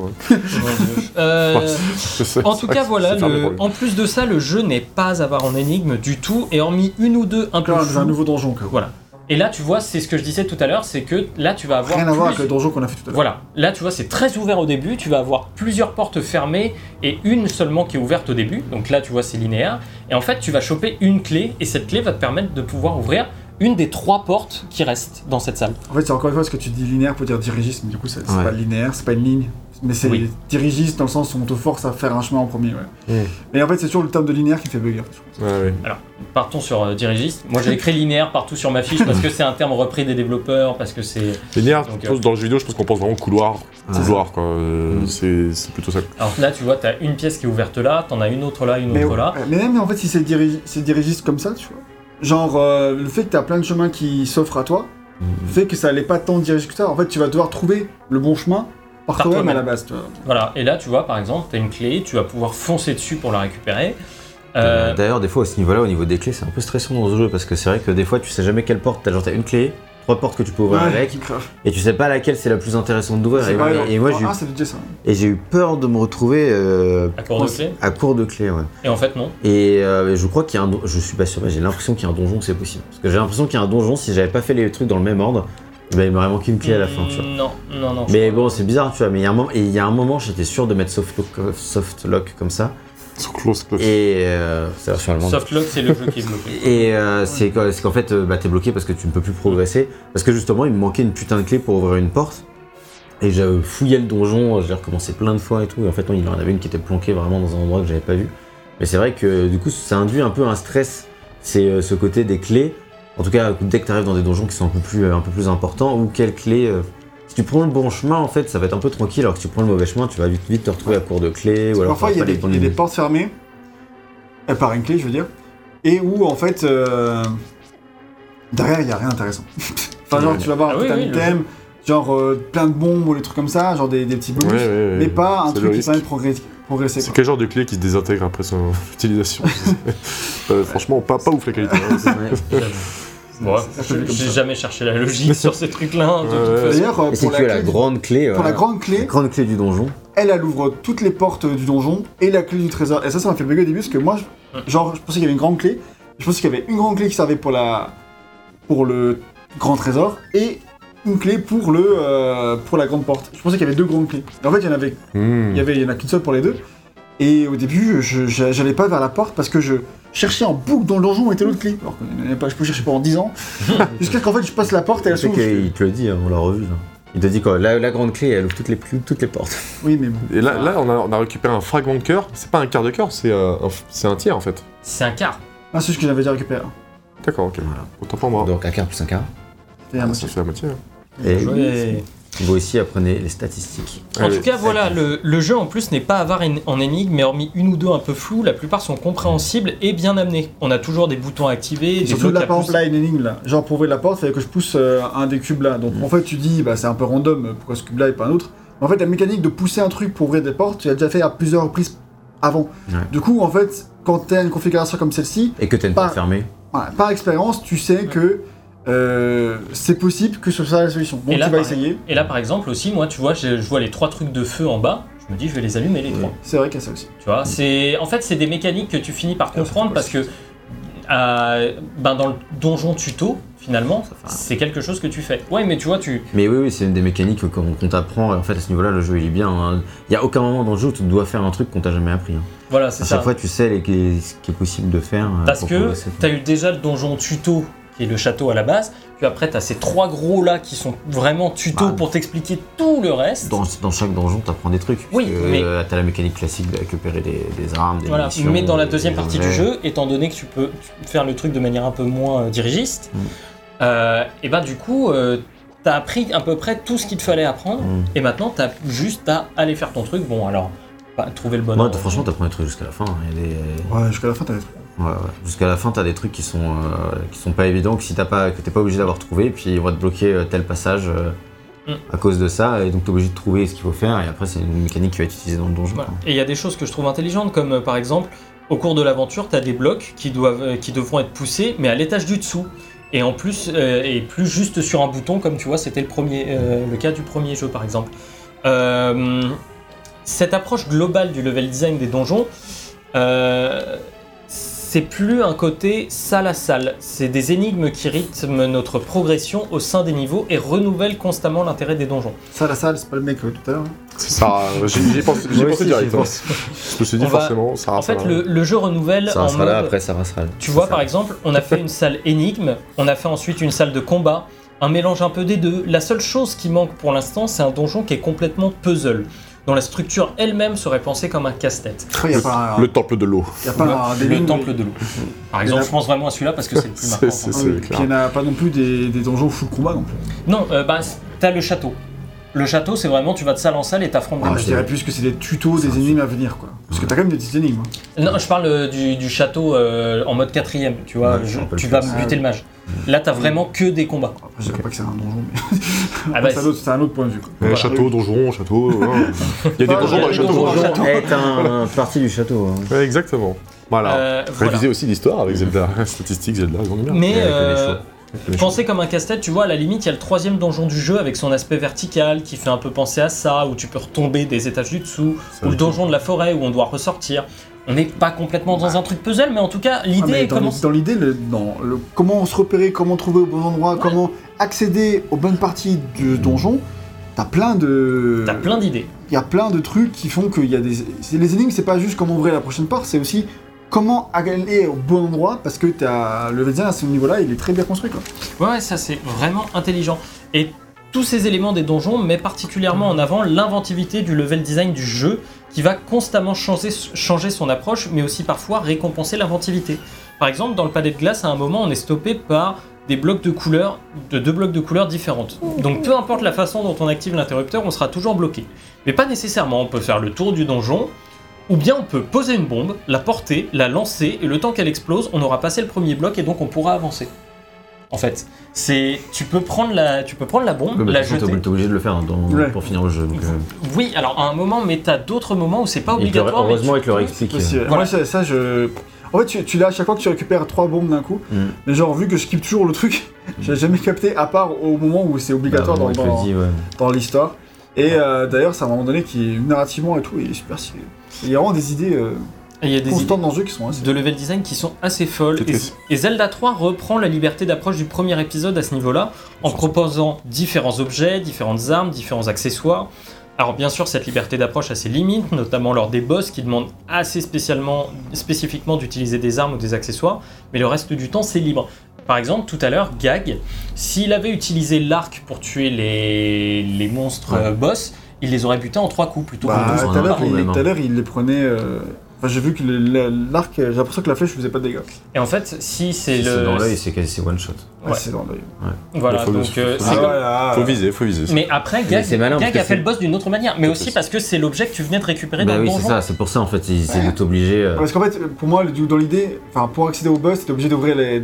En tout cas, voilà, en plus de ça, le jeu n'est pas avare en énigmes du tout, et hormis une ou deux un peu c'est un nouveau donjon. Quoi. Voilà. Et là, tu vois, c'est ce que je disais tout à l'heure, c'est que là, tu vas avoir... Rien à voir avec le donjon qu'on a fait tout à l'heure. Voilà. Là, tu vois, c'est très ouvert au début, tu vas avoir plusieurs portes fermées, et une seulement qui est ouverte au début, donc là, tu vois, c'est linéaire, et en fait, tu vas choper une clé, et cette clé va te permettre de pouvoir ouvrir une des 3 portes qui restent dans cette salle. En fait, c'est encore une fois ce que tu dis linéaire pour dire dirigiste, mais du coup, c'est pas linéaire, c'est pas une ligne. Mais c'est dirigiste dans le sens où on te force à faire un chemin en premier. Mais en fait, c'est toujours le terme de linéaire qui fait bugger. Alors, partons sur dirigiste. Moi, j'ai écrit linéaire partout sur ma fiche parce que c'est un terme repris des développeurs, parce que c'est... Linéaire, dans le jeu vidéo, je pense qu'on pense vraiment couloir. Couloir, quoi. C'est plutôt ça. Alors là, tu vois, t'as une pièce qui est ouverte là, t'en as une autre là, une autre là. Mais même en fait, si c'est dirigiste comme ça, tu vois. Genre, le fait que t'as plein de chemins qui s'offrent à toi, fait que ça allait pas tant dirigiste que ça. En fait, tu vas devoir trouver le bon chemin par toi-même à la base. Tu vois. Voilà, et là, tu vois, par exemple, t'as une clé, tu vas pouvoir foncer dessus pour la récupérer. D'ailleurs, des fois, à ce niveau-là, au niveau des clés, c'est un peu stressant dans ce jeu, parce que c'est vrai que des fois, tu sais jamais quelle porte, t'as une clé, 3 portes que tu peux ouvrir avec, et tu sais pas laquelle c'est la plus intéressante d'ouvrir. Et moi, j'ai eu peur de me retrouver à court de clé. Ouais. Et en fait, non. Et je crois qu'il y a je suis pas sûr, mais j'ai l'impression qu'il y a un donjon, c'est possible. Parce que j'ai l'impression qu'il y a un donjon, si j'avais pas fait les trucs dans le même ordre, il m'aurait manqué une clé à la fin, tu vois. Non. Mais bon, c'est bizarre, tu vois, mais il y a un moment, j'étais sûr de mettre soft lock comme ça. Et c'est sur allemand. Softlock, c'est le jeu qui est bloqué. Et c'est qu'en fait, t'es bloqué parce que tu ne peux plus progresser. Parce que justement, il me manquait une putain de clé pour ouvrir une porte. Et j'avais fouillé le donjon, j'ai recommencé plein de fois et tout. Et en fait, non, il y en avait une qui était planquée vraiment dans un endroit que j'avais pas vu. Mais c'est vrai que du coup, ça induit un peu un stress. C'est ce côté des clés. En tout cas, dès que tu arrives dans des donjons qui sont un peu plus importants, ou quelle clé. Si tu prends le bon chemin, en fait, ça va être un peu tranquille, alors que si tu prends le mauvais chemin, tu vas vite te retrouver à court de clés. Ou alors parfois, il y a des portes fermées, par une clé, je veux dire, et où, en fait, derrière, il n'y a rien d'intéressant. Enfin, genre, tu vas voir un item, genre plein de bombes ou des trucs comme ça, genre des petits bonus, mais pas un truc qui permet de progresser. C'est quel genre de clé qui se désintègre après son utilisation? Franchement, pas ouf la qualité. Ouais, j'ai jamais cherché la logique sur ces trucs-là. D'ailleurs, pour la grande clé, la grande clé du donjon, elle ouvre toutes les portes du donjon et la clé du trésor. Et ça m'a fait bugger au début parce que moi, je pensais qu'il y avait une grande clé. Je pensais qu'il y avait une grande clé qui servait pour le grand trésor et une clé pour la grande porte. Je pensais qu'il y avait 2 grandes clés. Et en fait, il y en a qu'une seule pour les 2. Et au début, j'allais pas vers la porte parce que je cherchais en boucle dans le donjon où était l'autre clé. Alors que je peux chercher pendant 10 ans. Jusqu'à qu'en fait, je passe la porte et elle s'ouvre. Il te le dit, on l'a revu. Là. Il te dit quoi, la grande clé, elle ouvre toutes les portes. Oui, mais bon. Et là on a récupéré un fragment de cœur. C'est pas un quart de cœur, c'est un tiers en fait. C'est un quart. Ah, c'est ce que j'avais déjà récupéré. D'accord, ok. Voilà. Autant pour moi. Donc un quart plus un quart. Ça fait la moitié. Ça fait la moitié. Et Vous aussi apprenez les statistiques. En tout cas, voilà, le jeu en plus n'est pas avare en énigmes, mais hormis une ou deux un peu floues, la plupart sont compréhensibles et bien amenés. On a toujours des boutons à activer, des surtout blocs là, à par exemple, pousser. là, une énigme là. Genre pour ouvrir la porte, il fallait que je pousse un des cubes là. Donc en fait, tu dis, bah c'est un peu random, pourquoi ce cube là et pas un autre. Mais en fait, la mécanique de pousser un truc pour ouvrir des portes, tu l'as déjà fait à plusieurs reprises avant. Ouais. Du coup, en fait, quand tu as une configuration comme celle-ci, Et que t'as une porte fermée. voilà, par expérience, tu sais que c'est possible que ce soit la solution. Donc Et là, tu vas par- essayer. Et là, par exemple, aussi, moi, tu vois, je vois les 3 trucs de feu en bas, je me dis, je vais les allumer les 3. C'est vrai qu'il y a ça aussi. Tu vois, en fait, c'est des mécaniques que tu finis par comprendre parce que dans le donjon tuto, finalement, c'est quelque chose que tu fais. Ouais, mais tu vois, Mais oui, c'est une des mécaniques qu'on t'apprend. Et en fait, à ce niveau-là, le jeu il est bien. Hein. Il n'y a aucun moment dans le jeu où tu dois faire un truc qu'on t'a jamais appris. Hein. voilà, c'est À ça. chaque fois, tu sais ce qui est possible de faire. Parce pour que progresser. tu as eu déjà le donjon tuto, qui est le château à la base, puis après tu as ces 3 gros là qui sont vraiment tuto Bah, pour t'expliquer tout le reste. Dans chaque donjon, tu apprends des trucs. Oui, mais- tu as la mécanique classique de récupérer des armes, des Voilà, munitions. mais dans la deuxième des partie du objets. jeu, étant donné que tu peux faire le truc de manière un peu moins dirigiste, et ben du coup, t'as appris à peu près tout ce qu'il te fallait apprendre, et maintenant t'as juste à aller faire ton truc. Bon, alors, trouver le bon Non, ordre. franchement, t'apprends des trucs jusqu'à la fin. Hein. Il y a des... Ouais, jusqu'à la fin, t'as des trucs. Ouais. Jusqu'à la fin, t'as des trucs qui sont pas évidents, que t'es pas obligé d'avoir trouvé, puis ils vont te bloquer tel passage à cause de ça, et donc t'es obligé de trouver ce qu'il faut faire, et après c'est une mécanique qui va être utilisée dans le donjon. Voilà. quoi. Et il y a des choses que je trouve intelligentes, comme par exemple, au cours de l'aventure, tu as des blocs qui devront être poussés, mais à l'étage du dessous. Et en plus, et plus juste sur un bouton, comme tu vois, c'était le cas du premier jeu, par exemple. Cette approche globale du level design des donjons, c'est plus un côté salle à salle. C'est des énigmes qui rythment notre progression au sein des niveaux et renouvellent constamment l'intérêt des donjons. Ça, la salle, c'est pas le mec tout à l'heure. C'est ça, j'y ai pensé direct. Hein. Je me suis dit On va- forcément, ça En fait, le jeu renouvelle Ça en restera là, mode... après ça restera là. Tu vois, par exemple, on a fait une salle énigme, on a fait ensuite une salle de combat, un mélange un peu des deux. La seule chose qui manque pour l'instant, c'est un donjon qui est complètement puzzle, dont la structure elle-même serait pensée comme un casse-tête. Après, il n'y a pas Le temple de l'eau. y a pas un Le délire, temple de l'eau. Par exemple, je pense vraiment à celui-là parce que c'est le plus marquant. C'est- Ah oui, clair. puis il n'y en a pas non plus des donjons full combat non plus. Non, t'as le château. Le château, c'est vraiment, tu vas de salle en salle et t'affrontes des Je monstres. dirais plus que c'est des tutos, des énigmes à venir quoi. Parce que t'as quand même des petites énigmes. Hein. Non, je parle du château en mode 4ème, tu vois, Ouais, je me rappelle tu plus. vas buter le mage. Là, t'as vraiment que des combats. Après, je dirais pas que c'est un donjon, mais Ah bah, c'est un autre point de vue. Quoi. Ouais, Voilà. château, donjon, château. Ouais. Il y a des Ah, donjons il y a dans les des châteaux. donjons dans le hein. château. Est un partie du château. Hein. Ouais, exactement. Voilà. voilà. Réviser aussi l'histoire avec Zelda. Statistique, Zelda, ils ont mis bien. Mais Les pensez comme un casse-tête, tu vois, à la limite, il y a le 3ème donjon du jeu avec son aspect vertical qui fait un peu penser à ça, où tu peux retomber des étages du dessous, ou le donjon de la forêt où on doit ressortir. On n'est pas complètement dans un truc puzzle, mais en tout cas, l'idée mais est comment... dans l'idée, comment se repérer, comment trouver au bon endroit, comment accéder aux bonnes parties du donjon, t'as plein d'idées. Il y a plein de trucs qui font qu'il y a des... Les énigmes, c'est pas juste comment ouvrir la prochaine porte, c'est aussi comment aller au bon endroit, parce que le level design à ce niveau-là, il est très bien construit quoi. Ouais, ça c'est vraiment intelligent. Et tous ces éléments des donjons mettent particulièrement en avant l'inventivité du level design du jeu, qui va constamment changer son approche, mais aussi parfois récompenser l'inventivité. Par exemple, dans le palais de glace, à un moment, on est stoppé par deux blocs de couleurs différentes. Donc peu importe la façon dont on active l'interrupteur, on sera toujours bloqué. Mais pas nécessairement, on peut faire le tour du donjon, ou bien on peut poser une bombe, la porter, la lancer, et le temps qu'elle explose, on aura passé le premier bloc et donc on pourra avancer. En fait, tu peux prendre la bombe, la jeter. T'es obligé de le faire Ouais. pour finir le jeu. Donc, Oui, alors à un moment, mais t'as d'autres moments où c'est pas obligatoire. mais heureusement, tu ils te le peux- réexpliquent. Aussi, Voilà. moi, ça, en fait, tu l'as à chaque fois que tu récupères 3 bombes d'un coup, mais genre, vu que je skip toujours le truc, j'ai jamais capté, à part au moment où c'est obligatoire Bah, il te le dit, ouais. dans l'histoire. Et d'ailleurs, c'est à un moment donné qui est narrativement et tout, il est super stylé. Il y a vraiment des idées Et il y a des constantes idées dans le jeu qui sont assez... de level design qui sont assez folles. Tetris. Et Zelda 3 reprend la liberté d'approche du premier épisode à ce niveau-là, en proposant différents objets, différentes armes, différents accessoires. Alors bien sûr, cette liberté d'approche a ses limites, notamment lors des boss qui demandent assez spécifiquement d'utiliser des armes ou des accessoires, mais le reste du temps, c'est libre. Par exemple, tout à l'heure, Gag, s'il avait utilisé l'arc pour tuer les monstres boss, il les aurait butés en 3 coups plutôt Bah, qu'en 12. on tout à en a l'heure, pas, même, il les prenait... Enfin, j'ai vu que l'arc, j'ai l'impression que la flèche faisait pas de dégâts. Et en fait, si c'est C'est dans l'œil, c'est quasi one shot. Ouais, c'est dans l'œil. Voilà, Faut- donc faut- c'est faut- comme- Voilà. Faut viser. Mais après, Gag, c'est malin, parce Gag que a fait c'est- le boss d'une autre manière, mais C'est aussi possible. parce que c'est l'objet que tu venais de récupérer dans Bah le oui, donjon. c'est ça, c'est pour ça en fait, c'est de t'obliger. Parce qu'en fait, pour moi, dans l'idée, enfin, pour accéder au boss, t'es obligé d'ouvrir les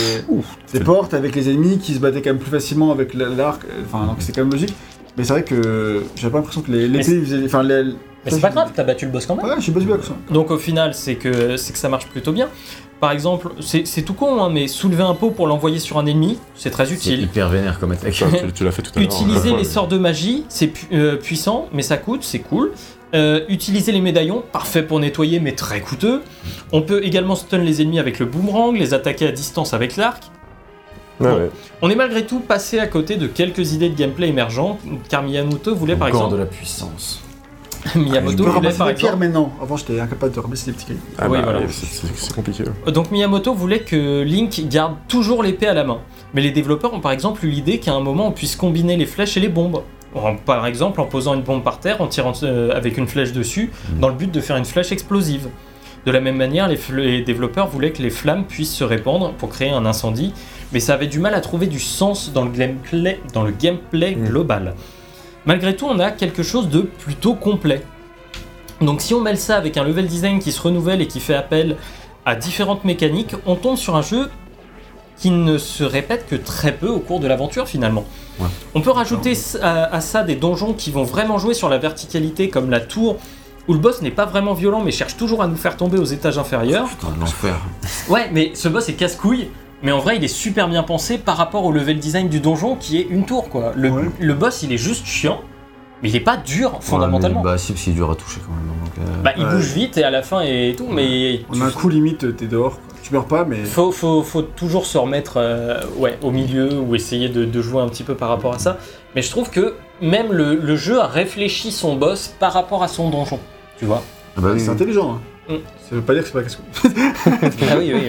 portes avec les ennemis qui se battaient quand même plus facilement avec l'arc. Enfin, donc c'est quand même logique. Mais c'est vrai que j'avais pas l'impression que l'épée, c'est- ils faisaient. Enfin, Mais c'est pas grave, t'as battu le boss quand même. Ouais, je suis pas bien avec ça. Donc au final, c'est que ça marche plutôt bien. Par exemple, c'est tout con, hein, mais soulever un pot pour l'envoyer sur un ennemi, c'est très C'est utile. hyper vénère comme attaque. Ça, tu l'as fait tout à l'heure. Utiliser Ouais, les mais- sorts de magie, c'est puissant, mais ça coûte, c'est cool. Utiliser les médaillons, parfait pour nettoyer, mais très coûteux. On peut également stun les ennemis avec le boomerang, les attaquer à distance avec l'arc. Ouais. On est malgré tout passé à côté de quelques idées de gameplay émergentes, car Miyamoto voulait par Encore exemple... de la puissance. Je Miyamoto peux voulait ramasser par des pierres exemple... maintenant. Avant, j'étais incapable de ramasser des petits cailloux. Ah Oui, bah, voilà. c'est compliqué. Donc Miyamoto voulait que Link garde toujours l'épée à la main. Mais les développeurs ont par exemple eu l'idée qu'à un moment on puisse combiner les flèches et les bombes. Par exemple en posant une bombe par terre, en tirant avec une flèche dessus, dans le but de faire une flèche explosive. De la même manière, les développeurs voulaient que les flammes puissent se répandre pour créer un incendie, mais ça avait du mal à trouver du sens dans le gameplay global. Malgré tout, on a quelque chose de plutôt complet. Donc si on mêle ça avec un level design qui se renouvelle et qui fait appel à différentes mécaniques, on tombe sur un jeu qui ne se répète que très peu au cours de l'aventure finalement. Ouais. On peut rajouter à ça des donjons qui vont vraiment jouer sur la verticalité comme la tour, où le boss n'est pas vraiment violent mais cherche toujours à nous faire tomber aux étages inférieurs. Putain, de l'enfer. Ouais, mais ce boss est casse-couille, mais en vrai il est super bien pensé par rapport au level design du donjon qui est une tour quoi. Le boss il est juste chiant, mais il est pas dur fondamentalement. Ouais, mais, bah si, parce qu'il est dur à toucher quand même. Donc, Bah, il bouge vite et à la fin et tout, mais On a un coup limite, t'es dehors. Quoi. Tu meurs pas, mais. faut toujours se remettre au milieu ou essayer de jouer un petit peu par rapport à ça. Mais je trouve que même le jeu a réfléchi son boss par rapport à son donjon, tu vois. Ah bah oui, C'est intelligent. Hein. Ça veut pas dire que c'est pas casse-couille. Ah oui,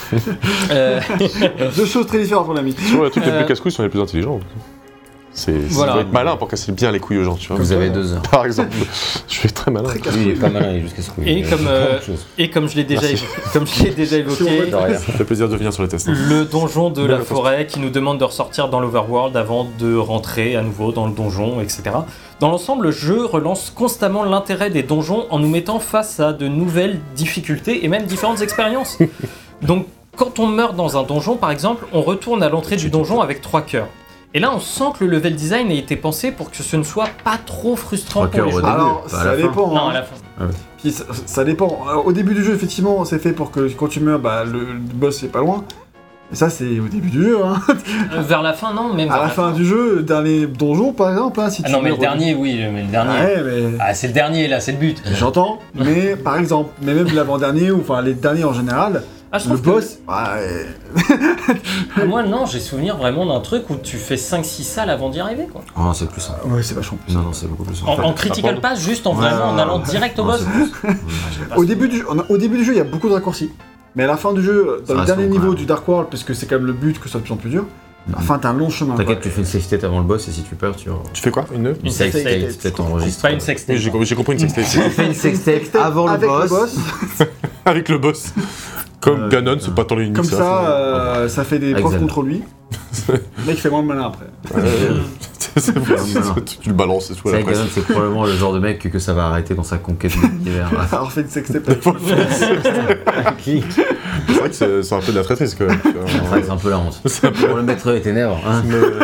oui. Deux choses très différentes, mon ami. Sur les trucs les plus casse-couilles sont les plus intelligents. Voilà. Faut être malin pour casser bien les couilles aux gens, tu vois. Vous avez 2 heures. Par exemple, je suis très malin. Lui, il est pas malin, il est jusqu'à ce couille. Et comme je l'ai déjà évoqué, Ça fait plaisir de venir sur les tests. le donjon de la Belle forêt qui nous demande de ressortir dans l'overworld avant de rentrer à nouveau dans le donjon, etc. Dans l'ensemble, le jeu relance constamment l'intérêt des donjons en nous mettant face à de nouvelles difficultés et même différentes expériences. Donc, quand on meurt dans un donjon, par exemple, on retourne à l'entrée du donjon avec 3 cœurs. Et là, on sent que le level design a été pensé pour que ce ne soit pas trop frustrant 3 pour les cœurs au joueurs. début. Alors, pas à ça la fin. dépend. Non, hein. à la fin. Puis ça dépend. Alors, au début du jeu, effectivement, c'est fait pour que quand tu meurs, bah, le boss est pas loin. Et ça, c'est au début du jeu. Hein. Vers la fin, non, même À vers la fin du jeu, le dernier donjon, par exemple, hein, si Ah tu non, mais le meurs- dernier, oui, mais le dernier. Ouais, mais. Ah, c'est le dernier, là, c'est le but. J'entends, mais par exemple, mais même l'avant-dernier, ou enfin les derniers en général, Ah, je le trouve que- boss. Ouais. Ah, moi, non, j'ai souvenir vraiment d'un truc où tu fais 5-6 salles avant d'y arriver, quoi. Oh, c'est plus simple. Ouais, c'est vachement plus. Non, non, c'est beaucoup plus simple. En critical pass, juste en vraiment en allant direct au Non, boss. c'est plus- Au début du jeu, il y a beaucoup de raccourcis. Mais à la fin du jeu, dans Ça le reste dernier long, niveau quand même. du Dark World, parce que c'est quand même le but que ça soit de plus en plus dur, à la fin t'as un long chemin. T'inquiète, quoi. tu fais une sextape avant le boss et si tu perds, tu. Tu fais quoi? Une Une sextape, sextape. peut-être enregistre. Pas une sextape. Oui, j'ai compris une sextape. Tu fais une sextape avant le Avec boss. Avec le boss. Comme Ganon, c'est pas tant l'unique. Comme ça, ça fait des Avec profs Zelda. contre lui. Le mec fait moins le malin après. Tu le balances et tout C'est à vrai la que presse. Ganon, c'est probablement le genre de mec que ça va arrêter dans sa conquête de l'univers. Alors fait une sextape. C'est C'est vrai que c'est un peu de la traîtrise quand même. vrai que c'est un peu la honte. Pour le maître des ténèbres. Hein.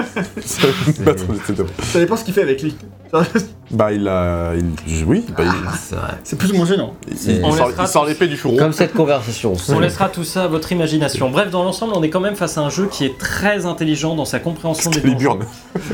Ça dépend ce qu'il fait avec lui. Bah oui, bah, C'est vrai. C'est plus ou moins gênant. il sort l'épée du fourreau. Comme cette conversation. On laissera tout ça à votre imagination. Bref, dans l'ensemble, on est quand même face à un jeu qui est très intelligent dans sa compréhension des donjons. Caliburn.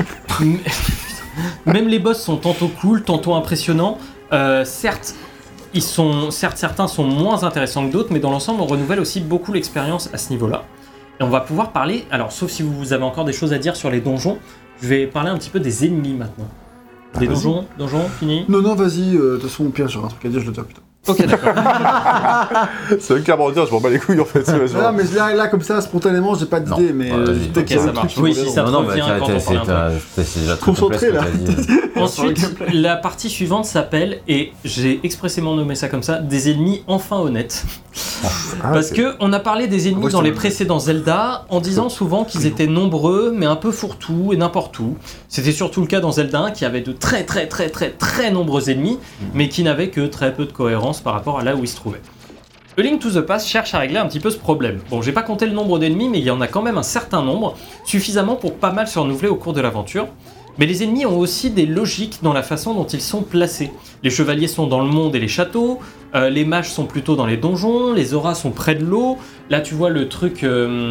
Même les boss sont tantôt cool, tantôt impressionnants. Certes, certains sont moins intéressants que d'autres, mais dans l'ensemble, on renouvelle aussi beaucoup l'expérience à ce niveau-là. Et on va pouvoir parler, alors sauf si vous avez encore des choses à dire sur les donjons, je vais parler un petit peu des ennemis maintenant. Des vas-y. donjons, fini. Non, vas-y, de toute façon, au pire, j'aurai un truc à dire, je le dirai plus tard. Ok, d'accord. C'est un clairement dire, je m'en bats les couilles en fait. Non, mais là, comme ça, spontanément, j'ai pas d'idée, mais ok, ça marche. Oui, si ça te revient quand on parle un peu. C'est déjà Concentré, là. Ensuite, la partie suivante s'appelle, et j'ai expressément nommé ça comme ça, des ennemis enfin honnêtes. Parce que on a parlé des ennemis dans les précédents Zelda en disant souvent qu'ils étaient nombreux, mais un peu fourre-tout et n'importe où. C'était surtout le cas dans Zelda 1 qui avait de très nombreux ennemis, mais qui n'avaient que très peu de cohérence par rapport à là où ils se trouvaient. A Link to the Past cherche à régler un petit peu ce problème. Bon, j'ai pas compté le nombre d'ennemis, mais il y en a quand même un certain nombre, suffisamment pour pas mal se renouveler au cours de l'aventure. Mais les ennemis ont aussi des logiques dans la façon dont ils sont placés. Les chevaliers sont dans le monde et les châteaux, les mages sont plutôt dans les donjons, les auras sont près de l'eau. Là, tu vois le truc,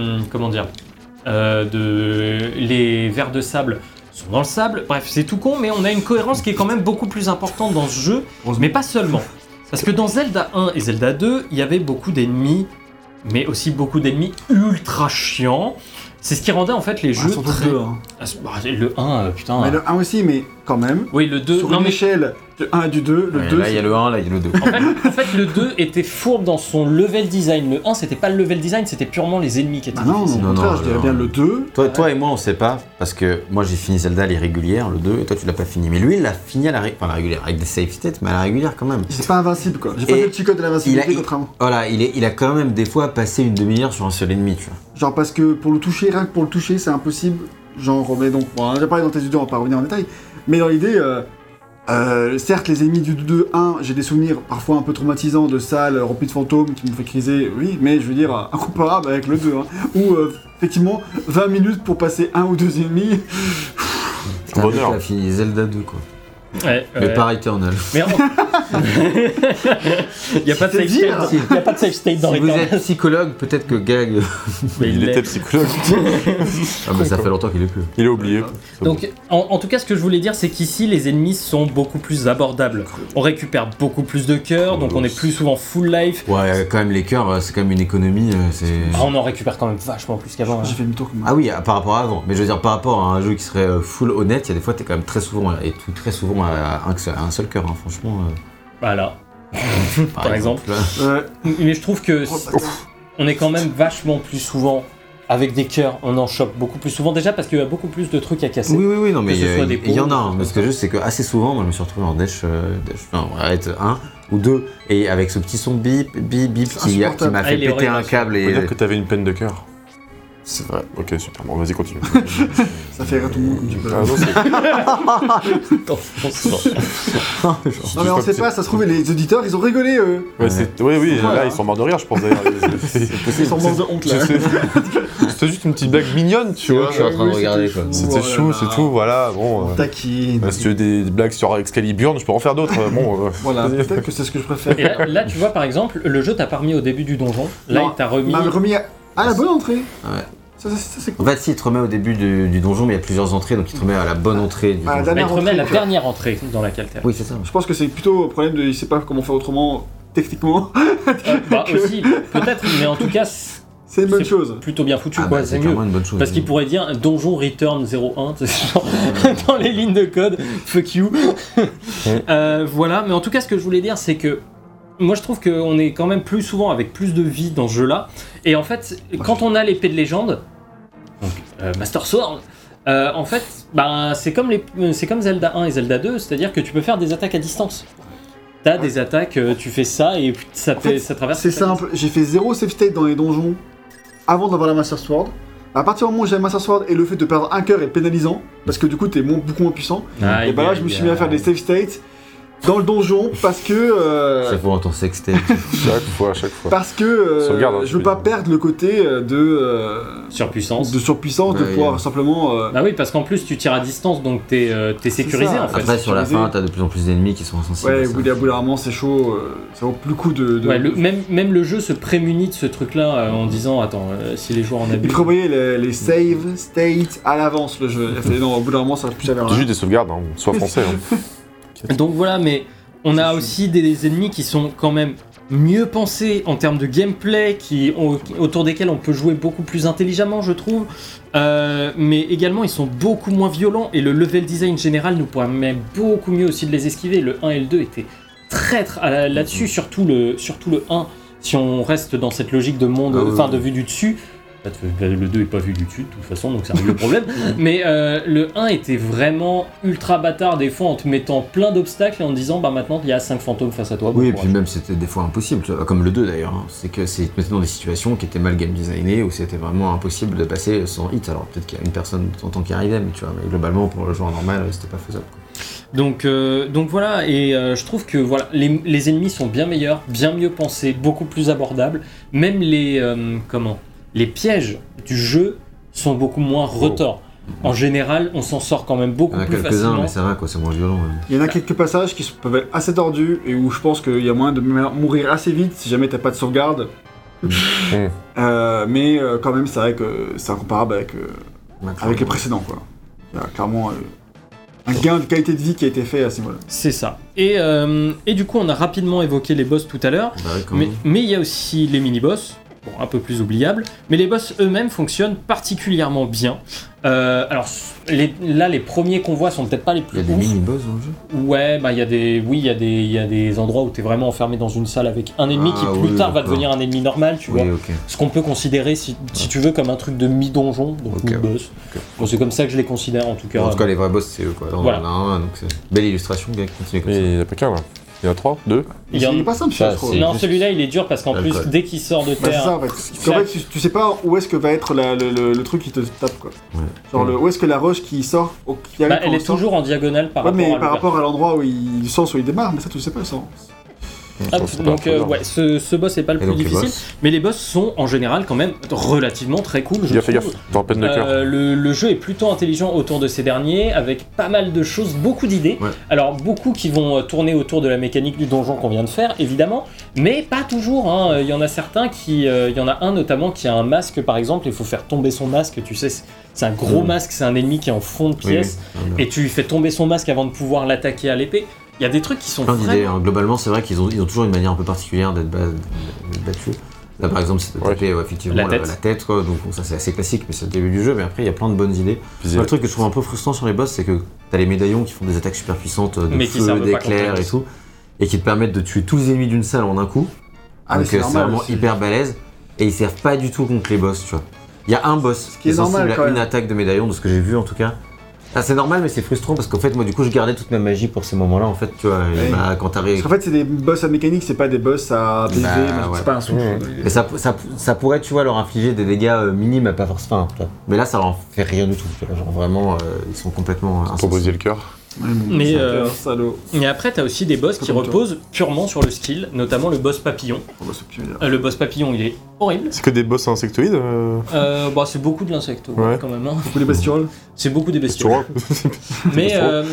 les vers de sable sont dans le sable. Bref, c'est tout con, mais on a une cohérence qui est quand même beaucoup plus importante dans ce jeu, mais pas seulement. Parce que dans Zelda 1 et Zelda 2, il y avait beaucoup d'ennemis, mais aussi beaucoup d'ennemis ultra chiants. C'est ce qui rendait en fait les jeux très... Le 1, putain... Mais le 1 aussi, mais quand même. Oui, le 2... Sur une échelle du 1 et du 2, le 2... Là, il y a le 1, là, il y a le 2. En fait, le 2 était fourbe dans son level design. Le 1, c'était pas le level design, c'était purement les ennemis qui étaient non, au contraire, je dirais bien le 2. Toi et moi, on sait pas, parce que moi, j'ai fini Zelda, les régulières, le 2, et toi, tu l'as pas fini. Mais lui, il l'a fini à la régulière, avec des save states, mais à la régulière quand même. C'est pas invincible, quoi. J'ai pas fait le petit code de l'invincibilité, contrairement. Voilà, il a quand même des fois passé une demi-heure sur un seul ennemi, tu vois. Genre parce que pour le toucher, rien que pour le toucher, c'est impossible. Genre, mais donc, bon, on a déjà parlé dans tes vidéos, on va pas revenir en détail. Mais dans l'idée, certes, les ennemis du 2-1, j'ai des souvenirs parfois un peu traumatisants de salles remplies de fantômes qui m'ont fait criser, oui, mais je veux dire, incomparable avec le 2, hein, où effectivement, 20 minutes pour passer un ou deux ennemis. Bonheur. T'as fini Zelda 2, quoi. Ouais, mais par Eternal. Mais il n'y a pas de safe state. Il n'y a pas de safe state dans si Eternal. Vous êtes psychologue, peut-être que Gag. Mais il était psychologue. Ah bah ça fait longtemps qu'il est plus. Il est oublié. Donc en tout cas, ce que je voulais dire, c'est qu'ici les ennemis sont beaucoup plus abordables. On récupère beaucoup plus de cœurs, donc on est plus souvent full life. Ouais, quand même les cœurs, c'est quand même une économie. On en récupère quand même vachement plus qu'avant. J'ai fait une tour comme Ah oui, par rapport à avant. Mais je veux dire, par rapport à un jeu qui serait full honnête, il y a des fois t'es quand même très souvent à un seul cœur, hein, franchement. Voilà. Par exemple. Mais je trouve que on est quand même vachement plus souvent avec des cœurs, on en chope beaucoup plus souvent déjà parce qu'il y a beaucoup plus de trucs à casser. Oui, non mais il y en a un. Mais ce que je sais, c'est que assez souvent, moi je me suis retrouvé en Dash, on va être 1 ou 2, et avec ce petit son bip qui m'a fait péter un câble. Et... dire que t'avais une peine de cœur. C'est vrai. Ok, super. Bon, vas-y, continue. Ça fait rire tout le monde comme tu peux. Non, mais on sait pas, ça se trouve, les auditeurs, ils ont rigolé, eux. Ouais, oui, là, ils sont morts de rire, je pense d'ailleurs. Ils sont morts de honte, là. C'était juste une petite blague mignonne, tu vois. Je suis en train de regarder, quoi. C'était chou, c'est tout, voilà. Bon. Taquine. Si tu veux des blagues sur Excalibur, je peux en faire d'autres. Bon. Voilà, peut-être que c'est ce que je préfère. Et là, tu vois, par exemple, le jeu t'a pas remis au début du donjon. Là, il t'a remis. À la bonne entrée. Ouais. Ça, c'est cool. En fait, si, il te remet au début du donjon, mais il y a plusieurs entrées, donc il te remet à la bonne entrée du donjon. Il te remet à la dernière entrée dans laquelle t'es. Oui, c'est ça. Je pense que c'est plutôt le problème de il sait pas comment faire autrement, techniquement. Aussi, peut-être, mais en tout cas, c'est une bonne chose. Plutôt bien foutu, quoi, c'est mieux. Une bonne chose, parce qu'il pourrait dire donjon return 01, dans les lignes de code, fuck you. Voilà, mais en tout cas, ce que je voulais dire, c'est que moi je trouve qu'on est quand même plus souvent avec plus de vie dans ce jeu-là. Et en fait, quand on a l'épée de légende, donc Master Sword, en fait, c'est comme Zelda 1 et Zelda 2, c'est-à-dire que tu peux faire des attaques à distance. T'as des attaques, tu fais ça et ça traverse. C'est simple, j'ai fait 0 save state dans les donjons avant d'avoir la Master Sword. À partir du moment où j'ai la Master Sword et le fait de perdre un cœur est pénalisant, parce que du coup t'es beaucoup moins puissant, et là je me suis mis à faire des save states dans le donjon parce que. Chaque fois on entend sextape. chaque fois. Parce que je veux pas perdre le côté de surpuissance. De pouvoir simplement. Bah oui, parce qu'en plus tu tires à distance donc t'es sécurisé en fait. Après sur la fin t'as de plus en plus d'ennemis qui sont insensibles. Ouais, au bout d'un moment c'est chaud, ça vaut plus le coup de. Ouais, même le jeu se prémunit de ce truc là en disant attends, si les joueurs en abusent. Il prévoyait les save states à l'avance le jeu. Non, au bout d'un moment ça va plus jamais. Juste des sauvegardes, hein, sois français. Donc voilà, mais on a aussi des ennemis qui sont quand même mieux pensés en termes de gameplay, autour desquels on peut jouer beaucoup plus intelligemment, je trouve. Mais également, ils sont beaucoup moins violents et le level design général nous permet beaucoup mieux aussi de les esquiver. Le 1 et le 2 étaient là-dessus, surtout le 1, si on reste dans cette logique de monde, de vue du dessus. Le 2 est pas vu du dessus de toute façon, donc ça règle le problème. Mais le 1 était vraiment ultra bâtard des fois en te mettant plein d'obstacles et en te disant maintenant il y a 5 fantômes face à toi. Oui, et puis même c'était des fois impossible, tu vois, comme le 2 d'ailleurs. C'est que c'est te mettait dans des situations qui étaient mal game designées où c'était vraiment impossible de passer sans hit. Alors peut-être qu'il y a une personne de temps en temps qui arrivait, mais tu vois, mais globalement pour le joueur normal c'était pas faisable, quoi. Donc voilà, et je trouve que voilà, les ennemis sont bien meilleurs, bien mieux pensés, beaucoup plus abordables. Même les pièges du jeu sont beaucoup moins retors. En général, on s'en sort quand même beaucoup plus facilement. Il y en a quelques-uns, mais ça va, quoi, c'est moins violent. Ouais. Il y en a quelques passages qui peuvent être assez tordus et où je pense qu'il y a moyen de mourir assez vite si jamais t'as pas de sauvegarde. Mais quand même, c'est vrai que c'est incomparable avec les précédents, quoi. Il y a clairement un gain de qualité de vie qui a été fait à ce niveau-là. C'est ça. Et du coup, on a rapidement évoqué les boss tout à l'heure, mais il y a aussi les mini-boss. Un peu plus oubliable, mais les boss eux-mêmes fonctionnent particulièrement bien. Alors les premiers qu'on voit sont peut-être pas les plus. Il y a des mini-boss dans le jeu. Ouais, il y a des endroits où t'es vraiment enfermé dans une salle avec un ennemi qui plus tard va devenir un ennemi normal, tu vois. Okay. Ce qu'on peut considérer, si tu veux, comme un truc de mi-donjon, donc mi-boss. Bon, c'est comme ça que je les considère en tout cas. En tout cas, les vrais boss, c'est eux, quoi. Là, on en a un, donc c'est belle illustration, gars, continue comme ça. Il n'y a pas qu'un là. Il y en a 3, 2. Il est pas simple, je crois. Non, celui-là il est dur parce qu'en plus, dès qu'il sort de terre. C'est ça, en fait. En fait, tu sais pas où est-ce que va être le truc qui te tape, quoi. Ouais. Genre, où est-ce que la roche qui sort. Elle est toujours en diagonale par rapport à l'endroit où il sort, où il démarre, mais ça, tu sais pas, ça. Donc ce boss est pas le plus difficile, mais les boss sont en général quand même relativement très cool. Gaffe, t'en peine de cœur. Le jeu est plutôt intelligent autour de ces derniers, avec pas mal de choses, beaucoup d'idées. Ouais. Alors beaucoup qui vont tourner autour de la mécanique du donjon qu'on vient de faire, évidemment, mais pas toujours. Hein. Il y en a certains il y en a un notamment qui a un masque par exemple, il faut faire tomber son masque, tu sais. C'est un gros masque, c'est un ennemi qui est en fond de pièce, et tu lui fais tomber son masque avant de pouvoir l'attaquer à l'épée. Il y a des trucs qui sont plein d'idées. Hein. Globalement, c'est vrai qu'ils ont toujours une manière un peu particulière d'être battus. Là, par exemple, c'est de taper effectivement la tête, quoi. Donc ça, c'est assez classique, mais c'est le début du jeu. Mais après, il y a plein de bonnes idées. Le truc que je trouve un peu frustrant sur les boss, c'est que t'as les médaillons qui font des attaques super puissantes de feu, d'éclairs et tout, et qui te permettent de tuer tous les ennemis d'une salle en un coup. Donc c'est vraiment hyper balèze. Et ils servent pas du tout contre les boss, tu vois. Il y a un boss qui est sensible à une attaque de médaillon, de ce que j'ai vu en tout cas. Ah, c'est normal, mais c'est frustrant parce qu'en fait, moi, du coup, je gardais toute ma magie pour ces moments-là. En fait, tu vois, quand t'arrives. Parce qu'en fait, c'est des boss à mécanique, c'est pas des boss à PV, c'est pas un souffle. Mais ça pourrait, tu vois, leur infliger des dégâts minimes, mais pas forcément. Mais là, ça leur fait rien du tout. Tu vois, genre vraiment, ils sont complètement. Pour briser le cœur. Mais après, t'as aussi des boss qui reposent purement sur le skill, notamment le boss papillon. Le boss papillon, il est horrible. C'est que des boss insectoïdes c'est beaucoup de l'insecte, quand même. Hein. Beaucoup des bestioles. C'est beaucoup des bestioles. mais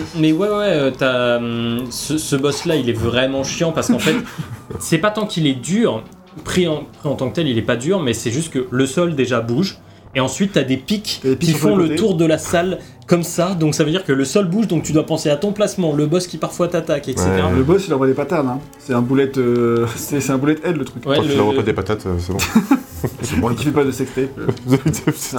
t'as ce boss-là, il est vraiment chiant parce qu'en fait, c'est pas tant qu'il est dur, pris en tant que tel, il est pas dur, mais c'est juste que le sol déjà bouge. Et ensuite, t'as des pics qui font le tour de la salle comme ça, donc ça veut dire que le sol bouge, donc tu dois penser à ton placement, le boss qui parfois t'attaque, etc. Ouais. Le boss, il envoie des patates, hein. C'est un boulet c'est un boulet L le truc. Quand tu n'envoies pas des patates, c'est bon. C'est bon, il fait pas de sextape. Ça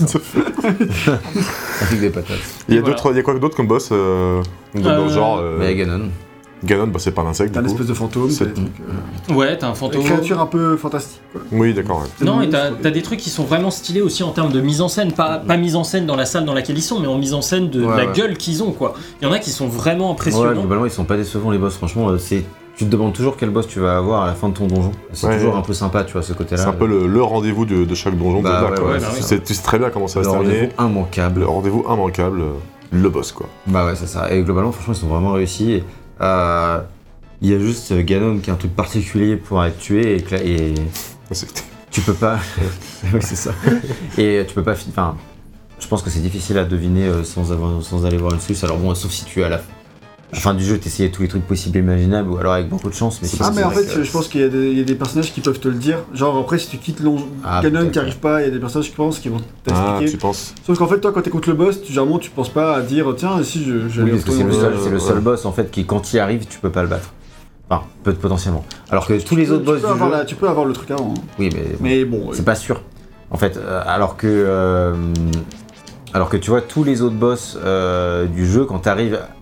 fait des patates. Il y a quoi d'autre comme boss dans le genre Ganon. Ganon, c'est pas un insecte. T'as une espèce de fantôme, Ouais, t'as un fantôme. Une créature un peu fantastique, quoi. Oui, d'accord. Ouais. Non, et t'as des trucs qui sont vraiment stylés aussi en termes de mise en scène. Pas mise en scène dans la salle dans laquelle ils sont, mais en mise en scène de la gueule qu'ils ont, quoi. Il y en a qui sont vraiment impressionnants. Ouais, globalement, ils sont pas décevants, les boss, franchement. Tu te demandes toujours quel boss tu vas avoir à la fin de ton donjon. C'est toujours un peu sympa, tu vois, ce côté-là. C'est un peu le rendez-vous de chaque donjon. Tu sais très bien comment ça va se terminer. Le rendez-vous immanquable. Le rendez-vous immanquable, le boss, quoi. Bah ouais, c'est ça. Et globalement, franchement, ils sont vraiment réussis. Il y a juste Ganon qui est un truc particulier pour être tué et tu peux pas. Oui, c'est ça. Et tu peux pas. Enfin, je pense que c'est difficile à deviner sans aller voir une suisse. Alors bon, sauf si tu es à la fin du jeu, t'essayais tous les trucs possibles et imaginables, ou alors avec beaucoup de chance. Mais en fait, je pense qu'il y a des personnages qui peuvent te le dire. Genre après, si tu quittes Ganon qui arrive pas, il y a des personnages qui pensent qui vont t'expliquer. Tu penses. Sauf qu'en fait, toi, quand t'écoutes le boss, généralement, tu penses pas à dire tiens, si je. Oui, parce que c'est le seul boss en fait qui, quand il arrive, tu peux pas le battre. Enfin, potentiellement. Alors que tous les autres boss du jeu... Tu peux avoir le truc avant. Hein. Oui, mais bon... C'est pas sûr. En fait, alors que tu vois, tous les autres boss du jeu, quand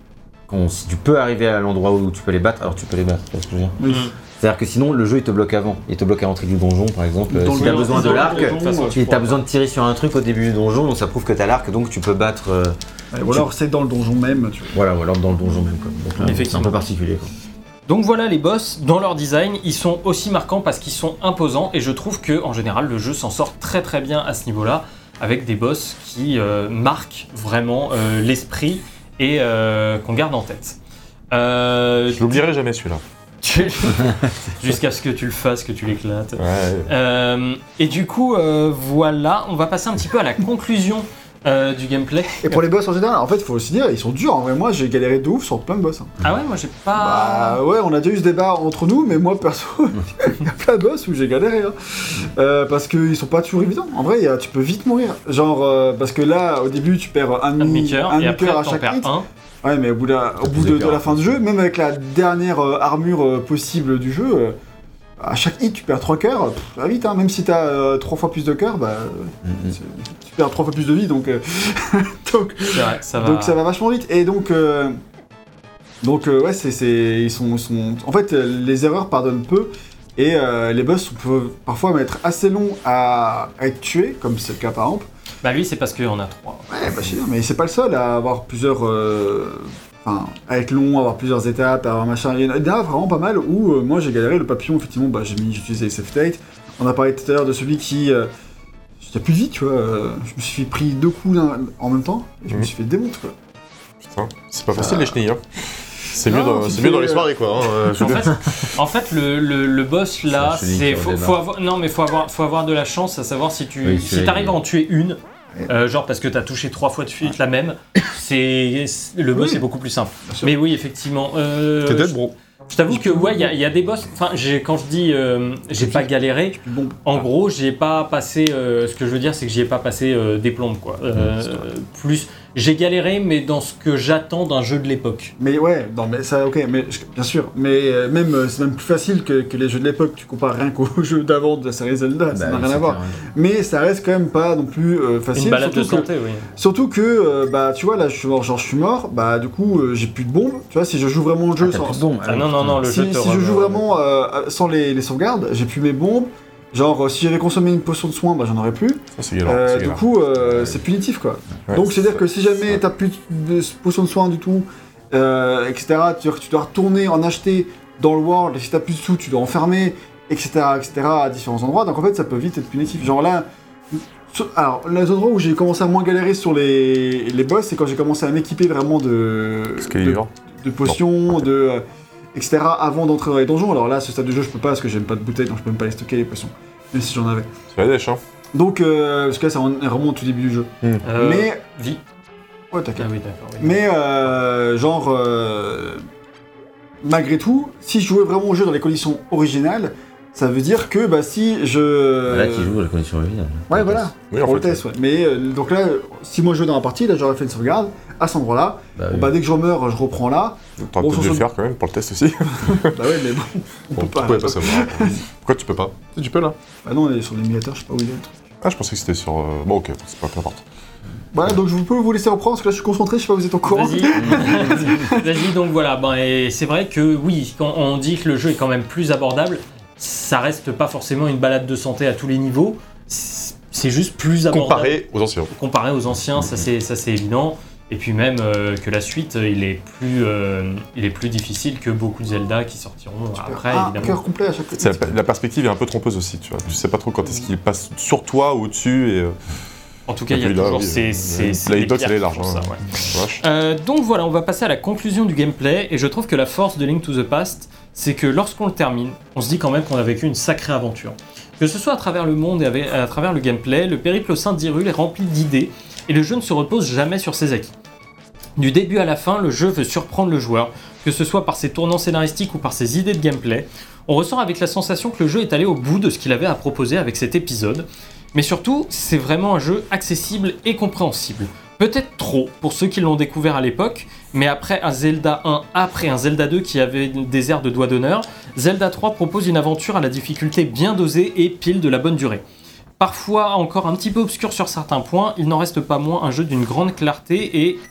si tu peux arriver à l'endroit où tu peux les battre, alors tu peux les battre, tu vois ce que je veux dire. Oui. C'est-à-dire que sinon le jeu il te bloque avant, il te bloque à l'entrée du donjon par exemple. Si t'as besoin de l'arc, tu as besoin de tirer sur un truc au début du donjon, donc ça prouve que t'as l'arc, donc tu peux battre. Ou alors c'est dans le donjon même, tu vois. Voilà, ou alors dans le donjon même quoi. Donc là, c'est un peu particulier quoi. Donc voilà, les boss, dans leur design, ils sont aussi marquants parce qu'ils sont imposants et je trouve que en général le jeu s'en sort très très bien à ce niveau-là, avec des boss qui marquent vraiment l'esprit et qu'on garde en tête. Je l'oublierai jamais celui-là. Jusqu'à ce que tu le fasses, que tu l'éclates. Ouais. Et du coup, voilà, on va passer un petit peu à la conclusion du gameplay. Et pour les boss en général, en fait, il faut aussi dire, ils sont durs. En vrai, moi, j'ai galéré de ouf sur plein de boss. Ah ouais, moi j'ai pas. Bah ouais, on a déjà eu ce débat entre nous, mais moi perso, il y a plein de boss où j'ai galéré. Parce qu'ils sont pas toujours évidents. En vrai, tu peux vite mourir. Genre, parce que là, au début, tu perds un demi-cœur et après à t'en chaque perds hit. un. Ouais, mais au bout de la fin du jeu, même avec la dernière armure possible du jeu, à chaque hit tu perds 3 cœurs, ça va vite, hein. Même si t'as 3 fois plus de cœurs, bah, tu perds 3 fois plus de vie, donc C'est vrai, ça va. donc ça va vachement vite. Et donc ouais, ils sont... En fait, les erreurs pardonnent peu, et les boss peuvent parfois être assez longs à être tués, comme c'est le cas par exemple. Bah lui c'est parce qu'on a 3. Ouais, bah je sais bien, mais c'est pas le seul à avoir plusieurs... Enfin, à être long, avoir plusieurs étapes, avoir machin... Il y en a vraiment pas mal où moi j'ai galéré. Le papillon, effectivement, bah, j'ai utilisé les save state. On a parlé tout à l'heure de celui qui... J'étais plus vite, tu vois. Je me suis pris 2 coups en même temps, et je me suis fait démonter, quoi. Putain, c'est pas facile les chenilles, hein. C'est mieux Non, dans les soirées, quoi. Hein. En fait, le boss là, C'est celui qui faut avoir de la chance à savoir si t'arrives à en tuer une, genre parce que t'as touché 3 fois de suite la même, le boss est beaucoup plus simple. Mais oui, effectivement. T'es dead, bro. Je t'avoue que ouais, il y a des boss. Enfin, quand je dis j'ai pas galéré, en gros, j'ai pas passé. Ce que je veux dire, c'est que j'y ai pas passé des plombes, quoi. Plus. J'ai galéré, mais dans ce que j'attends d'un jeu de l'époque. Mais ouais, non, mais ça, ok, mais bien sûr. Mais c'est même plus facile que les jeux de l'époque. Tu compares rien qu'aux jeux d'avant de la série Zelda, ça n'a rien à voir. Mais ça reste quand même pas non plus facile. Une balade de santé, oui. Surtout que, bah, tu vois, là, je suis mort, bah, du coup, j'ai plus de bombes. Tu vois, si je joue vraiment le jeu sans. Non, le jeu te si je joue vraiment sans les sauvegardes, j'ai plus mes bombes. Genre, si j'avais consommé une potion de soin, bah j'en aurais plus. Ça, c'est galère. Du coup, c'est punitif, quoi. Ouais, donc, c'est-à-dire que si jamais t'as plus de potion de soin du tout, etc., tu dois retourner en acheter dans le world, et si t'as plus de sous, tu dois enfermer, etc., à différents endroits. Donc, en fait, ça peut vite être punitif. Genre là, alors, les endroits où j'ai commencé à moins galérer sur les boss, c'est quand j'ai commencé à m'équiper vraiment de potions, etc. avant d'entrer dans les donjons. Alors là, à ce stade du jeu, je peux pas parce que j'aime pas de bouteilles, donc je peux même pas les stocker les potions. Même si j'en avais. C'est la dèche, hein. Donc, parce que là, ça remonte au tout début du jeu. Mais. Vie. Ouais, t'inquiète. Ah oui, d'accord. Oui. Mais, malgré tout, si je jouais vraiment au jeu dans les conditions originales, ça veut dire que, bah, si je. Là, tu joues à la condition originale. Ouais, voilà. Oui, en pour le fait. test, ouais. Mais, donc là, si moi je jouais dans la partie, là, j'aurais fait une sauvegarde à cet endroit-là. Bah, dès que je meurs, je reprends là. T'aurais peut-être dû le faire quand même pour le test aussi. Bah ouais, mais bon, on peut pas. Tu pouvais pas savoir. Pourquoi tu peux pas? Tu peux là? Bah non, on est sur l'émulateur, je sais pas où il est le truc. Ah, je pensais que c'était sur. Bon, ok, c'est pas peu importe. Voilà, donc je peux vous laisser reprendre parce que là je suis concentré, je sais pas, vous êtes au courant. Vas-y, donc voilà. Et c'est vrai que oui, quand on dit que le jeu est quand même plus abordable, ça reste pas forcément une balade de santé à tous les niveaux. C'est juste plus abordable. Comparé aux anciens. Ça c'est évident. Et puis même que la suite, il est plus difficile que beaucoup de Zelda qui sortiront après, évidemment. Cœur complet à chaque fois. La perspective est un peu trompeuse aussi, tu vois. Tu sais pas trop quand est-ce qu'il passe sur toi ou au-dessus et... En tout cas, il y a toujours ces la hitbox, elle est large. Donc voilà, on va passer à la conclusion du gameplay. Et je trouve que la force de Link to the Past, c'est que lorsqu'on le termine, on se dit quand même qu'on a vécu une sacrée aventure. Que ce soit à travers le monde et à travers le gameplay, le périple au sein d'Hyrule est rempli d'idées et le jeu ne se repose jamais sur ses acquis. Du début à la fin, le jeu veut surprendre le joueur, que ce soit par ses tournants scénaristiques ou par ses idées de gameplay. On ressort avec la sensation que le jeu est allé au bout de ce qu'il avait à proposer avec cet épisode. Mais surtout, c'est vraiment un jeu accessible et compréhensible. Peut-être trop pour ceux qui l'ont découvert à l'époque, mais après un Zelda 1, après un Zelda 2 qui avait des airs de doigt d'honneur, Zelda 3 propose une aventure à la difficulté bien dosée et pile de la bonne durée. Parfois encore un petit peu obscur sur certains points, il n'en reste pas moins un jeu d'une grande clarté et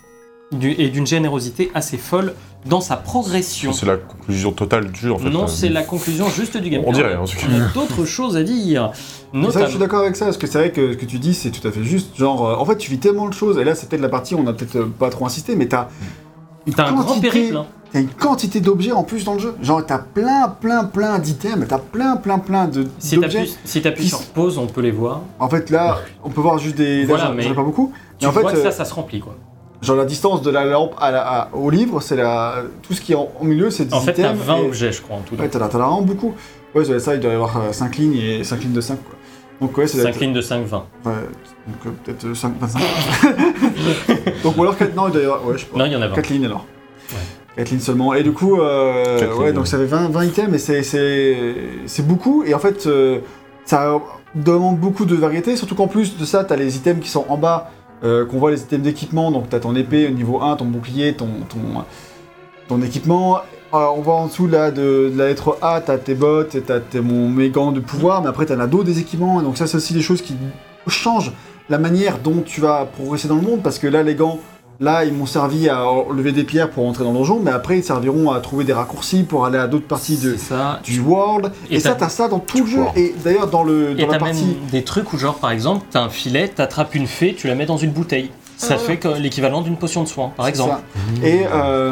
et d'une générosité assez folle dans sa progression. C'est la conclusion totale du jeu, en fait. Non, c'est la conclusion juste du gameplay. On dirait, en tout cas. On a d'autres choses à dire. Ça, je suis d'accord avec ça, parce que c'est vrai que ce que tu dis, c'est tout à fait juste. Genre, en fait, tu vis tellement de choses, et là, c'est peut-être la partie où on a peut-être pas trop insisté, mais t'as un grand périple. Hein. T'as une quantité d'objets en plus dans le jeu. Genre, t'as plein d'items, t'as plein d'objets. Si t'appuies sur pause, on peut les voir. En fait, là, on peut voir juste des... Voilà, là, mais j'en ai pas beaucoup. Tu en vois fait, que ça se remplit, quoi. Genre, la distance de la lampe au livre, c'est tout ce qui est au milieu, c'est des items. En fait, t'as 20 objets, je crois, en tout. Ouais, t'en as vraiment beaucoup. Ouais, ça, il doit y avoir 5 lignes et 5 lignes de 5, quoi. Donc, ouais, c'est 5 lignes de 5, 20. Ouais, donc peut-être 5, 25. Donc, ou alors 4, non, il doit y avoir... Ouais, je sais pas. Non, il y en a 20. 4 lignes, alors. Ouais. 4 lignes seulement. Et du coup, ouais, donc ça fait 20 items, et c'est beaucoup. Et en fait, ça demande beaucoup de variété, surtout qu'en plus de ça, t'as les items qui sont en bas, qu'on voit les items d'équipement. Donc t'as ton épée au niveau 1, ton bouclier, ton équipement. On voit en dessous là de la lettre A, t'as tes bottes, t'as mes gants de pouvoir, mais après t'en as d'autres des équipements. Et donc ça, c'est aussi des choses qui changent la manière dont tu vas progresser dans le monde, parce que là, les gants, là, ils m'ont servi à lever des pierres pour entrer dans le donjon, mais après, ils serviront à trouver des raccourcis pour aller à d'autres parties du world. Et ça, t'as ça dans tout le jeu. Et d'ailleurs, dans la partie... même des trucs où, genre, par exemple, t'as un filet, t'attrapes une fée, tu la mets dans une bouteille. Ça fait l'équivalent d'une potion de soin, par exemple. Ça. Et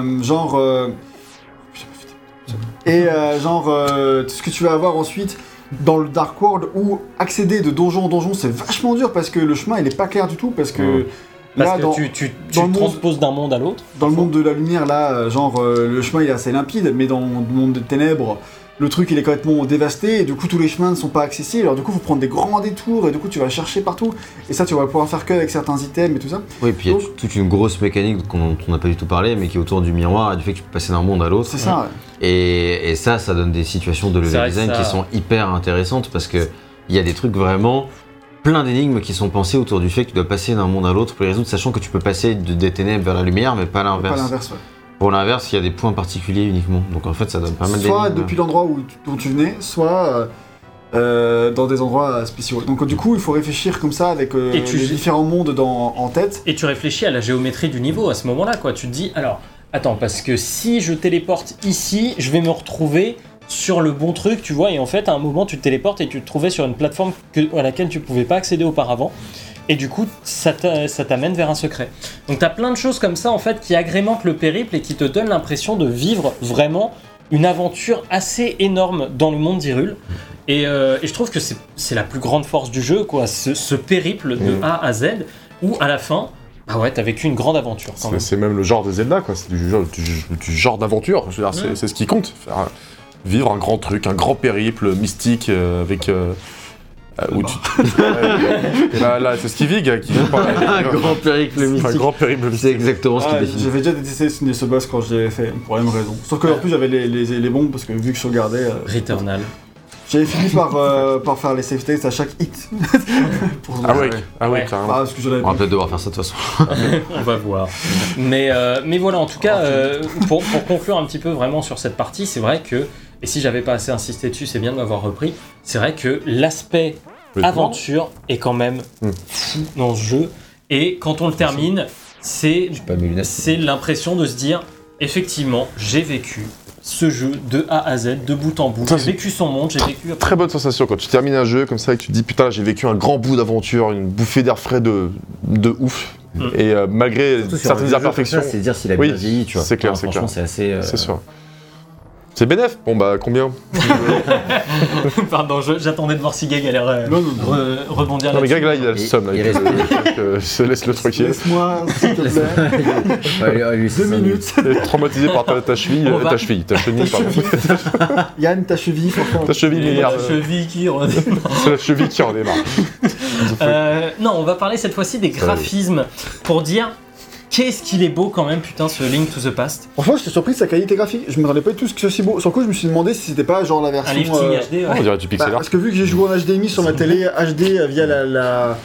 ce que tu vas avoir ensuite dans le Dark World, où accéder de donjon en donjon, c'est vachement dur, parce que le chemin, il est pas clair du tout, parce que... Parce que tu transposes d'un monde à l'autre. Dans le monde de la lumière, là, le chemin il est assez limpide, mais dans le monde des ténèbres, le truc il est complètement dévasté, et du coup tous les chemins ne sont pas accessibles, alors du coup il faut prendre des grands détours, et du coup tu vas chercher partout, et ça tu vas pouvoir faire que avec certains items et tout ça. Oui, et puis il y a toute une grosse mécanique dont on n'a pas du tout parlé, mais qui est autour du miroir, et du fait que tu peux passer d'un monde à l'autre. C'est ça, ouais. Et ça donne des situations de level design qui sont hyper intéressantes, parce que il y a des trucs vraiment... plein d'énigmes qui sont pensées autour du fait que tu dois passer d'un monde à l'autre pour les résoudre, sachant que tu peux passer des ténèbres vers la lumière, mais pas l'inverse. Pas l'inverse, ouais. Pour l'inverse, il y a des points particuliers uniquement. Donc en fait, ça donne pas mal d'énigmes. Soit depuis l'endroit dont tu venais, soit dans des endroits spéciaux. Donc du coup, il faut réfléchir comme ça avec les différents mondes en tête. Et tu réfléchis à la géométrie du niveau à ce moment-là, quoi. Tu te dis, alors, attends, parce que si je téléporte ici, je vais me retrouver sur le bon truc, tu vois, et en fait à un moment tu te téléportes et tu te trouvais sur une plateforme à laquelle tu pouvais pas accéder auparavant, et du coup ça t'amène vers un secret. Donc t'as plein de choses comme ça en fait qui agrémentent le périple et qui te donnent l'impression de vivre vraiment une aventure assez énorme dans le monde d'Hyrule. Et je trouve que c'est la plus grande force du jeu, quoi, ce périple de A à Z, où à la fin, ah ouais, t'as vécu une grande aventure. C'est même le genre de Zelda, quoi, c'est du genre d'aventure, je veux dire, c'est ce qui compte. Vivre un grand truc, un grand périple mystique avec... où là, c'est Skivig qui joue par... Un grand périple mystique. Un grand périple mystique. C'est exactement ce qu'il définit. J'avais déjà détesté ce boss quand je l'avais fait, pour la même raison. Sauf que en plus j'avais les bombes, parce que vu que je regardais... Returnal. J'avais fini par faire les save states à chaque hit. Ah ouais, carrément. Parce que on va peut-être devoir faire ça de toute façon. On va voir. Mais voilà, en tout cas, pour conclure un petit peu vraiment sur cette partie, c'est vrai que, et si j'avais pas assez insisté dessus, c'est bien de m'avoir repris, c'est vrai que l'aspect aventure est quand même fou dans ce jeu. Et quand on le termine, c'est l'impression de se dire, effectivement, j'ai vécu ce jeu de A à Z, de bout en bout. J'ai vécu son monde, j'ai vécu... Très bonne sensation quand tu termines un jeu comme ça et que tu te dis putain, j'ai vécu un grand bout d'aventure, une bouffée d'air frais de ouf. Et malgré certaines imperfections... C'est dire s'il a bien vieilli, tu vois. C'est clair, c'est clair. C'est assez... C'est sûr. C'est bénef. Bon bah combien? Pardon, j'attendais de voir si Gag allait rebondir là-dessus. Non mais Gag là il a le somme, je laisse le truquer. Laisse-moi s'il te plaît. 2 minutes. Traumatisé par ta cheville, ta chenille pardon. Yann, ta cheville. Ta cheville meilleure. La cheville qui redémarre. C'est la cheville qui redémarre. Non, on va parler cette fois-ci des graphismes pour dire... Qu'est-ce qu'il est beau quand même, putain, ce Link to the Past. Franchement, j'étais surpris de sa qualité graphique. Je m'attendais pas du tout à ce que ce soit si beau. Sur le coup, je me suis demandé si c'était pas genre la version... Un lifting HD, ouais. On dirait du pixel art. Parce que vu que j'ai joué en HDMI sur ma télé HD via la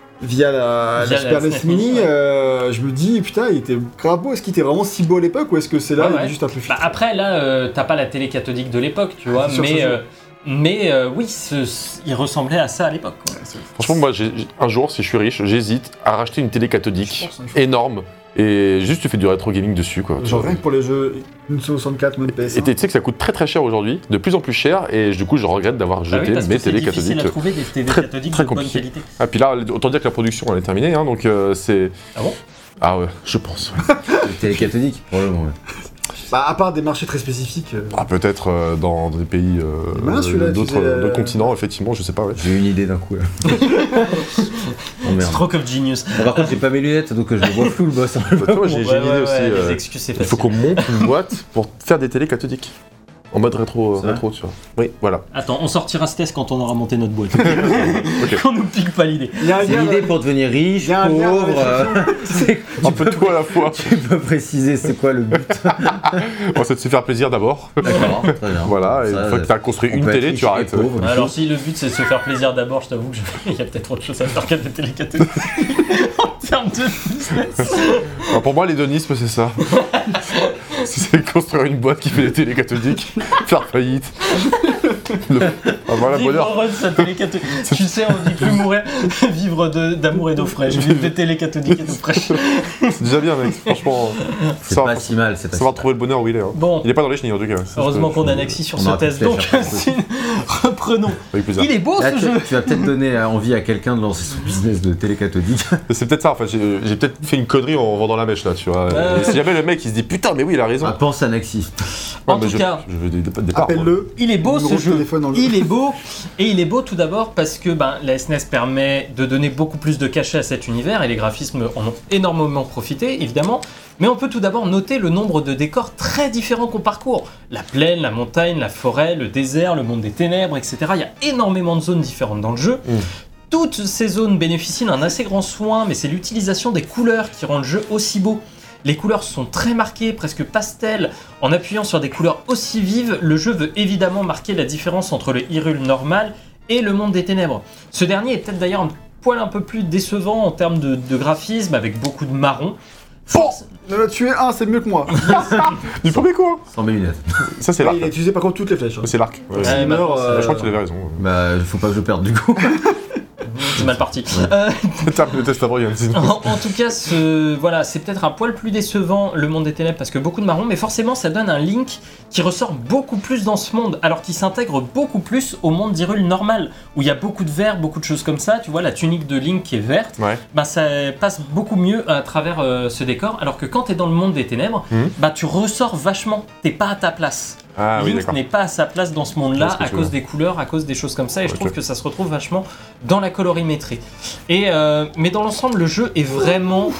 Super NES Mini, je me dis, putain, il était grave beau. Est-ce qu'il était vraiment si beau à l'époque, ou est-ce que c'est là, il est juste un peu filtré? Après, là, t'as pas la télé cathodique de l'époque, tu vois, mais oui, il ressemblait à ça à l'époque. Ouais, franchement, moi, un jour, si je suis riche, j'hésite à racheter une télé cathodique énorme Et juste tu fais du rétro gaming dessus quoi. Genre rien que pour les jeux Nintendo 64, mode PS1. Et tu sais que ça coûte très très cher aujourd'hui, de plus en plus cher, et du coup je regrette d'avoir jeté mes télé cathodiques. C'est difficile à trouver des TV cathodiques très de bonne compliqué. qualité. Ah puis là, autant dire que la production elle est terminée, hein, donc c'est... Ah bon? Ah ouais, je pense. Ouais. Les télé cathodiques, probablement. Ouais. Bah, à part des marchés très spécifiques. Ah peut-être dans des pays d'autres continents, effectivement, je sais pas. Ouais. J'ai eu une idée d'un coup là. Oh C'est merde. trop comme Genius. Bon, par contre, j'ai pas mes lunettes donc je le vois flou le boss. Moi j'ai une idée aussi. Les excuses, c'est Il faut facile. qu'on monte une boîte pour faire des télé cathodiques. En mode rétro, tu vois. Oui, voilà. Attends, on sortira ce test quand on aura monté notre boîte. Qu'on nous pique pas l'idée. Il y a un C'est lien, l'idée pour devenir riche, il y a un lien dans la pauvre. Un peu tout à la fois. Tu peux préciser c'est quoi le but? Bon, c'est de se faire plaisir d'abord. D'accord, très bien. Voilà, et Ça, une fois que tu as construit on une peut télé, être tu riche arrêtes. et pauvre. Alors si le but c'est de se faire plaisir d'abord, je t'avoue que il y a peut-être autre chose à faire qu'à des télé cathodiques. En termes de business. Alors, pour moi, l'hédonisme, c'est ça. C'est construire une boîte qui fait des télé cathodiques, faire faillite. Voilà, Vivre bonheur. heureux de sa télé cathodique. Tu sais, on dit plus mourir, vivre d'amour et d'eau fraîche. Vivre des télé cathodiques et d'eau fraîche. C'est déjà bien, mec. Franchement, C'est ça pas va si mal, c'est pas si savoir mal. trouver le bonheur où il est. Hein. Bon, Il est pas dans les chenilles en tout cas. C'est heureusement ce que qu'on a je- Naxi sur On ce aura pu test. se les Donc, faire passer. Stine, reprenons. Avec plaisir. Il est beau Là, ce jeu. tu vas peut-être donner envie à quelqu'un de lancer son business de télé cathodique. C'est peut-être ça, en fait. J'ai peut-être fait une connerie en vendant la mèche là, tu vois. Et si jamais le mec il se dit putain, mais oui, il a raison. Ah, pense à Naxi. En Ouais, mais tout cas, je veux des départs. Appelle-le. il est beau Numéro ce de jeu. téléphone dans le Il est beau. Et il est beau tout d'abord parce que la SNES permet de donner beaucoup plus de cachet à cet univers et les graphismes en ont énormément profité, évidemment. Mais on peut tout d'abord noter le nombre de décors très différents qu'on parcourt. La plaine, la montagne, la forêt, le désert, le monde des ténèbres, etc. Il y a énormément de zones différentes dans le jeu. Toutes ces zones bénéficient d'un assez grand soin, mais c'est l'utilisation des couleurs qui rend le jeu aussi beau. Les couleurs sont très marquées, presque pastel. En appuyant sur des couleurs aussi vives, le jeu veut évidemment marquer la différence entre le Hyrule normal et le monde des ténèbres. Ce dernier est peut-être d'ailleurs un poil un peu plus décevant en termes de graphisme, avec beaucoup de marron. Il en a tué un, c'est mieux que moi. Du premier coup, hein. Sans mes lunettes. Ça, c'est Il l'arc. a utilisé par contre toutes les flèches. hein. C'est l'arc. Ouais. S'il Ouais, meurt, maintenant, Je crois qu'il avait raison. Bah, faut pas que je perde du coup. C'est mal parti. Tape le test avant, Yann. En tout cas, c'est peut-être un poil plus décevant le monde des ténèbres parce que beaucoup de marron, mais forcément ça donne un Link qui ressort beaucoup plus dans ce monde, alors qu'il s'intègre beaucoup plus au monde d'Hyrule normal, où il y a beaucoup de vert, beaucoup de choses comme ça. Tu vois, la tunique de Link qui est verte, Ouais. ça passe beaucoup mieux à travers ce décor, alors que quand t'es dans le monde des ténèbres, tu ressors vachement, t'es pas à ta place. Ah oui, Link d'accord. n'est pas à sa place dans ce monde-là Je vois ce que à tu cause veux. des couleurs, à cause des choses comme ça, et je Ok. trouve que ça se retrouve vachement dans la colorimétrie. Mais dans l'ensemble, le jeu est vraiment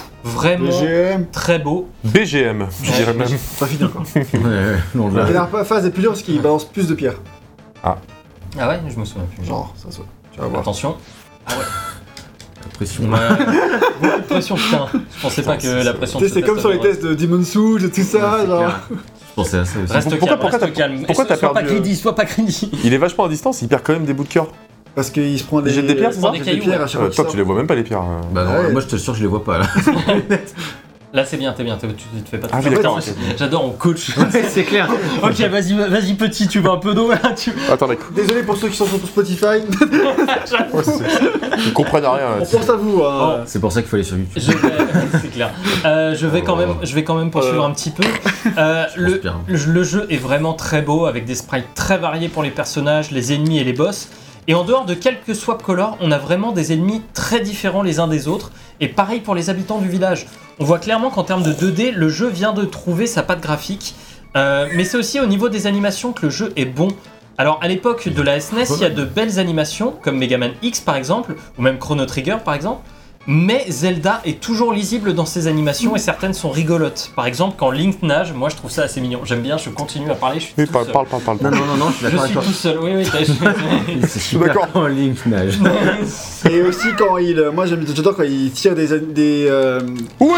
GM. très beau. BGM, je dirais même. Pas fini encore. Non, La là. dernière phase est plus dure parce qu'il balance plus de pierres. Ah ouais, je me souviens plus. Genre, ça se. Tu vas voir. Attention. Pression. Ouais. Beaucoup de pression, putain. Je pensais pas que la pression. Tu de sais, ce c'est comme test sur les aurait- tests de Demon's Souls et tout ça. C'est Genre. clair. Je pensais à ça aussi. Reste Pourquoi- calme, pourquoi reste t'as- calme. pourquoi t'as Sois pas perdu, greedy, sois pas greedy. Il est vachement à distance, il perd quand même des bouts de cœur. Parce qu'il se prend Il jette des pierres, c'est ça il jette Des des pierres à chaque fois Toi, qu'il tu sort. les vois même pas les pierres. Bah non, Ouais. moi je te assure que je les vois pas là. Là, c'est bien, t'es bien, tu te fais pas Ah trop oui, peur. d'accord, Putain, J'adore, on coach. C'est clair. Ok, vas-y petit, tu veux un peu d'eau là Attends, mec. Désolé pour ceux qui sont sur Spotify. Ouais, ils comprennent rien. On là. pense à vous. hein. C'est pour ça qu'il faut aller sur YouTube. C'est clair. Je vais quand même poursuivre un petit peu. Transpire. Le jeu est vraiment très beau avec des sprites très variés pour les personnages, les ennemis et les boss. Et en dehors de quelques swap colors, on a vraiment des ennemis très différents les uns des autres. Et pareil pour les habitants du village. On voit clairement qu'en termes de 2D, le jeu vient de trouver sa patte graphique. Mais c'est aussi au niveau des animations que le jeu est bon. Alors à l'époque de la SNES, il y a de belles animations, comme Mega Man X par exemple, ou même Chrono Trigger par exemple. Mais Zelda est toujours lisible dans ses animations et certaines sont rigolotes. Par exemple, quand Link nage, moi je trouve ça assez mignon. J'aime bien, je continue à parler, je suis Oui, tout parle. seul. Non, je suis Je d'accord avec suis toi. tout seul, oui, t'as C'est super d'accord. quand Link nage. Et aussi quand il. Moi j'adore quand il tire des. Ouais.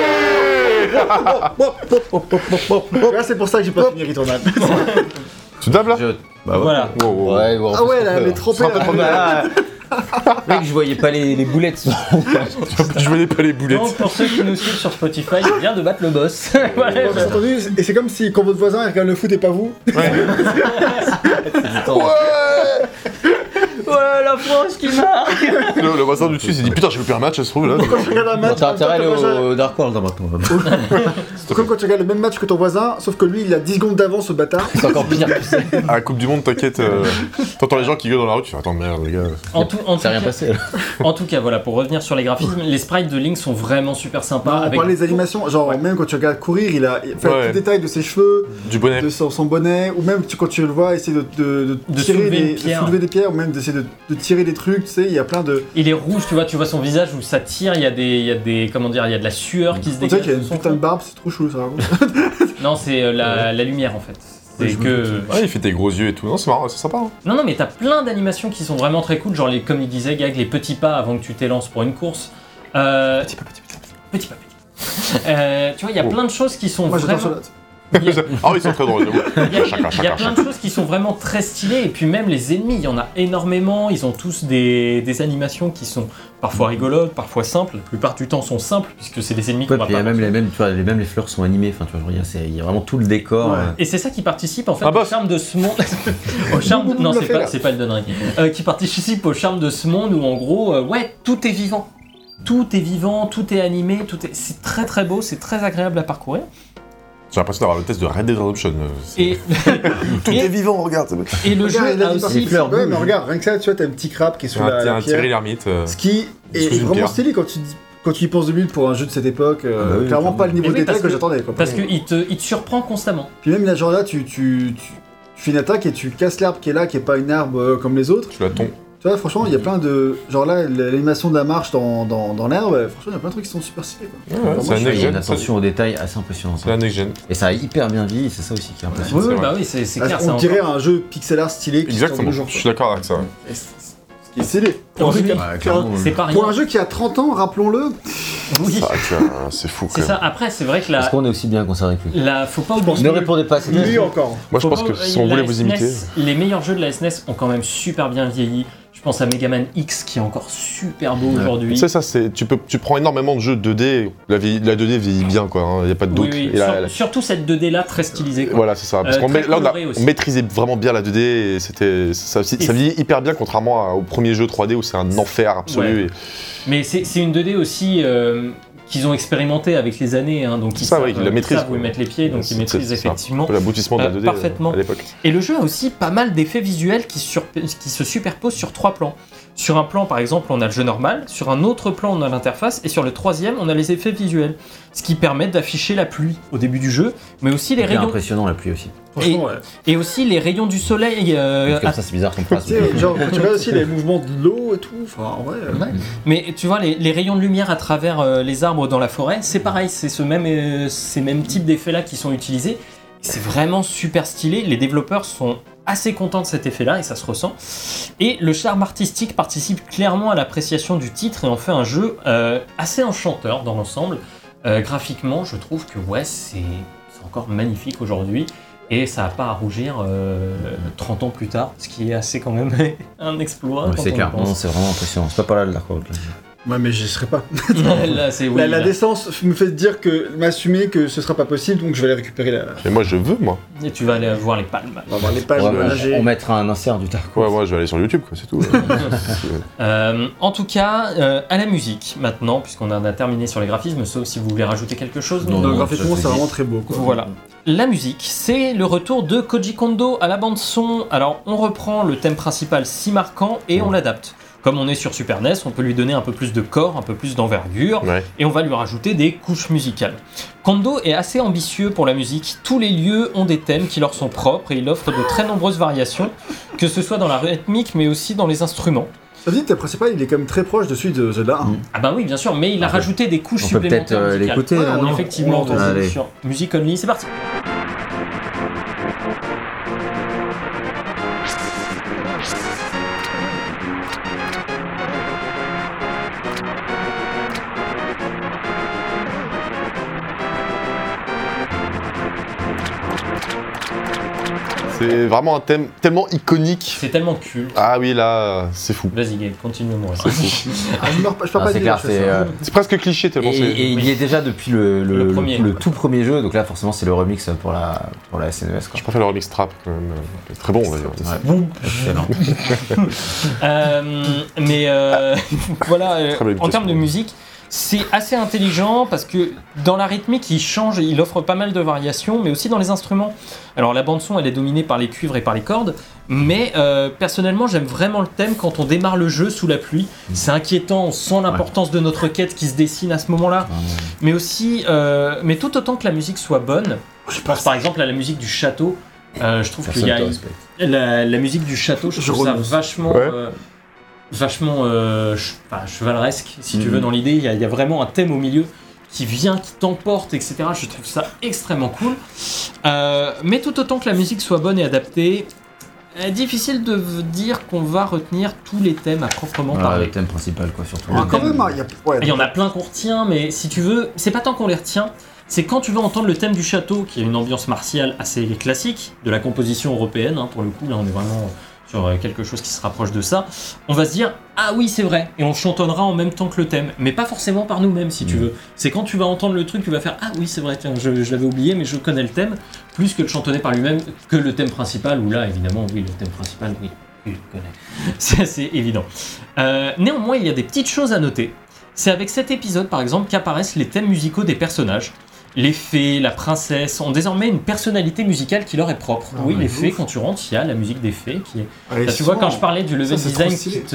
Là c'est pour ça que j'ai pas fini Returnal. Tu dabs là Bah Voilà. Wow, wow. Ouais, bon, Ah ouais, là, elle est trempée. là. Mec, je voyais pas les boulettes. Je voyais pas les boulettes. Donc pour ceux qui nous suivent sur Spotify, il vient de battre le boss. Voilà. Ouais, t'as entendu. Et c'est comme si quand votre voisin il regarde le foot et pas vous. Ouais, la France qui marque. Le voisin du dessus il s'est dit putain j'ai loupé un match ça se trouve là. Quand tu regardes un match, T'as intérêt à aller au Dark World maintenant. c'est comme quand tu regardes le même match que ton voisin, sauf que lui il a 10 secondes d'avance au bâtard. C'est encore pire, tu sais. À la Coupe du Monde t'inquiète, t'entends les gens qui gueulent dans la rue, tu fais attends merde les gars. C'est rien passé là. En tout cas, voilà, pour revenir sur les graphismes, les sprites de Link sont vraiment super sympas. On parlait des animations, genre même quand tu regardes courir, il a fait tout le détail de ses cheveux, du bonnet, de son bonnet, ou même quand tu le vois essayer de tirer de soulever des pierres, ou même d'essayer de tirer des trucs, tu sais, il y a plein de... Il est rouge, tu vois son visage où ça tire, il y a des comment dire, il y a de la sueur qui se dégage. On dirait qu'il y a une putain de barbe, c'est trop chou ça. Non, c'est la lumière en fait. C'est que... il fait des gros yeux et tout, non c'est marrant, c'est sympa. Hein. Non, mais t'as plein d'animations qui sont vraiment très cool, genre comme il disait Gag, les petits pas avant que tu t'élances pour une course. Petit pas. Tu vois, il y a plein de choses qui sont vraiment... Ah oui, ils sont très drôles. Il y a plein de choses qui sont vraiment très stylées, et puis même les ennemis, il y en a énormément, ils ont tous des animations qui sont parfois rigolotes, parfois simples, la plupart du temps sont simples, puisque c'est des ennemis qu'on va pas... Même les fleurs sont animées, enfin tu vois, il y a vraiment tout le décor. Ouais. Et c'est ça qui participe en fait au charme de ce monde... Non, c'est pas le donnerie. Qui participe au charme de ce monde où en gros, tout est vivant. Tout est vivant, tout est animé, c'est très très beau, c'est très agréable à parcourir. J'ai l'impression d'avoir le test de Red Dead Redemption. Tout est vivant, regarde. Et le jeu a aussi... Ouais, mais regarde, rien que ça, tu vois, t'as un petit crabe qui est sur la pierre. Thierry l'ermite. Ce qui est vraiment stylé quand tu y penses 2 minutes pour un jeu de cette époque. Clairement pas le niveau de détail que j'attendais. Parce qu'il te surprend constamment. Puis même là, genre là, tu fais une attaque et tu casses l'arbre qui est là, qui est pas une arbre comme les autres. Tu la tombes. Tu vois, franchement, il y a plein de... Genre là, l'animation de la marche dans l'herbe, franchement, il y a plein de trucs qui sont super stylés. Il y a une attention aux détails assez impressionnante. C'est la next-gen. Et ça a hyper bien vieilli, c'est ça aussi qui est impressionnant. Oui, c'est clair. On dirait un jeu pixel art stylé. Exactement, je suis d'accord avec ça. Ce qui est stylé. C'est pas rien. Pour un jeu qui a 30 ans, rappelons-le. Oui. C'est fou. C'est ça. Après, c'est vrai que Est-ce qu'on est aussi bien conservé que lui faut pas oublier. Ne répondez pas à cette question. Encore. Moi, je pense que si on voulait vous imiter. Les meilleurs jeux de la SNES ont quand même super bien vieilli. Je pense à Mega Man X qui est encore super beau aujourd'hui. C'est ça, tu prends énormément de jeux 2D, la 2D vieillit bien quoi, il n'y a pas de doute. Oui. Surtout cette 2D là très stylisée. Quoi. Voilà, c'est ça. Parce on maîtrisait vraiment bien la 2D et ça vieillit hyper bien contrairement au premier jeu 3D où c'est un enfer absolu. Ouais. Mais c'est une 2D aussi qu'ils ont expérimenté avec les années, hein, donc ils savent où ils mettent les pieds, donc ils maîtrisent effectivement l'aboutissement de la 2D parfaitement. À l'époque. Et le jeu a aussi pas mal d'effets visuels qui se superposent sur 3 plans. Sur un plan, par exemple, on a le jeu normal, sur un autre plan, on a l'interface, et sur le troisième, on a les effets visuels, ce qui permet d'afficher la pluie au début du jeu, mais aussi les rayons... C'est impressionnant la pluie aussi. Et aussi les rayons du soleil... Comme ça, c'est bizarre comme phrase. Genre, tu vois aussi les mouvements de l'eau et tout, enfin, en vrai... Mais tu vois, les rayons de lumière à travers les arbres dans la forêt, c'est pareil, c'est ces mêmes types d'effets-là qui sont utilisés. C'est vraiment super stylé, les développeurs sont assez contents de cet effet-là et ça se ressent. Et le charme artistique participe clairement à l'appréciation du titre et en fait un jeu assez enchanteur dans l'ensemble. Graphiquement, je trouve que c'est encore magnifique aujourd'hui et ça n'a pas à rougir 30 ans plus tard, ce qui est assez quand même un exploit. Ouais, c'est clair, c'est vraiment impressionnant. C'est pas là le Dark World. Ouais, mais j'y serai pas. La décence me fait dire m'assumer que ce sera pas possible, donc je vais aller récupérer la... Mais moi, je veux, moi. Et tu vas aller voir les palmes. On va voir les pages. On mettra un insert du Dark World. Ouais, moi, je vais aller sur YouTube, quoi, c'est tout. En tout cas, à la musique, maintenant, puisqu'on en a terminé sur les graphismes, sauf si vous voulez rajouter quelque chose. Non, graphiquement, c'est vraiment très beau, quoi. Voilà. La musique, c'est le retour de Koji Kondo à la bande-son. Alors, on reprend le thème principal si marquant et on l'adapte. Comme on est sur Super NES, on peut lui donner un peu plus de corps, un peu plus d'envergure, et on va lui rajouter des couches musicales. Kondo est assez ambitieux pour la musique, tous les lieux ont des thèmes qui leur sont propres, et il offre de très nombreuses variations, que ce soit dans la rythmique, mais aussi dans les instruments. Ça veut dire que le thème principal, il est quand même très proche de celui de Zelda 1. Ah bah oui, bien sûr, mais il a rajouté des couches supplémentaires musicales. On peut peut-être l'écouter, là, non ? Effectivement, sur Music Only, c'est parti. C'est vraiment un thème tellement iconique. C'est tellement culte. Ah oui, là, c'est fou. Vas-y, Gaël, continue-moi. Je parle pas c'est de clair, C'est presque cliché tellement et c'est... il y est déjà depuis le premier, tout premier jeu, donc là forcément c'est le remix pour la SNES quoi. Je préfère le remix trap quand même. C'est très bon d'ailleurs. Ouais. Bon. Excellent. Voilà, Très belle en termes de imitation. musique, c'est assez intelligent parce que dans la rythmique, il change, il offre pas mal de variations, mais aussi dans les instruments. Alors la bande son, elle est dominée par les cuivres et par les cordes, mais personnellement, j'aime vraiment le thème quand on démarre le jeu sous la pluie. C'est inquiétant, on sent l'importance de notre quête qui se dessine à ce moment-là, mais aussi, mais tout autant que la musique soit bonne. Je pense par exemple à la musique du château. Je trouve qu'il y a la musique du château, je trouve ça vachement. Ouais. Vachement chevaleresque, si tu veux, dans l'idée. Il y a vraiment un thème au milieu qui vient, qui t'emporte, etc. Je trouve ça extrêmement cool. Mais tout autant que la musique soit bonne et adaptée, difficile de dire qu'on va retenir tous les thèmes à proprement parler. Le thème principal quoi surtout. Quand même, Il y en a plein qu'on retient, mais si tu veux, c'est pas tant qu'on les retient, c'est quand tu vas entendre le thème du château, qui a une ambiance martiale assez classique, de la composition européenne, hein, pour le coup, là on est vraiment sur quelque chose qui se rapproche de ça, on va se dire « Ah oui, c'est vrai !» et on chantonnera en même temps que le thème, mais pas forcément par nous-mêmes, si tu veux. C'est quand tu vas entendre le truc, tu vas faire « Ah oui, c'est vrai, tiens, je l'avais oublié, mais je connais le thème », plus que le chantonner par lui-même, que le thème principal, où là, évidemment, oui, le thème principal, oui, je le connais. C'est évident. Néanmoins, il y a des petites choses à noter. C'est avec cet épisode, par exemple, qu'apparaissent les thèmes musicaux des personnages. Les fées, la princesse ont désormais une personnalité musicale qui leur est propre. Oui, les fées, quand tu rentres, il y a la musique des fées qui est... Là, tu vois, quand je parlais du level design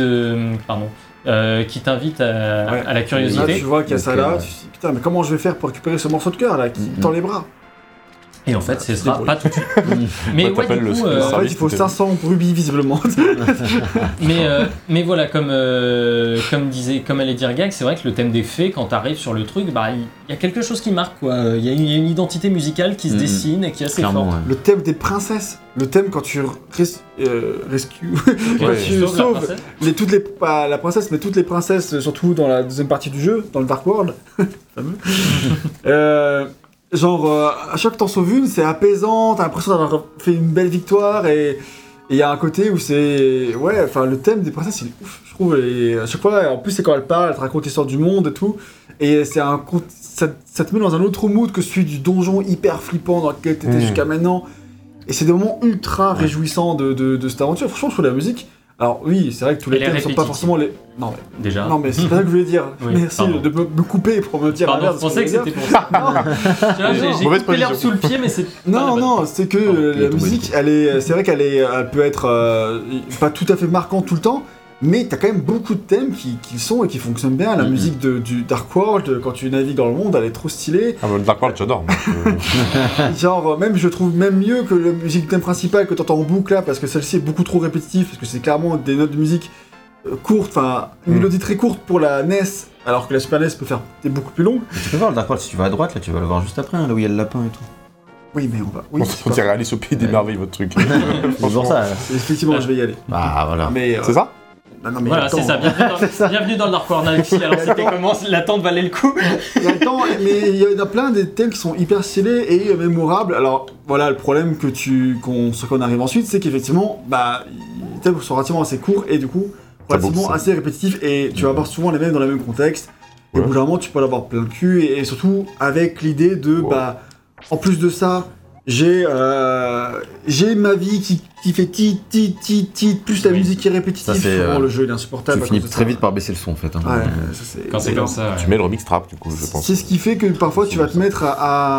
qui t'invite à la curiosité. Là, tu vois qu'il y a ça là, tu te dis putain, mais comment je vais faire pour récupérer ce morceau de cœur là qui me tend les bras? Et en fait, ce sera pas tout de suite. Mais ouais, du coup, en fait, il faut 500 rubis visiblement. mais voilà, comme allait dire Gag, c'est vrai que le thème des fées, quand t'arrives sur le truc, bah il y a quelque chose qui marque quoi. Il y a une identité musicale qui se dessine et qui est assez forte. Ouais. Le thème des princesses, le thème quand tu sauves pas la princesse, mais toutes les princesses, surtout dans la deuxième partie du jeu, dans le Dark World, fameux. Genre, à chaque fois que t'en sauves une, c'est apaisant, t'as l'impression d'avoir fait une belle victoire et il y a un côté où c'est... Ouais, enfin, le thème des princesses, il est ouf, je trouve. Et à chaque fois, en plus, c'est quand elle parle, elle te raconte l'histoire du monde et tout. Et c'est ça te met dans un autre mood que celui du donjon hyper flippant dans lequel t'étais jusqu'à maintenant. Et c'est des moments ultra réjouissants de cette aventure. Franchement, je trouve la musique... Alors oui, c'est vrai que tous les thèmes sont pas forcément les... Non mais... Déjà. Non mais c'est pas ça que je voulais dire. Oui, merci de me couper pour me dire... Pardon, je pensais que c'était pour ça. J'ai coupé l'herbe sous le pied, mais c'est... Non, c'est que la musique, c'est vrai qu'elle peut être pas tout à fait marquante tout le temps, mais t'as quand même beaucoup de thèmes qui sont et qui fonctionnent bien. La musique du Dark World, quand tu navigues dans le monde, elle est trop stylée. Ah, le Dark World, j'adore. Genre, même je trouve même mieux que la musique du thème principal que t'entends en boucle là, parce que celle-ci est beaucoup trop répétitive, parce que c'est clairement des notes de musique courtes, enfin, une mélodie très courte pour la NES, alors que la Super NES peut faire des beaucoup plus longues. Tu peux voir le Dark World si tu vas à droite, là tu vas le voir juste après, hein, là où il y a le lapin et tout. Oui, mais on va. Oui, on dirait Alice au Pays des Merveilles, votre truc. C'est pour ça. Effectivement, je vais y aller. Bah voilà. Mais, c'est ça? Non, mais voilà, c'est ça. Bienvenue dans le Dark World Alexis. Alors, c'était comment l'attente valait le coup? Il y a le temps, mais il y en a plein des thèmes qui sont hyper stylés et mémorables. Alors, voilà, le problème qu'on arrive ensuite, c'est qu'effectivement, les thèmes sont relativement assez courts et du coup, relativement assez répétitifs et tu vas avoir souvent les mêmes dans le même contexte. Et au bout d'un moment, tu peux l'avoir plein le cul et surtout avec l'idée de, en plus de ça, j'ai ma vie qui fait tit, plus la musique qui est répétitive. Le jeu il est insupportable. Tu finis très vite par baisser le son en fait. Hein. Ouais, quand c'est comme ça. Tu mets le remix trap du coup, je pense. C'est ce qui fait que parfois tu vas te mettre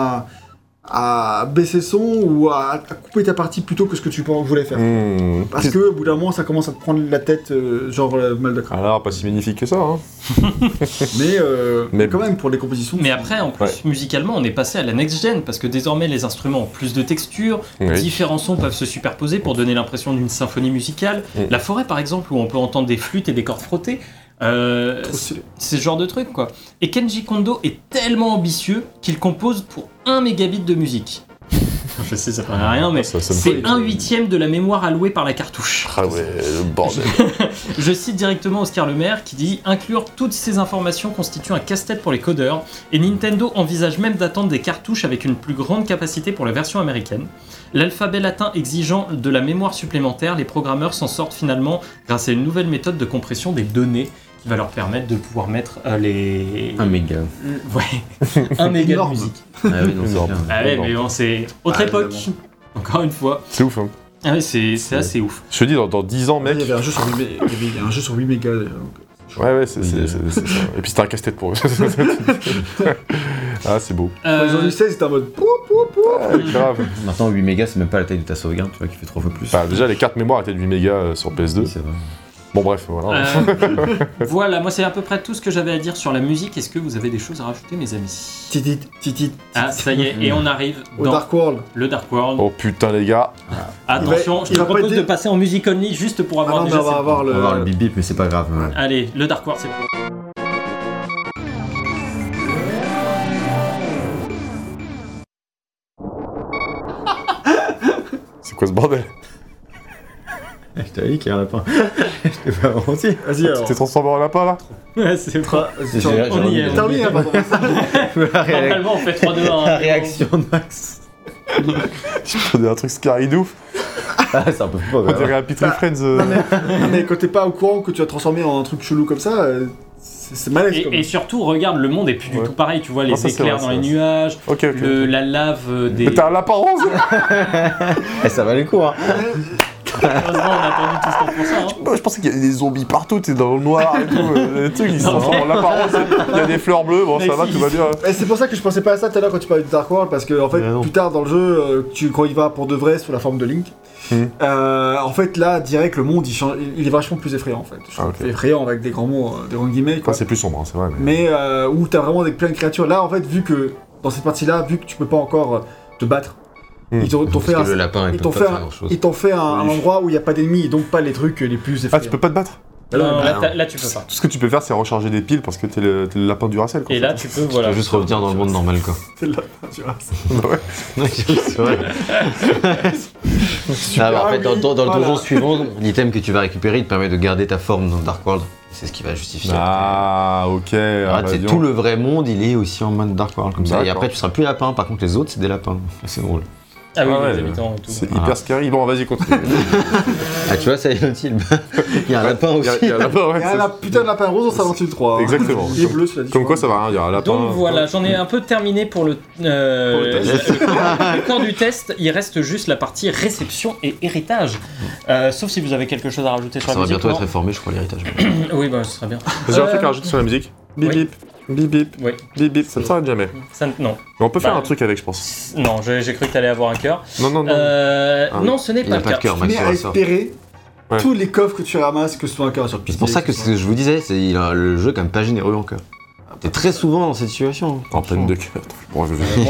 à baisser son ou à couper ta partie plutôt que ce que tu voulais faire. Parce que au bout d'un moment ça commence à te prendre la tête genre mal de crâne. Alors pas si magnifique que ça hein. mais quand même pour les compositions. Mais après en plus musicalement on est passé à la next gen parce que désormais les instruments ont plus de texture, différents sons peuvent se superposer pour donner l'impression d'une symphonie musicale. La forêt par exemple où on peut entendre des flûtes et des cordes frottées. C'est ce genre de truc quoi. Et Kenji Kondo est tellement ambitieux qu'il compose pour 1 mégabit de musique. je sais, ça paraît rien, mais Ça me c'est fait- 1/8 de la mémoire allouée par la cartouche. Ah ouais, le bordel. Je cite directement Oscar Lemaire qui dit « Inclure toutes ces informations constitue un casse-tête pour les codeurs et Nintendo envisage même d'attendre des cartouches avec une plus grande capacité pour la version américaine. L'alphabet latin exigeant de la mémoire supplémentaire, les programmeurs s'en sortent finalement grâce à une nouvelle méthode de compression des données qui va leur permettre de pouvoir mettre les... 1 méga. Ouais, 1 méga de Énorme. musique. Ah oui, non, c'est Énorme. clair. Ah ouais, mais bon, c'est autre Ah, époque, évidemment. encore une fois. C'est ouf, hein. Ah ouais, c'est assez ouf. Je te dis, dans 10 ans, Il mec. y avait un jeu sur 8 mégas. Donc, Ouais, c'est ça. Et puis c'était un casse-tête pour eux. Ah, c'est beau. Ils ont eu 16, c'était en mode pou pou pou. Ah, grave. Maintenant, 8 mégas, c'est même pas la taille de ta sauvegarde, tu vois, qui fait 3 fois plus. Bah, déjà, les cartes mémoire étaient de 8 mégas sur PS2. Oui, c'est vrai. Bon, bref, voilà. Voilà, moi c'est à peu près tout ce que j'avais à dire sur la musique. Est-ce que vous avez des choses à rajouter, mes amis? Titit, titit. Ah, ça y est, et on arrive Au dans Dark World. le Dark World. Oh putain, les gars. Attention, je il te va pas propose être- de passer en musique only juste pour Ah avoir non, mais déjà on va cette- avoir On va voir le le. bip bip, mais c'est pas grave. Ouais. Allez, le Dark World, c'est pour... C'est quoi ce bordel? Je t'avais dit qu'il y a un lapin. Je t'ai pas menti. Vas-y alors. T'es transformé en lapin là? Ouais, c'est bon. C'est Sur- génial, on y est. Terminé, hein, pardon. Normalement, on fait 3-2-1. hein. La réaction de Max. Je prenais un truc scary de ouf. Ah, c'est un peu pas On dirait un Petri Friends. Non, mais quand t'es pas au courant que tu vas transformer en un truc chelou comme ça, c'est malaise quand Et même. surtout, regarde, le monde est plus du Ouais. tout pareil. Tu vois Ah, les ça, c'est éclairs vrai, dans c'est les vrai. nuages, Ok, ok. la lave des... Mais t'as un lapin rose? Eh, ça va les coups, hein. Heureusement, on a attendu tout ce temps pour ça. hein. Moi, je pensais qu'il y avait des zombies partout, t'es dans le noir et tout. Les trucs, ils sont Non, vraiment lapin rose. Il y a des fleurs bleues, bon, ça va, tout va bien. Et c'est pour ça que je pensais pas à ça tout à l'heure quand tu parlais de Dark World, parce que en fait, Mais non. plus tard dans le jeu, quand il va pour de vrai sous la forme de Link, en fait là, direct, le monde il, change, il est vachement plus effrayant en fait. Je trouve Ah, ok. effrayant avec des grands mots, des grands guillemets. Quoi. Enfin, c'est plus sombre, hein, c'est vrai. Mais... Mais où t'as vraiment plein de créatures. Là, en fait, vu que dans cette partie-là, vu que tu peux pas encore te battre, ils t'ont fait Parce que un. le lapin, il Ils peut t'ont pas fait, faire grand-chose. ils t'ont fait un Oui. endroit où il n'y a pas d'ennemis et donc pas les trucs les plus Ah, effrayants. tu peux pas te battre? Non, là, non. là, tu peux pas. Tout ce que tu peux faire, c'est recharger des piles parce que t'es le lapin du Racel. Quoi, Et en là, fait. tu peux, Tu voilà. peux juste revenir dans le monde normal, quoi. C'est là, tu vois. Bah ouais. Ouais, c'est vrai. Ah, bah, en fait, dans le Voilà. donjon suivant, l'item que tu vas récupérer, il te permet de garder ta forme dans Dark World. C'est ce qui va justifier. Ah, ok. Ah, Ah, bah, c'est dis tout donc. le vrai monde, il est aussi en mode Dark World comme ça. Et D'accord. après, tu seras plus lapin. Par contre, les autres, c'est des lapins. C'est drôle. Ah oui, Ah ouais, les habitants et tout. C'est Ah. hyper scary. Bon, vas-y, continue. Ah, tu vois, ça y est, il y a un lapin aussi. Il y a un lapin, ouais. Il y a c'est- un putain de lapin rose dans Silent Hill 3. hein. Exactement. Il est bleu, cela dit. Comme quoi, ça va rien, il y a un lapin. Donc voilà, j'en ai un peu terminé pour le corps du test. Il reste juste la partie réception et héritage. Sauf si vous avez quelque chose à rajouter sur Ça la va musique. bientôt être non réformé, je crois, l'héritage. Oui, bah ce serait bien. J'ai un truc à rajouter sur la musique. Bip Oui. bip. Bip bip. Oui. Bip bip. Ça ne s'arrête jamais. Ça, non, Mais on peut faire Bah, un truc avec, je pense. non, j'ai cru que t'allais avoir un cœur. Non, non, non. Ah oui. Non, ce n'est Il pas n'a pas le de cas. cœur, Mais Max, à sur la sorte. espérer Ouais. tous les coffres que tu ramasses, que ce soit un cœur sur C'est pour ça que ce que je vous disais, c'est le jeu est quand même pas généreux en cœur. T'es très souvent dans cette situation. En pleine de cœur. Bon,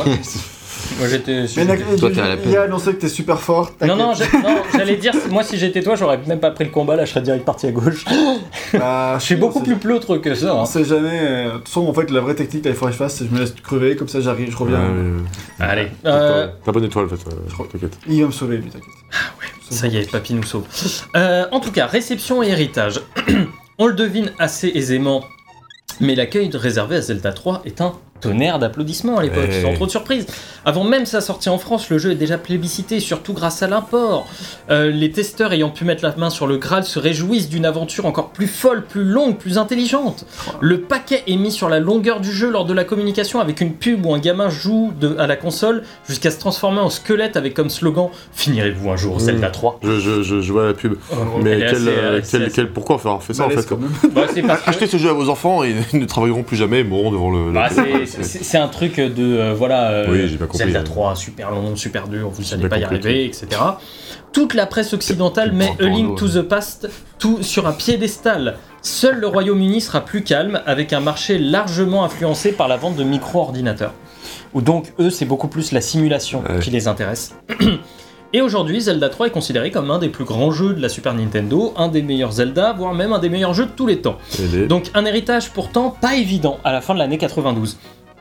Moi j'étais. Mais Toi, t'es à la il a annoncé que t'es super fort. Non, non, t'inquiète. j'allais dire, moi si j'étais toi, j'aurais même pas pris le combat, là je serais direct parti à gauche. Bah, Je suis beaucoup plus pleutre que ça. On hein. sait jamais. De toute façon, en fait, la vraie technique, là, il faudrait que je fasse, c'est que je me laisse crever, comme ça j'arrive, je reviens. Allez, T'as bonne étoile, en fait. T'inquiète. Il va me sauver, lui, t'inquiète. ça y est, papy nous sauve. En tout cas, réception et héritage. On le devine assez aisément, mais l'accueil réservé à Zelda 3 est un tonnerre d'applaudissements à l'époque, Hey. sans trop de surprise. Avant même sa sortie en France, le jeu est déjà plébiscité, surtout grâce à l'import. Les testeurs ayant pu mettre la main sur le Graal se réjouissent d'une aventure encore plus folle, plus longue, plus intelligente. Le paquet est mis sur la longueur du jeu lors de la communication avec une pub où un gamin joue à la console jusqu'à se transformer en squelette avec comme slogan « Finirez-vous un jour Zelda 3 ». Je vois la pub. Mais Elle est assez- pourquoi avoir fait ça en Malaise, fait quand même. Bah, c'est parce que- Achetez ce jeu à vos enfants et ils ne travailleront plus jamais et mourront devant le. Bah, c'est un truc de Oui, j'ai pas compris. Zelda 3, super long, super dur, vous J'ai n'allez pas pas y compris, arriver, etc. Toute la presse occidentale Tu met prends A ton Link dos, to the Past tout sur un piédestal. Seul le Royaume-Uni sera plus calme, avec un marché largement influencé par la vente de micro-ordinateurs. Ou donc, eux, c'est beaucoup plus la simulation Ouais. qui les intéresse. Et aujourd'hui, Zelda 3 est considéré comme un des plus grands jeux de la Super Nintendo, un des meilleurs Zelda, voire même un des meilleurs jeux de tous les temps. Donc un héritage pourtant pas évident à la fin de l'année 92.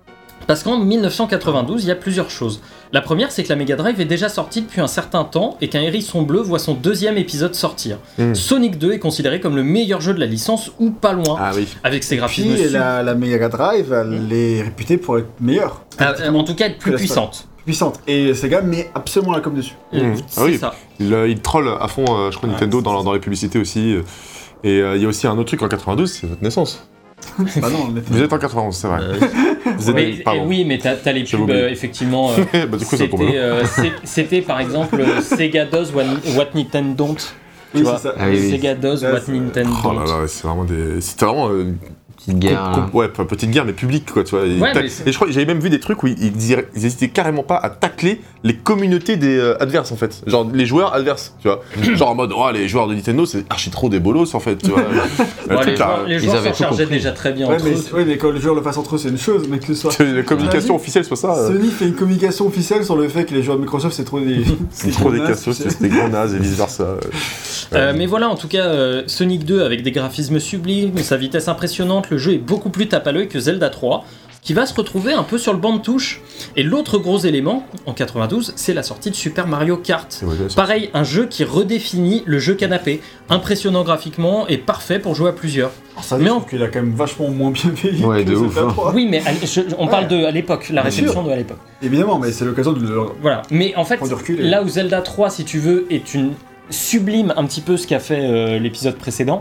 Parce qu'en 1992, il y a plusieurs choses. La première, c'est que la Mega Drive est déjà sortie depuis un certain temps et qu'un hérisson bleu voit son 2e épisode sortir. Sonic 2 est considéré comme le meilleur jeu de la licence ou pas loin, avec ses graphismes. Puis la Mega Drive, elle est réputée pour être meilleure. En tout cas, être plus puissante. Et Sega met absolument la com dessus. C'est ça. Il troll à fond, je crois, Nintendo dans les publicités aussi. Et il y a aussi un autre truc en 92, c'est votre naissance. Bah non, vous êtes en 91, c'est vrai. Oui, mais t'as les pubs, effectivement. Bah, du coup, c'était par exemple Sega does what Nintendo don't. Tu vois, Sega does what Nintendo don't. Oh là là, c'est vraiment des. C'était vraiment. Petite guerre. Ouais, pas petite guerre, mais publique, quoi, tu vois. Et je crois que j'avais même vu des trucs où ils hésitaient carrément pas à tacler les communautés des adverses, en fait. Genre, les joueurs adverses, tu vois. Genre en mode, les joueurs de Nintendo, c'est archi trop des bolos, en fait, tu vois. Les joueurs s'en chargeaient déjà très bien entre eux. Oui, mais quand les joueurs le fassent entre eux, c'est une chose, mais que ce soit... La communication officielle soit ça. Sony fait une communication officielle sur le fait que les joueurs de Microsoft, c'est trop des... c'est trop des cassos, c'est des gros nazes et vice-versa. Mais voilà, en tout cas, Sonic 2 avec des graphismes sublimes, sa vitesse impressionnante, le jeu est beaucoup plus tape à l'œil que Zelda 3, qui va se retrouver un peu sur le banc de touche. Et l'autre gros élément, en 92, c'est la sortie de Super Mario Kart. Pareil, un jeu qui redéfinit le jeu canapé, impressionnant graphiquement et parfait pour jouer à plusieurs. Mais qu'il a quand même vachement moins bien vieilli que Zelda 3. Oui, mais on parle à l'époque, la réception de à l'époque. Évidemment, mais c'est l'occasion de le... Voilà, mais en fait, là où Zelda 3, si tu veux, est une sublime un petit peu ce qu'a fait les épisodes précédents,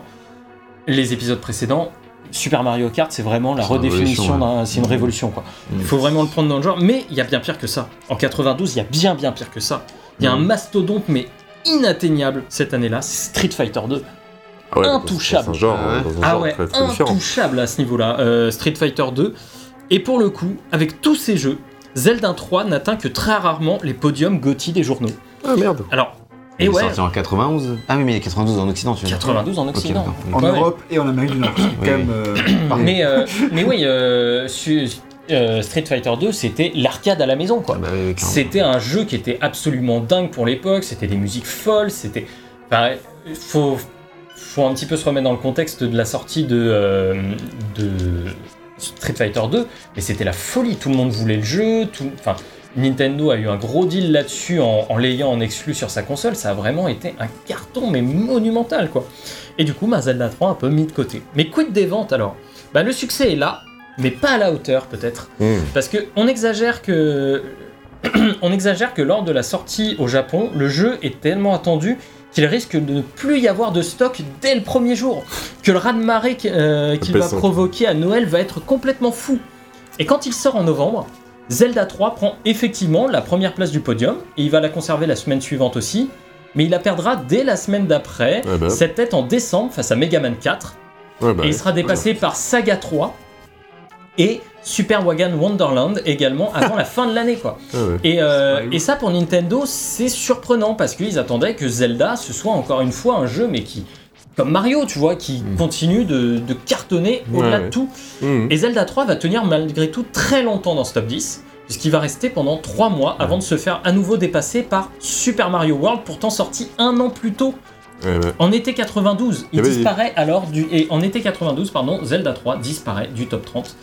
Super Mario Kart, c'est vraiment la redéfinition, c'est une révolution, quoi. Il faut vraiment le prendre dans le genre, mais il y a bien pire que ça. En 92, il y a bien pire que ça. Il y a un mastodonte, mais inatteignable cette année-là, c'est Street Fighter 2. Intouchable. C'est un genre, intouchable à ce niveau-là, Street Fighter 2. Et pour le coup, avec tous ces jeux, Zelda 3 n'atteint que très rarement les podiums GOTY des journaux. Ah merde. Alors, il est sorti en 91. Ah oui, mais 92 en Occident, tu veux dire. 92 en Occident. En Europe et en Amérique du Nord. Mais oui, Street Fighter 2, c'était l'arcade à la maison, quoi. C'était un jeu qui était absolument dingue pour l'époque, c'était des musiques folles, c'était... Enfin, faut un petit peu se remettre dans le contexte de la sortie de Street Fighter 2, mais c'était la folie, tout le monde voulait le jeu, enfin... Nintendo a eu un gros deal là-dessus en l'ayant en exclu sur sa console, ça a vraiment été un carton mais monumental, quoi. Et du coup, Zelda 3 un peu mis de côté. Mais quid des ventes alors ? Le succès est là, mais pas à la hauteur peut-être. Parce qu'on exagère que lors de la sortie au Japon, le jeu est tellement attendu qu'il risque de ne plus y avoir de stock dès le premier jour. Que le raz-de-marée qu'il va provoquer à Noël va être complètement fou. Et quand il sort en novembre, Zelda 3 prend effectivement la première place du podium, et il va la conserver la semaine suivante aussi, mais il la perdra dès la semaine d'après, cette tête en décembre face à Mega Man 4, et il sera dépassé par Saga 3 et Super Wagon Wonderland également avant la fin de l'année, quoi. Et ça pour Nintendo c'est surprenant, parce qu'ils attendaient que Zelda ce soit encore une fois un jeu mais qui... Comme Mario, tu vois, qui continue de cartonner au-delà de tout. Et Zelda 3 va tenir malgré tout très longtemps dans ce top 10, puisqu'il va rester pendant 3 mois avant de se faire à nouveau dépasser par Super Mario World, pourtant sorti 1 an plus tôt. En été 92, il disparaît alors du... Et en été 92, Zelda 3 disparaît du top 30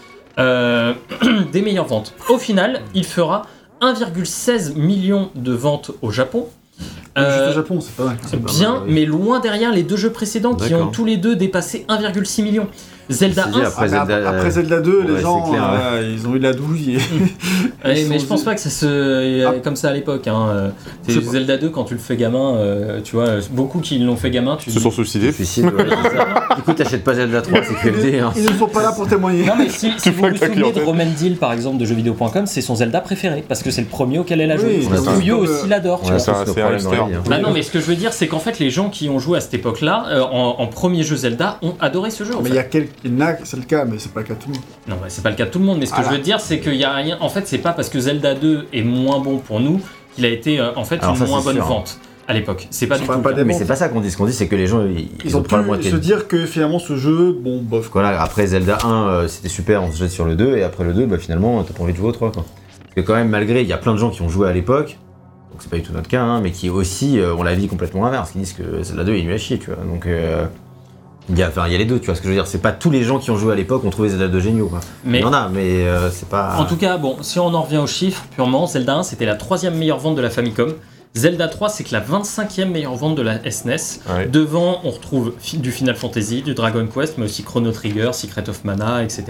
des meilleures ventes. Au final, il fera 1,16 million de ventes au Japon. Juste au Japon, c'est pas mal. Bien, mais loin derrière les deux jeux précédents qui ont tous les deux dépassé 1,6 million. Zelda 1, après Zelda 2, les gens, ils ont eu de la douille. Mais je pense pas que ça se comme ça à l'époque. Zelda 2, quand tu le fais gamin, tu vois, beaucoup qui l'ont fait gamin, se sont suicidés. Du coup, t'achètes pas Zelda 3, c'est QFD. Ils ne sont pas là pour témoigner. Non, mais si vous vous souvenez de Roman par exemple, de jeuxvideo.com, c'est son Zelda préféré, parce que c'est le premier auquel elle a joué. Puyo aussi l'adore. Non, mais ce que je veux dire, c'est qu'en fait, les gens qui ont joué à cette époque-là, en premier jeu Zelda, ont adoré ce jeu. Mais il y a c'est le cas, mais c'est pas le cas de tout le monde. Non, c'est pas le cas de tout le monde, mais ce que je veux dire, c'est qu'il y a rien. En fait, c'est pas parce que Zelda 2 est moins bon pour nous qu'il a été en fait une moins bonne vente à l'époque. C'est pas du tout. Mais c'est pas ça qu'on dit. Ce qu'on dit, c'est que les gens ils ont pas pu se dire que finalement ce jeu, bon, bof. Voilà, après Zelda 1, c'était super, on se jette sur le 2, et après le 2, finalement, t'as pas envie de jouer au 3, quoi. Parce que quand même, malgré, il y a plein de gens qui ont joué à l'époque. Donc c'est pas du tout notre cas, mais qui aussi ont la vie complètement inverse, qui disent que Zelda 2 est nul à chier, tu vois. Donc Il y a les deux, tu vois ce que je veux dire. C'est pas tous les gens qui ont joué à l'époque ont trouvé Zelda 2 géniaux, quoi. Mais il y en a, mais c'est pas... En tout cas, bon, si on en revient aux chiffres purement, Zelda 1 c'était la 3e meilleure vente de la Famicom. Zelda 3 c'est que la 25e meilleure vente de la SNES. Ouais. Devant, on retrouve du Final Fantasy, du Dragon Quest, mais aussi Chrono Trigger, Secret of Mana, etc.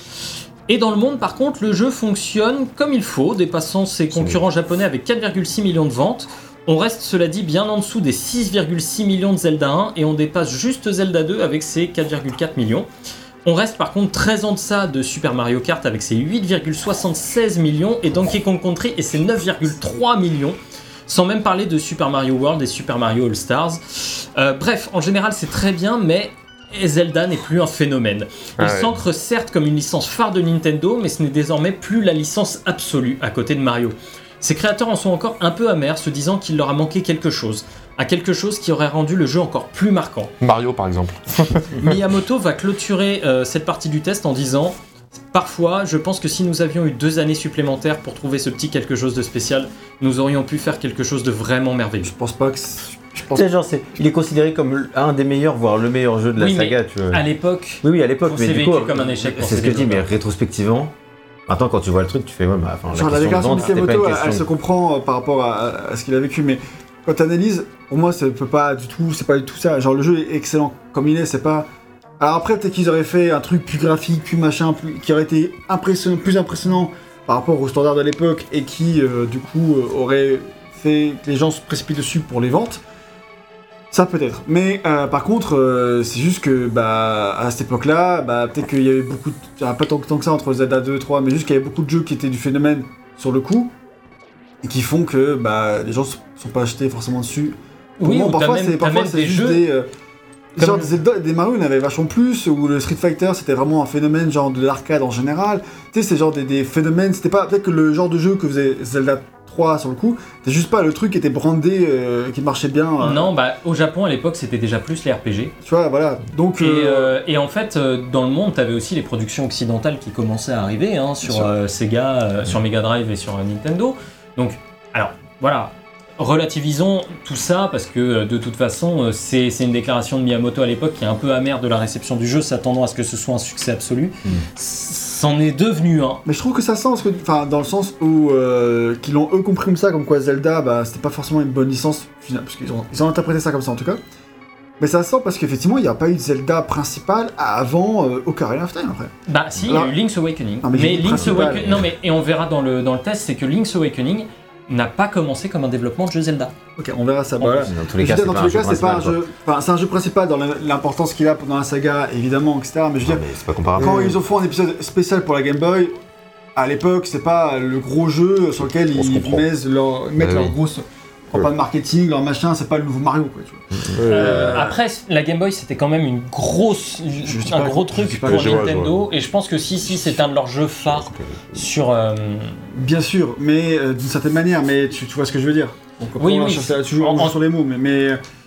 Et dans le monde, par contre, le jeu fonctionne comme il faut, dépassant ses concurrents japonais avec 4,6 millions de ventes. On reste, cela dit, bien en dessous des 6,6 millions de Zelda 1 et on dépasse juste Zelda 2 avec ses 4,4 millions. On reste par contre très en deçà de Super Mario Kart avec ses 8,76 millions et Donkey Kong Country et ses 9,3 millions. Sans même parler de Super Mario World et Super Mario All Stars. Bref, en général c'est très bien, mais Zelda n'est plus un phénomène. Il s'ancre certes comme une licence phare de Nintendo, mais ce n'est désormais plus la licence absolue à côté de Mario. Ses créateurs en sont encore un peu amers, se disant qu'il leur a manqué quelque chose. À quelque chose qui aurait rendu le jeu encore plus marquant. Mario par exemple. Miyamoto va clôturer cette partie du test en disant « Parfois, je pense que si nous avions eu 2 années supplémentaires pour trouver ce petit quelque chose de spécial, nous aurions pu faire quelque chose de vraiment merveilleux. » Je pense pas que... il est considéré comme un des meilleurs, voire le meilleur jeu de la saga, tu vois. À l'époque, Oui, à l'époque, mais c'est du vécu coup, comme un échec pour c'est ce ces que je dis, mais développeurs. rétrospectivement, maintenant quand tu vois le truc, tu fais ouais, bah, Genre la déclaration de Miyamoto, elle se comprend par rapport à ce qu'il a vécu, mais quand tu analyses, pour moi, c'est pas du tout ça. Genre le jeu est excellent comme il est, c'est pas. Alors après, peut-être qu'ils auraient fait un truc plus graphique, plus machin, qui aurait été plus impressionnant par rapport aux standards de l'époque et qui, du coup, aurait fait que les gens se précipitent dessus pour les ventes. Ça peut-être. Mais par contre, c'est juste que à cette époque-là, peut-être qu'il y avait beaucoup, pas tant que ça entre Zelda 2 et 3, mais juste qu'il y avait beaucoup de jeux qui étaient du phénomène sur le coup et qui font que les gens sont pas achetés forcément dessus. Pour Oui, moi, ou parfois t'as même c'est des juste jeux... genre des Zelda, des Mario, il y en avait vachement plus, ou le Street Fighter, c'était vraiment un phénomène genre de l'arcade en général. Tu sais, c'est genre des phénomènes, c'était pas peut-être que le genre de jeu que faisait Zelda 3 sur le coup, c'était juste pas le truc qui était brandé, qui marchait bien. Non, au Japon à l'époque c'était déjà plus les RPG. Tu vois, voilà. Donc, et en fait, dans le monde, t'avais aussi les productions occidentales qui commençaient à arriver sur Sega, sur Mega Drive et sur Nintendo. Donc, alors, voilà. Relativisons tout ça parce que de toute façon c'est une déclaration de Miyamoto à l'époque qui est un peu amère de la réception du jeu, s'attendant à ce que ce soit un succès absolu. C'en est devenu un. Mais je trouve que ça sent, dans le sens où qu'ils l'ont eux compris comme ça, comme quoi Zelda, c'était pas forcément une bonne licence, parce qu'ils ont interprété ça comme ça en tout cas. Mais ça sent parce qu'effectivement il n'y a pas eu de Zelda principal avant Ocarina of Time après. Bah si, il y a eu Link's Awakening. Non, mais Link's Awakening, non mais et on verra dans le test, c'est que Link's Awakening n'a pas commencé comme un développement de jeu Zelda. Ok, on verra ça. Dans tous les cas, c'est pas un jeu. Enfin, c'est un jeu principal dans l'importance qu'il a dans la saga, évidemment, etc. Mais je veux dire, c'est pas comparable. quand ils ont fait un épisode spécial pour la Game Boy, à l'époque, c'est pas le gros jeu sur lequel ils mettent leur grosse. Pas de marketing, leur machin, c'est pas le nouveau Mario, quoi. Tu vois. Après, la Game Boy, c'était quand même un gros truc pour Nintendo, et je pense que si c'est un de leurs jeux phares sur. Bien sûr, mais d'une certaine manière, mais tu vois ce que je veux dire. Donc, oui. Toujours sur les mots, mais.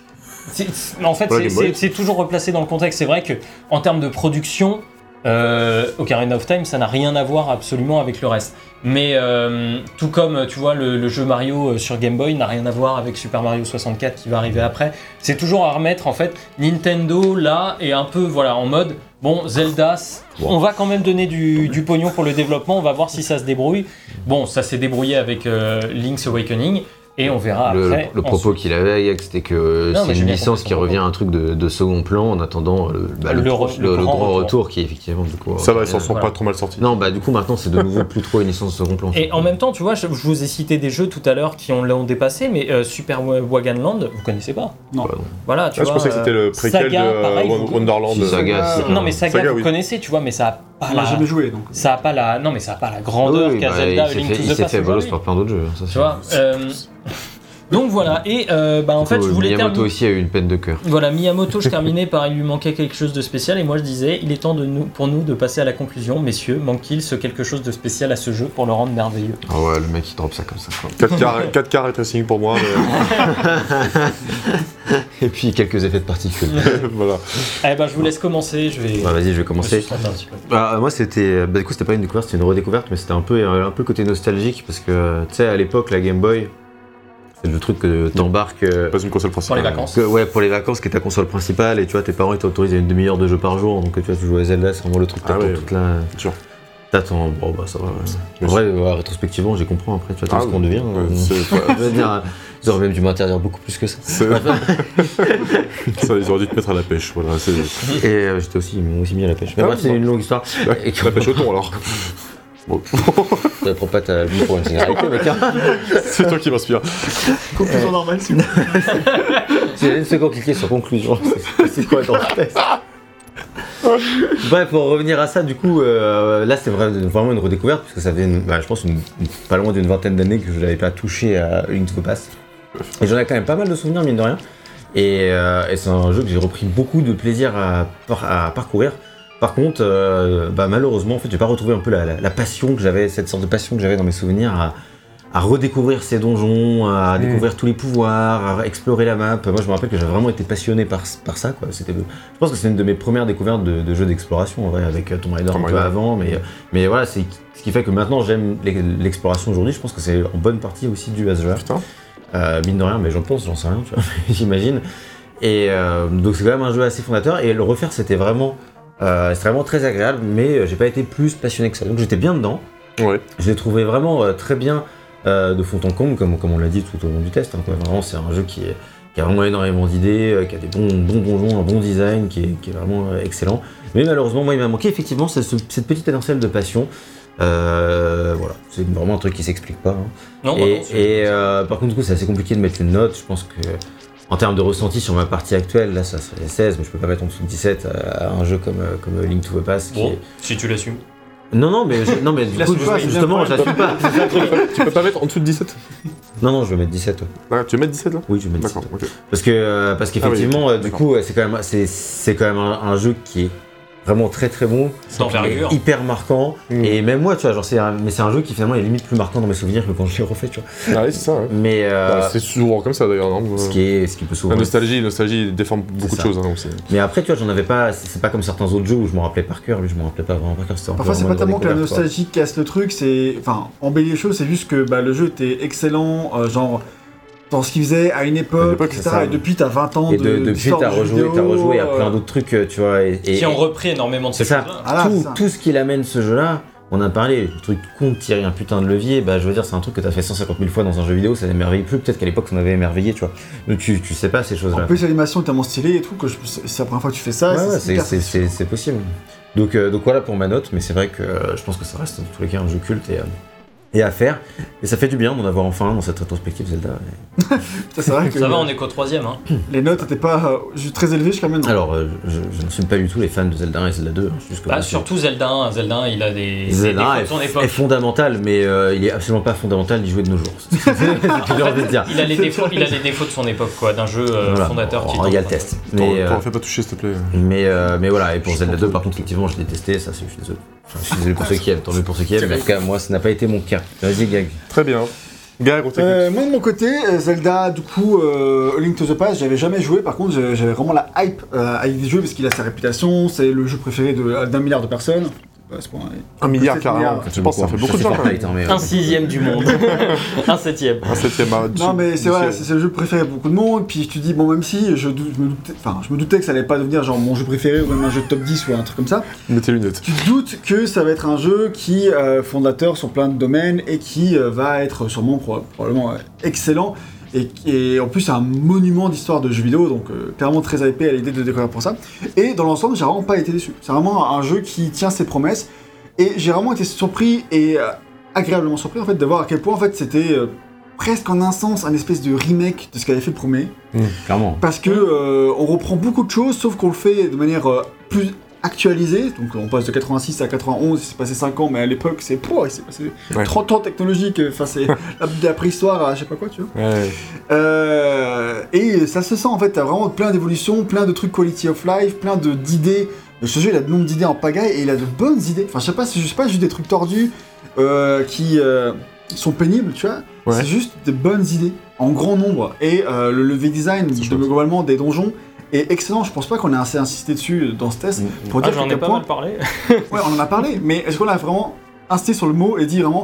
En fait, c'est toujours replacé dans le contexte. C'est vrai que en termes de production, Ocarina of Time, ça n'a rien à voir absolument avec le reste. Mais tout comme tu vois le jeu Mario sur Game Boy n'a rien à voir avec Super Mario 64 qui va arriver après. C'est toujours à remettre en fait. Nintendo là est un peu en mode bon Zelda, on va quand même donner du pognon pour le développement. On va voir si ça se débrouille. Bon, ça s'est débrouillé avec Link's Awakening. Et on verra après. Le propos qu'il avait, c'était que c'est une licence qui revient à un truc de second plan en attendant le grand retour qui est effectivement du coup. Ça va, ils s'en sont pas trop mal sortis. Non, du coup maintenant c'est de nouveau plus trop une licence de second plan. Et en même temps, tu vois, je vous ai cité des jeux tout à l'heure qui l'ont dépassé, mais Super Wagon Land, vous connaissez pas? Non. Voilà, tu vois. Je pensais que c'était le préquel de Wonderland. Saga. Non, mais Saga, vous connaissez, tu vois, mais ça a pas on l'a jamais joué donc. Ça a pas la. Non, mais ça a pas la grandeur qu'a Zelda Link to the Past. Il s'est fait bolos par plein d'autres jeux. Tu vois. Donc voilà, et en fait je voulais Miyamoto aussi a eu une peine de cœur. Voilà, Miyamoto, je terminais par il lui manquait quelque chose de spécial, et moi je disais, il est temps pour nous de passer à la conclusion. Messieurs, manque-t-il quelque chose de spécial à ce jeu pour le rendre merveilleux? Ah ouais, le mec il drop ça comme ça. 4K ray tracing pour moi. Et puis quelques effets de particules. Voilà. Je vous laisse commencer, vas-y, je vais commencer. Moi c'était, du coup c'était pas une découverte, c'était une redécouverte, mais c'était un peu le côté nostalgique, parce que tu sais à l'époque la Game Boy, C'est le truc que t'embarques. Pas une console principale. Pour les vacances. Pour les vacances, qui est ta console principale, et tu vois, tes parents ils t'autorisent à une demi-heure de jeu par jour, donc tu vois, tu joues à Zelda, c'est vraiment le truc que t'attends toute la. Sûr. T'attends, bon bah ça va. En vrai, rétrospectivement, j'ai compris après, tu vois, ce qu'on devient. Je veux dire, ils auraient même dû m'interdire beaucoup plus que ça. Ça, ils auraient dû te mettre à la pêche, voilà. Et ils m'ont aussi mis à la pêche. Mais bref, c'est une longue histoire. Et la pêche au thon alors. Bon. Ça prend pas ta vie pour une singularité, mec. C'est toi qui m'inspire. Conclusion normale, s'il vous plaît. J'ai une seconde cliquer sur conclusion. C'est quoi dans le test? Bref, pour revenir à ça, du coup, là c'est vraiment une redécouverte, puisque ça fait, je pense, pas loin d'une vingtaine d'années que je n'avais pas touché à Link to the Past. Et j'en ai quand même pas mal de souvenirs, mine de rien. Et c'est un jeu que j'ai repris beaucoup de plaisir à parcourir. Par contre, malheureusement, en fait, j'ai pas retrouvé un peu la passion que j'avais, cette sorte de passion que j'avais dans mes souvenirs à redécouvrir ces donjons, à découvrir tous les pouvoirs, à explorer la map. Moi, je me rappelle que j'avais vraiment été passionné par ça, quoi. Je pense que c'est une de mes premières découvertes de jeux d'exploration, en vrai, avec Tomb Raider un peu avant. Mais voilà, c'est ce qui fait que maintenant, j'aime l'exploration aujourd'hui. Je pense que c'est en bonne partie aussi dû à ce jeu. Mine de rien, mais j'en sais rien, tu vois, j'imagine. Et donc, c'est quand même un jeu assez fondateur. Et le refaire, c'était vraiment très agréable, mais j'ai pas été plus passionné que ça. Donc, j'étais bien dedans. Ouais. Je l'ai trouvé vraiment très bien. De fond en comble, comme on l'a dit tout au long du test. Hein, vraiment, c'est un jeu qui a vraiment énormément d'idées, qui a des bons donjons, un bon design, qui est vraiment excellent. Mais malheureusement, moi, il m'a manqué effectivement cette petite étincelle de passion. Voilà, c'est vraiment un truc qui s'explique pas. Hein. Non, par contre, du coup, c'est assez compliqué de mettre une note. Je pense que, en termes de ressenti sur ma partie actuelle, là, ça serait 16, mais je peux pas mettre en dessous de 17 à un jeu comme Link to the Past. Si tu l'assumes. Non, mais du coup, justement, j'assume pas. Tu peux pas mettre en dessous de 17? Non, je vais mettre 17. Ah, tu veux mettre 17 là? Oui, je vais mettre 17. D'accord, ok. Parce qu'effectivement, du coup, c'est quand même un jeu qui est vraiment très très bon, hyper marquant, et même moi, tu vois, genre c'est un jeu qui finalement est limite plus marquant dans mes souvenirs que quand je l'ai refait, tu vois. Ah oui, c'est ça, ouais. Mais c'est souvent comme ça d'ailleurs, non? Ce qui peut souvent. La nostalgie déforme beaucoup de choses, hein, aussi. Mais après, tu vois, j'en avais pas, c'est pas comme certains autres jeux où je m'en rappelais par cœur, lui je m'en rappelais pas vraiment par cœur. Parfois, c'est pas tellement que la nostalgie casse le truc, embellir les choses, c'est juste que le jeu était excellent, genre. Dans ce qu'il faisait à une époque, etc. Et depuis, t'as 20 ans depuis, t'as rejoué à plein d'autres trucs, tu vois. Qui ont repris énormément de ces choses-là. Tout ce qu'il amène ce jeu-là, on a parlé, le truc con de tirer un putain de levier, je veux dire, c'est un truc que t'as fait 150 000 fois dans un jeu vidéo, ça n'émerveille plus. Peut-être qu'à l'époque, ça m'avait émerveillé, tu vois. Mais tu sais pas ces choses-là. En plus, l'animation est tellement stylée et tout, que c'est la première fois que tu fais ça. Ouais, c'est possible. Donc voilà pour ma note, mais c'est vrai que je pense que ça reste dans tous les cas un jeu culte et à faire, et ça fait du bien d'en avoir enfin dans cette rétrospective Zelda. C'est vrai que ça va, on est qu'au 3ème. Hein. Les notes n'étaient pas très élevées jusqu'à maintenant. Alors, je ne suis pas du tout les fans de Zelda 1 et Zelda 2. Surtout Zelda 1. Zelda 1, il a des Zelda défauts de son époque. Est fondamental, mais il est absolument pas fondamental d'y jouer de nos jours. C'est ce que j'ai envie de dire. Il a les défauts de son époque, quoi, d'un jeu fondateur. Il y a le test. T'en fais pas toucher, s'il te plaît. Mais voilà, et pour Zelda 2, par contre, effectivement, je l'ai testé, ça, je suis désolé. Je suis désolé pour ceux qui aiment, tant mieux pour ceux qui aiment, mais en tout cas, moi, ça n'a pas été mon cas. Vas-y, Gag. Très bien. Gag, on t'écoute. Moi, de mon côté, Zelda, du coup, Link to the Past, j'avais jamais joué. Par contre, j'avais vraiment la hype avec des jeux parce qu'il a sa réputation. C'est le jeu préféré d'1 milliard de personnes. 1 milliard carrément. Je pense que ça fait beaucoup de gens. Un 6ème du monde. Un 7ème. Un 7ème. Non, mais c'est vrai, c'est le jeu préféré de beaucoup de monde. Puis tu dis, bon, même si je me doutais que ça allait pas devenir genre mon jeu préféré ou même un jeu de top 10 ou un truc comme ça. Mets tes lunettes. Tu te doutes que ça va être un jeu qui est fondateur sur plein de domaines et qui va être sûrement probablement excellent. Et en plus, c'est un monument d'histoire de jeux vidéo, donc clairement très hypé à l'idée de découvrir pour ça. Et dans l'ensemble, j'ai vraiment pas été déçu. C'est vraiment un jeu qui tient ses promesses. Et j'ai vraiment été surpris et agréablement surpris en fait de voir à quel point en fait c'était presque en un sens un espèce de remake de ce qu'avait fait le premier. Clairement. Parce que on reprend beaucoup de choses, sauf qu'on le fait de manière plus actualisé, donc on passe de 86 à 91, il s'est passé 5 ans, mais à l'époque c'est il s'est passé 30 ans technologique, enfin c'est la préhistoire à je sais pas quoi, tu vois. Et ça se sent en fait, t'as vraiment plein d'évolutions, plein de trucs quality of life, plein d'idées. Ce jeu il a de nombre d'idées en pagaille et il a de bonnes idées, enfin je sais pas, c'est juste des trucs tordus qui sont pénibles, tu vois, c'est juste des bonnes idées, en grand nombre, et le level design globalement des donjons est excellent. Je pense pas qu'on ait assez insisté dessus dans ce test pour dire j'en ai pas mal parlé. Ouais, on en a parlé, mais est-ce qu'on a vraiment insisté sur le mot et dit vraiment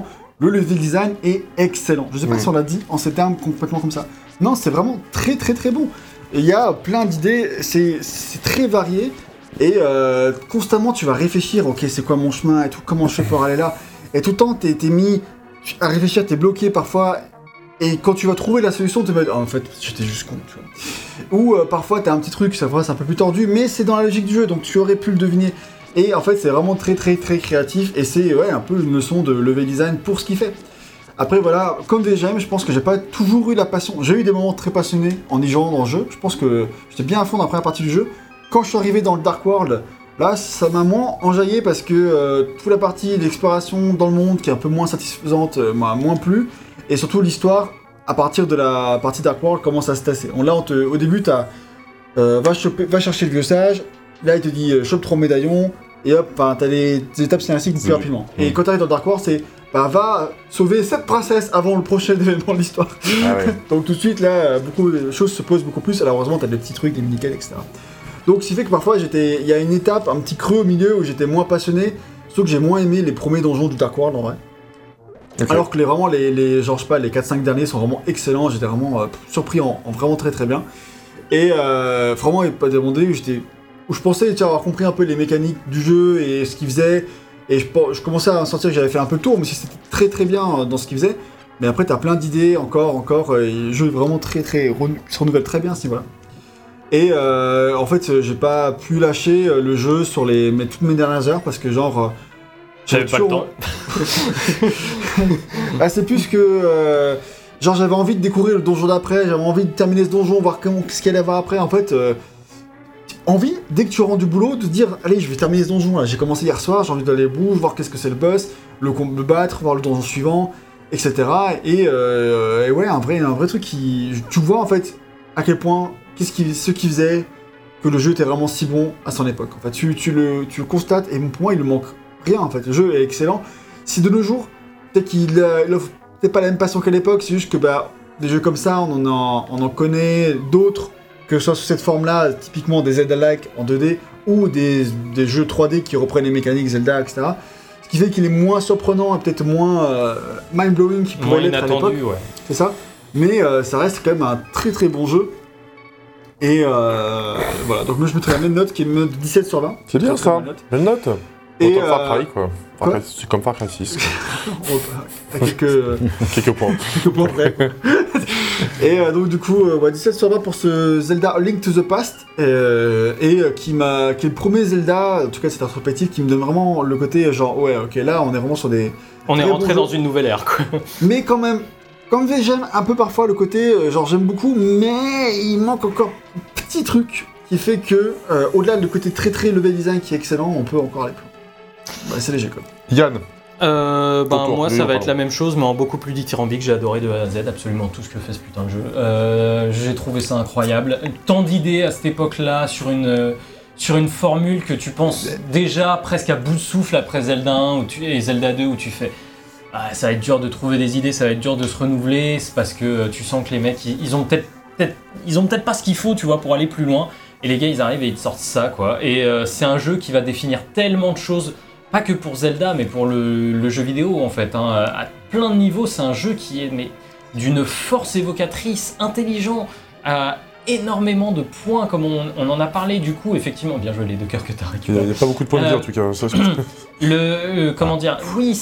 le level design est excellent. Je sais pas si on l'a dit en ces termes complètement comme ça. Non, c'est vraiment très très très bon. Il y a plein d'idées, c'est très varié. Et constamment tu vas réfléchir, ok c'est quoi mon chemin et tout, comment je fais pour aller là. Et tout le temps t'es mis à réfléchir, t'es bloqué parfois. Et quand tu vas trouver la solution, tu vas dire, en fait j'étais juste con, tu vois. Ou parfois t'as un petit truc, ça va, c'est un peu plus tordu, mais c'est dans la logique du jeu, donc tu aurais pu le deviner. Et en fait c'est vraiment très très très créatif et c'est un peu une leçon de level design pour ce qu'il fait. Après voilà, comme VGM, je pense que j'ai pas toujours eu la passion. J'ai eu des moments très passionnés en y jouant dans le jeu. Je pense que j'étais bien à fond dans la première partie du jeu. Quand je suis arrivé dans le Dark World, là ça m'a moins enjaillé parce que toute la partie d'exploration dans le monde qui est un peu moins satisfaisante m'a moins plu. Et surtout l'histoire, à partir de la partie Dark World, commence à se tasser. Là au début t'as va chercher le vieux sage, là il te dit chope 3 médaillons, et hop, t'as les étapes scénaristiques plus rapidement. Et quand t'arrives dans Dark World, c'est va sauver cette princesse avant le prochain événement de l'histoire. Ah ouais. Donc tout de suite là, beaucoup de choses se posent beaucoup plus. Alors heureusement t'as des petits trucs, des mini-quêtes, etc. Donc ce qui fait que parfois il y a une étape, un petit creux au milieu où j'étais moins passionné, surtout que j'ai moins aimé les premiers donjons du Dark World en vrai. Okay. Alors que les 4-5 derniers sont vraiment excellents, j'étais vraiment surpris en vraiment très très bien. Et vraiment il n'y a pas de moment où je pensais avoir compris un peu les mécaniques du jeu et ce qu'il faisait. Et je commençais à sentir que j'avais fait un peu le tour, mais c'était très très bien dans ce qu'il faisait. Mais après, t'as plein d'idées, encore, et le jeu est vraiment très très se renouvelle très bien à ce niveau-là. Et en fait, j'ai pas pu lâcher le jeu sur toutes mes dernières heures parce que j'avais pas le temps. C'est plus que j'avais envie de découvrir le donjon d'après, j'avais envie de terminer ce donjon, voir ce qu'il allait avoir après. En fait, envie, dès que tu rentres du boulot, de te dire allez, je vais terminer ce donjon là. J'ai commencé hier soir, j'ai envie d'aller au bout, voir qu'est-ce que c'est le boss, le battre, voir le donjon suivant, etc. Et ouais, un vrai truc qui. Tu vois en fait à quel point ce qui faisait que le jeu était vraiment si bon à son époque. En fait, tu le constates et pour moi il ne manque rien en fait. Le jeu est excellent. Si de nos jours, peut-être qu'il offre peut-être pas la même passion qu'à l'époque, c'est juste que des jeux comme ça, on en connaît d'autres. Que ce soit sous cette forme-là, typiquement des Zelda-like en 2D, ou des jeux 3D qui reprennent les mécaniques Zelda, etc. Ce qui fait qu'il est moins surprenant et peut-être moins mind-blowing qu'il pourrait l'être à l'époque. Ouais. C'est ça. Mais ça reste quand même un très très bon jeu. Et voilà, donc moi je mettrais la même note qui est une note de 17 sur 20. C'est bien ça, belle note. Et Far Cry quoi. C'est comme Far Cry 6. Quelques points. Quelques points près. Et donc du coup, 17 sur 20 pour ce Zelda Link to the Past, qui est le premier Zelda, en tout cas cette rétrospective, qui me donne vraiment le côté ouais, ok, là on est vraiment sur des... On est rentré dans une nouvelle ère, quoi. Mais quand même, comme j'aime un peu parfois le côté, j'aime beaucoup, mais il manque encore un petit truc qui fait que, au-delà du côté très très level design qui est excellent, on peut encore aller plus loin. C'est léger, quoi. Yann. Moi ça va être la même chose mais en beaucoup plus dithyrambique. J'ai adoré de A à Z absolument tout ce que fait ce putain de jeu. J'ai trouvé ça incroyable. Tant d'idées à cette époque-là sur une formule que tu penses déjà presque à bout de souffle après Zelda 1 et Zelda 2 où tu fais ça va être dur de trouver des idées, ça va être dur de se renouveler, c'est parce que tu sens que les mecs ils ont peut-être pas ce qu'il faut, tu vois, pour aller plus loin, et les gars ils arrivent et ils te sortent ça quoi. Et c'est un jeu qui va définir tellement de choses. Pas que pour Zelda, mais pour le jeu vidéo en fait. À plein de niveaux, c'est un jeu qui est d'une force évocatrice, intelligent, à énormément de points, comme on en a parlé du coup. Effectivement, bien joué les deux cœurs que tu as récupérés. Il n'y a pas beaucoup de points de vie en tout cas. Ça, comment dire, oui,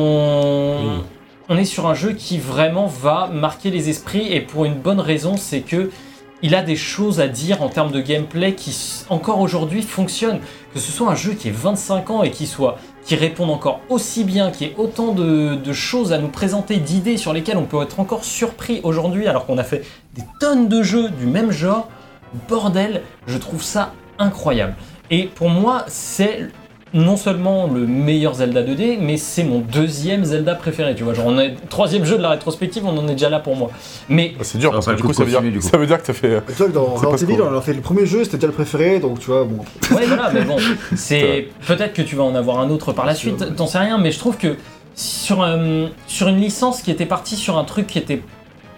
on est sur un jeu qui vraiment va marquer les esprits, et pour une bonne raison, c'est que il a des choses à dire en termes de gameplay qui, encore aujourd'hui, fonctionnent. Que ce soit un jeu qui ait 25 ans et qui réponde encore aussi bien, qui ait autant de choses à nous présenter, d'idées sur lesquelles on peut être encore surpris aujourd'hui, alors qu'on a fait des tonnes de jeux du même genre. Bordel, je trouve ça incroyable. Et pour moi, c'est non seulement le meilleur Zelda 2D, mais c'est mon deuxième Zelda préféré, tu vois. Genre, on est troisième jeu de la rétrospective, on en est déjà là pour moi. Mais c'est dur parce que du coup, ça veut dire que ça fait. Tu vois que dans Resident Evil, on a fait le premier jeu, c'était déjà le préféré, donc tu vois, bon. Ouais, voilà, mais bon, c'est peut-être que tu vas en avoir un autre par la suite, t'en sais rien, mais je trouve que sur une licence qui était partie sur un truc qui était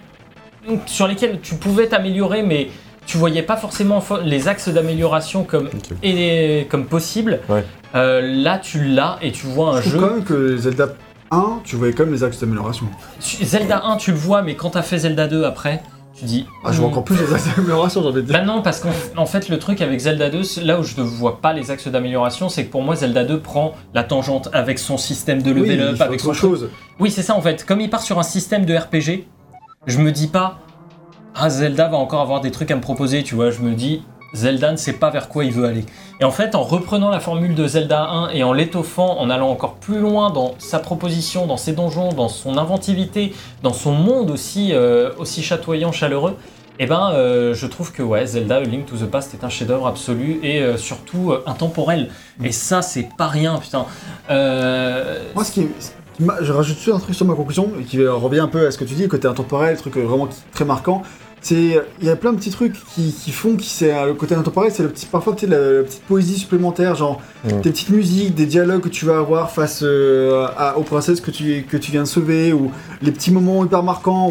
sur lesquels tu pouvais t'améliorer, mais tu voyais pas forcément les axes d'amélioration comme possible. Ouais. Là, tu l'as et tu vois un jeu. Je trouve quand même que Zelda 1, tu voyais quand même les axes d'amélioration. Zelda 1, tu le vois, mais quand t'as fait Zelda 2 après, tu dis... Ah, je vois encore plus les axes d'amélioration, j'ai envie de dire. Bah non, parce qu'en fait, le truc avec Zelda 2, là où je ne vois pas les axes d'amélioration, c'est que pour moi, Zelda 2 prend la tangente avec son système de level up, avec autre chose. Oui, c'est ça en fait. Comme il part sur un système de RPG, je me dis pas, ah, Zelda va encore avoir des trucs à me proposer, tu vois. Je me dis, Zelda ne sait pas vers quoi il veut aller. Et en fait, en reprenant la formule de Zelda 1 et en l'étoffant, en allant encore plus loin dans sa proposition, dans ses donjons, dans son inventivité, dans son monde aussi, aussi chatoyant, chaleureux, eh ben, je trouve que ouais, Zelda A Link to the Past est un chef-d'œuvre absolu et surtout intemporel. Et ça, c'est pas rien, putain. Moi, je rajoute juste un truc sur ma conclusion qui revient un peu à ce que tu dis, le côté intemporel, le truc vraiment très marquant. Il y a plein de petits trucs qui font que c'est le côté intemporel, c'est parfois la petite poésie supplémentaire, genre des petites musiques, des dialogues que tu vas avoir face aux princesses que tu viens de sauver, ou les petits moments hyper marquants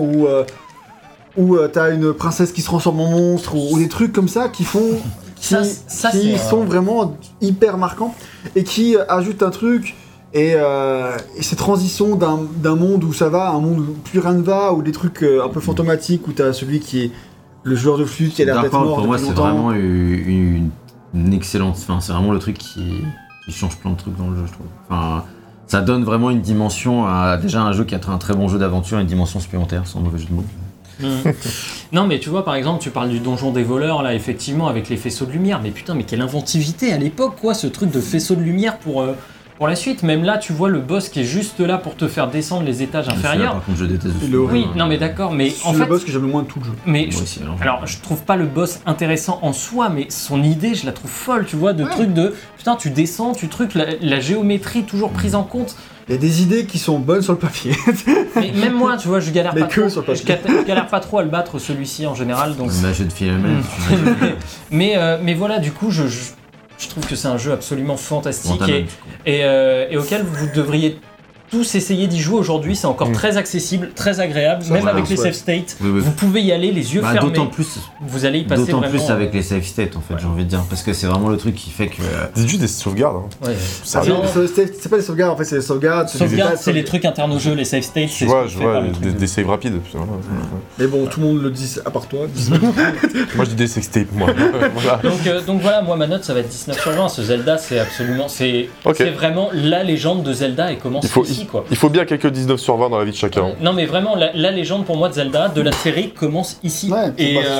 où t'as une princesse qui se transforme en monstre, ou des trucs comme ça qui font... qui sont vraiment hyper marquants et qui ajoutent un truc. Et ces transitions d'un monde où ça va à un monde où plus rien ne va, ou des trucs un peu fantomatiques, où t'as celui qui est le joueur de flûte qui a l'air d'être mort pour moi, depuis c'est longtemps. vraiment une excellente... Enfin, c'est vraiment le truc qui change plein de trucs dans le jeu, je trouve. Enfin, ça donne vraiment une dimension à déjà un jeu qui a un très bon jeu d'aventure, une dimension supplémentaire, sans mauvais jeu de mots. Non mais tu vois par exemple tu parles du donjon des voleurs là effectivement avec les faisceaux de lumière, mais putain mais quelle inventivité à l'époque quoi, ce truc de faisceau de lumière pour la suite. Même là tu vois le boss qui est juste là pour te faire descendre les étages inférieurs. Par contre je déteste Oui non mais d'accord, mais en c'est fait le boss que j'aime le moins de tout le jeu. Mais moi aussi, alors je trouve pas le boss intéressant en soi, mais son idée je la trouve folle, tu vois, de trucs de putain tu descends, tu trucs la géométrie toujours prise en compte. Il y a des idées qui sont bonnes sur le papier. Mais même moi, tu vois, je galère Mais pas que trop. sur le papier. Je galère pas trop à le battre celui-ci en général. Donc le jeu de Philomène. mais voilà, du coup, je trouve que c'est un jeu absolument fantastique et auquel vous devriez tous essayer d'y jouer aujourd'hui. C'est encore très accessible, très agréable, même avec les save states. Vous pouvez y aller les yeux fermés. D'autant plus. Vous allez y passer D'autant vraiment. plus avec les save states en fait, j'ai envie de dire, parce que c'est vraiment le truc qui fait que. C'est juste des sauvegardes. Hein. Ouais. Ça C'est pas des sauvegardes, en fait, c'est des sauvegardes. Sauvegarde, c'est les trucs internes au jeu, les save states. Je vois des saves rapides. Voilà. Mais bon, tout le monde le dit, à part toi. Moi je dis des sextapes, moi. Voilà. Donc voilà, moi ma note ça va être 19 sur 20. Ce Zelda c'est absolument. C'est vraiment la légende de Zelda et commence ici quoi. Il faut bien quelques 19 sur 20 dans la vie de chacun. Non mais vraiment, la légende pour moi de Zelda, de la série, commence ici. Ouais,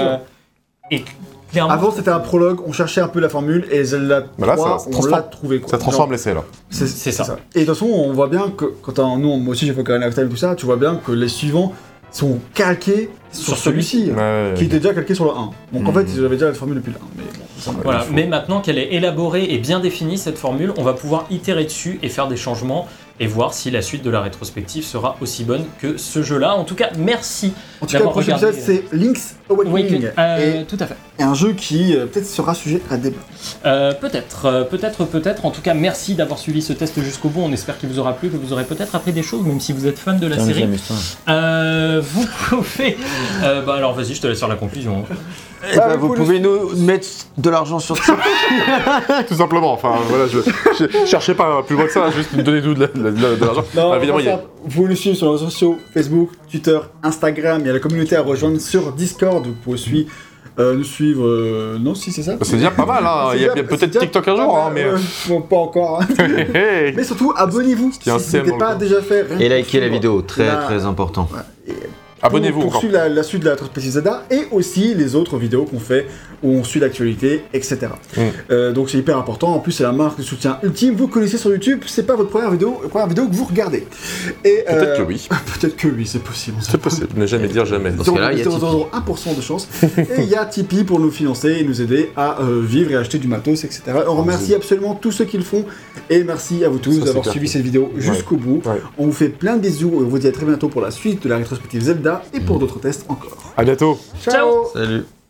et clairement... Avant c'était un prologue, on cherchait un peu la formule et Zelda 3, on l'a trouvé quoi. Ça transforme l'essai là. C'est ça. Et de toute façon, on voit bien que, moi aussi j'ai fait Ocarina of Time et tout ça, tu vois bien que les suivants sont calqués sur celui-ci, qui était déjà calqué sur le 1. Donc en fait, j'avais déjà la formule depuis le 1. Mais bon, voilà. Mais maintenant qu'elle est élaborée et bien définie, cette formule, on va pouvoir itérer dessus et faire des changements et voir si la suite de la rétrospective sera aussi bonne que ce jeu-là. En tout cas, merci. En tout cas, le prochain épisode, c'est Link's Awakening. Tout à fait. Et un jeu qui peut-être sera sujet à débat. Peut-être. En tout cas, merci d'avoir suivi ce test jusqu'au bout. On espère qu'il vous aura plu, que vous aurez peut-être appris des choses, même si vous êtes fan de la série. Vous pouvez... alors vas-y, je te laisse faire la conclusion. Vous pouvez nous mettre de l'argent sur Tipeee. Tout simplement, enfin voilà, je cherchais pas plus loin que ça, juste donnez-nous de l'argent. Non, évidemment, vous pouvez nous suivre sur les réseaux sociaux, Facebook, Twitter, Instagram, il y a la communauté à rejoindre sur Discord, vous pouvez nous suivre, non si c'est ça. C'est déjà pas mal, hein. Il y a peut-être TikTok un jour, hein, mais... Bon, pas encore, hein. Mais surtout, abonnez-vous si ce n'était pas déjà fait. Et likez la vidéo, très important. Abonnez-vous pour suivre la suite de la rétrospective Zelda et aussi les autres vidéos qu'on fait où on suit l'actualité, etc. Donc c'est hyper important. En plus, c'est la marque de soutien ultime. Vous connaissez sur YouTube, c'est pas votre première vidéo que vous regardez. Et peut-être que oui. Peut-être que oui, c'est possible. C'est possible. Ne jamais dire jamais. Dans ce cas-là, il y a 1% de chance. Et il y a Tipeee pour nous financer et nous aider à vivre et acheter du matos, etc. On remercie absolument tous ceux qui le font et merci à vous tous d'avoir suivi cette vidéo jusqu'au bout. On vous fait plein de bisous et on vous dit à très bientôt pour la suite de la rétrospective Zelda et pour d'autres tests encore. À bientôt. Ciao. Salut.